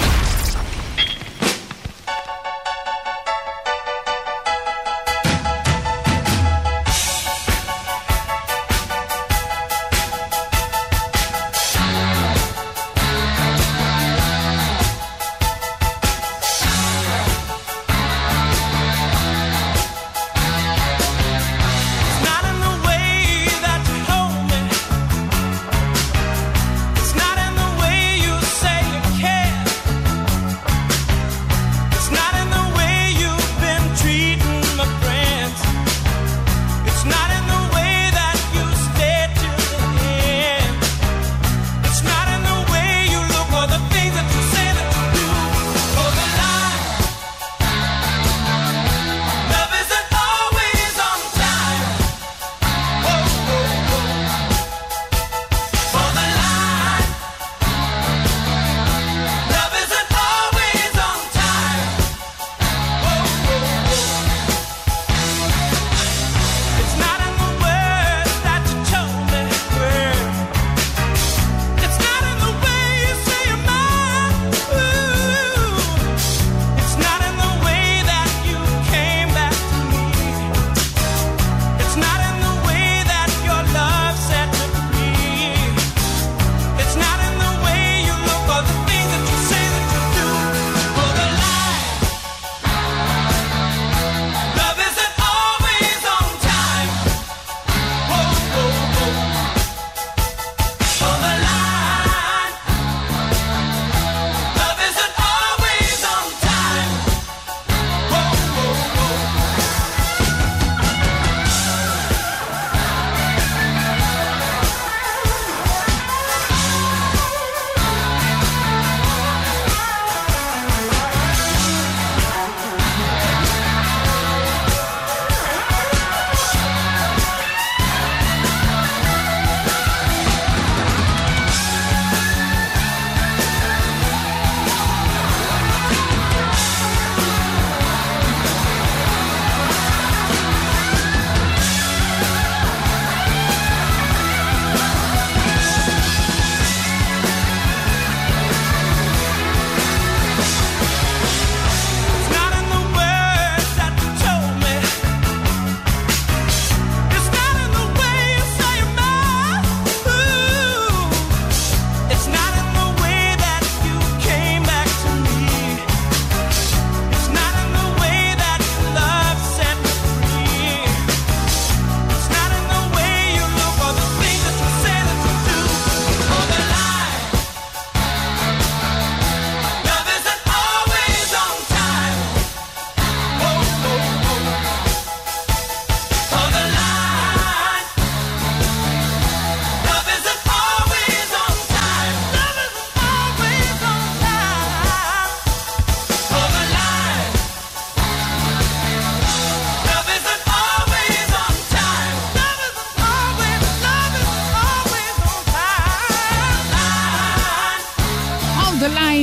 Not in the way that you hold me. It's not in the way you say you care.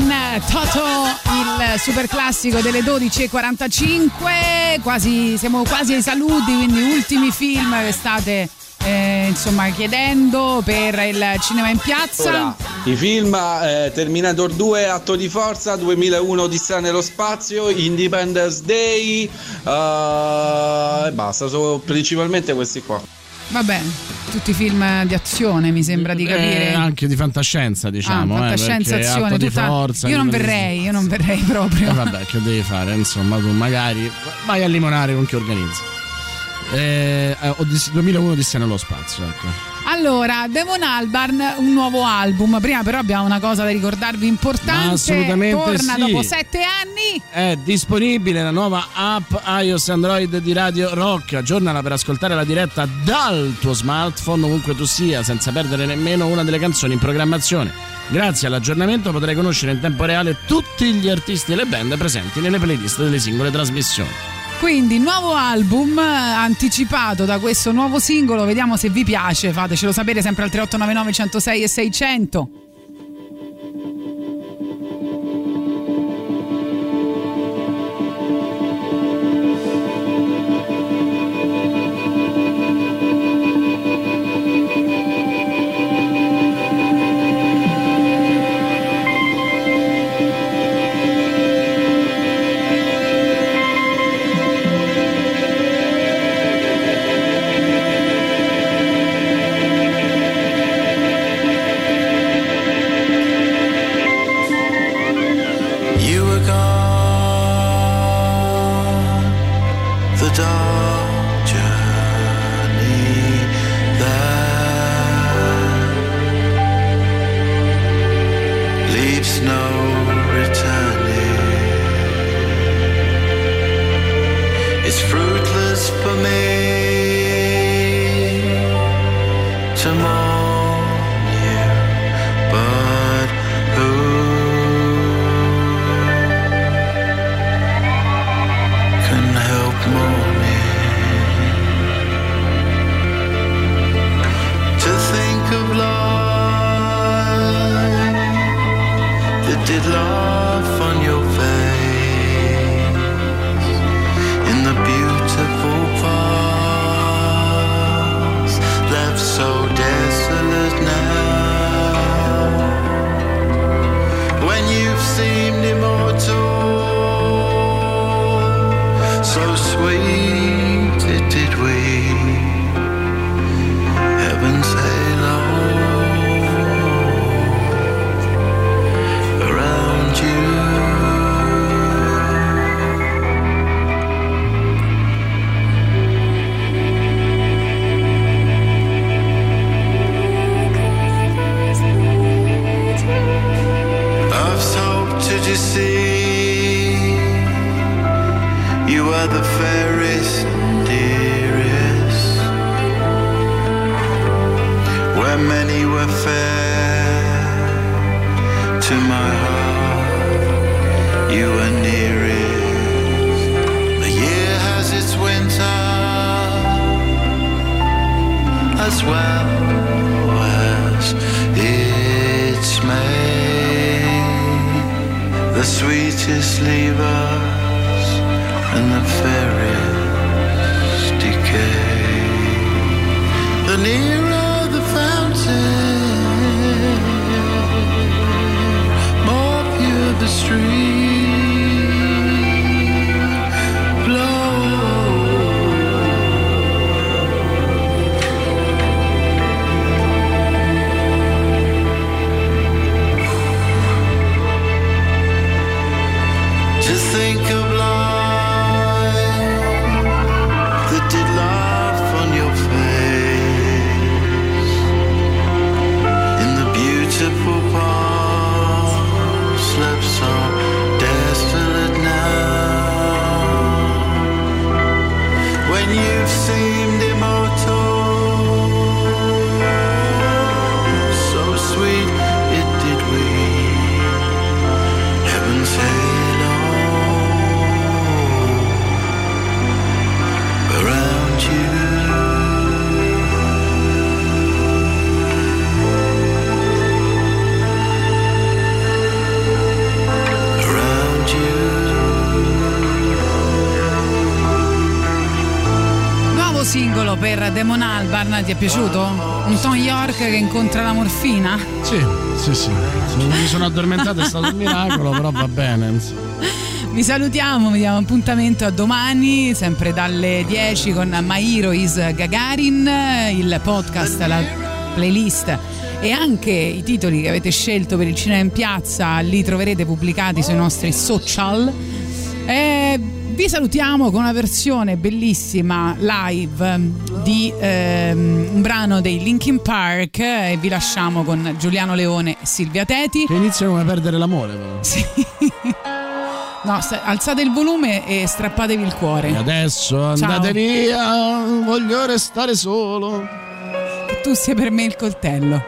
Toto, il super classico delle 12:45, siamo quasi ai saluti, quindi ultimi film che state chiedendo per il cinema in piazza. Ora, i film Terminator 2, Atto di forza, 2001 Odissea nello spazio, Independence Day e basta, sono principalmente questi qua. Vabbè, tutti film di azione, mi sembra di capire. Anche di fantascienza, diciamo. Fantascienza, azione, tutta... forza, io non verrei proprio. Vabbè, che devi fare? Insomma, tu magari vai a limonare con chi organizza. 2001 Odissea nello spazio, ecco. Allora, Damon Albarn, un nuovo album. Prima però abbiamo una cosa da ricordarvi importante. Assolutamente torna sì. Dopo 7 anni. È disponibile la nuova app iOS Android di Radio Rock. Aggiornala per ascoltare la diretta dal tuo smartphone ovunque tu sia, senza perdere nemmeno una delle canzoni in programmazione. Grazie all'aggiornamento potrai conoscere in tempo reale tutti gli artisti e le band presenti nelle playlist delle singole trasmissioni. Quindi nuovo album anticipato da questo nuovo singolo, vediamo se vi piace, fatecelo sapere sempre al 3899 106 e 600. Slept so dead. per Damon Albarn, ti è piaciuto? Un Tom York che incontra la morfina? Sì. Se mi sono addormentato è stato un miracolo, però va bene. Vi salutiamo, vi diamo appuntamento a domani, sempre dalle 10 con My Hero is Gagarin, il podcast, la playlist e anche i titoli che avete scelto per il Cinema in Piazza li troverete pubblicati sui nostri social. Vi salutiamo con una versione bellissima live di un brano dei Linkin Park e vi lasciamo con Giuliano Leone e Silvia Teti. Che iniziano a perdere l'amore però. Sì. No, alzate il volume e strappatevi il cuore. E adesso andate via, voglio restare solo. Che tu sia per me il coltello.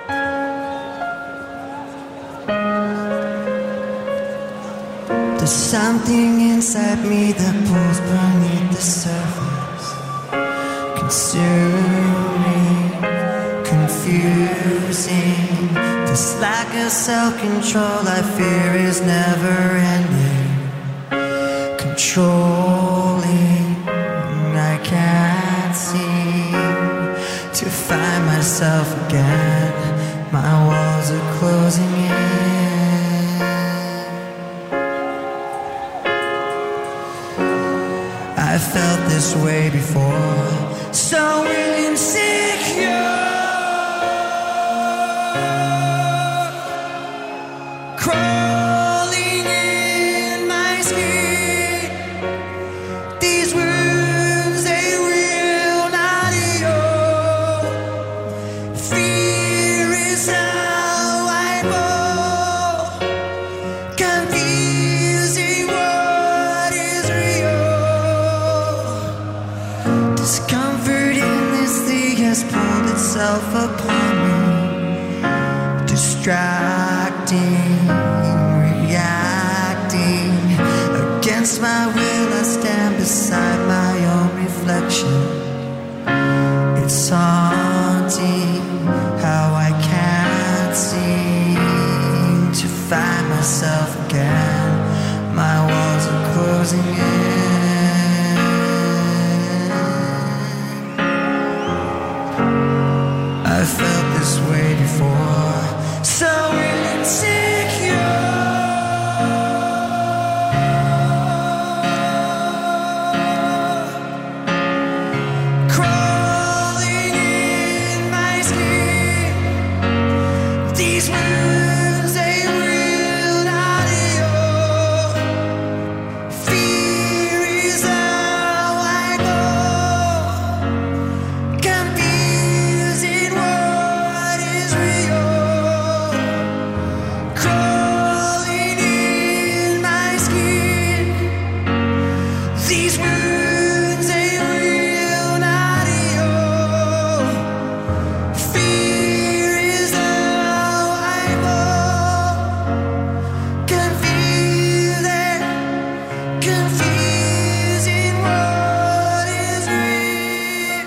There's something inside me that pulls beneath the surface, consuming, confusing. This lack of self-control I fear is never ending. Controlling, I can't seem to find myself again. My walls are closing in. I felt this way before, so insecure. Crawling in my skin. These wounds ain't real, not your. Fear is how I fall, confusing what is real. Discomfort in this thing has pulled itself upon me, distracting, reacting. Against my will I stand beside my own reflection. It's haunting how I can't seem to find myself again. My walls are closing in. I felt this way before, so insecure. Crawling in my skin. These wounds ain't real, not your. Fear is how I go, confusing what is real. Crawling in my skin. These wounds ain't real, not your. Fear is how I go, confusing what is real.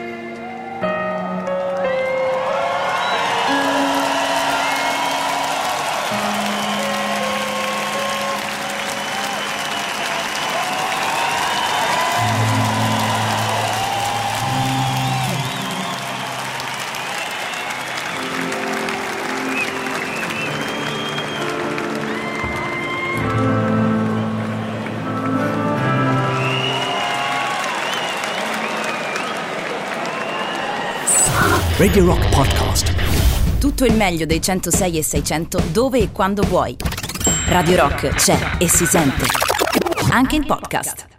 Radio Rock Podcast. Tutto il meglio dei 106 e 600 dove e quando vuoi. Radio Rock c'è e si sente. Anche in podcast.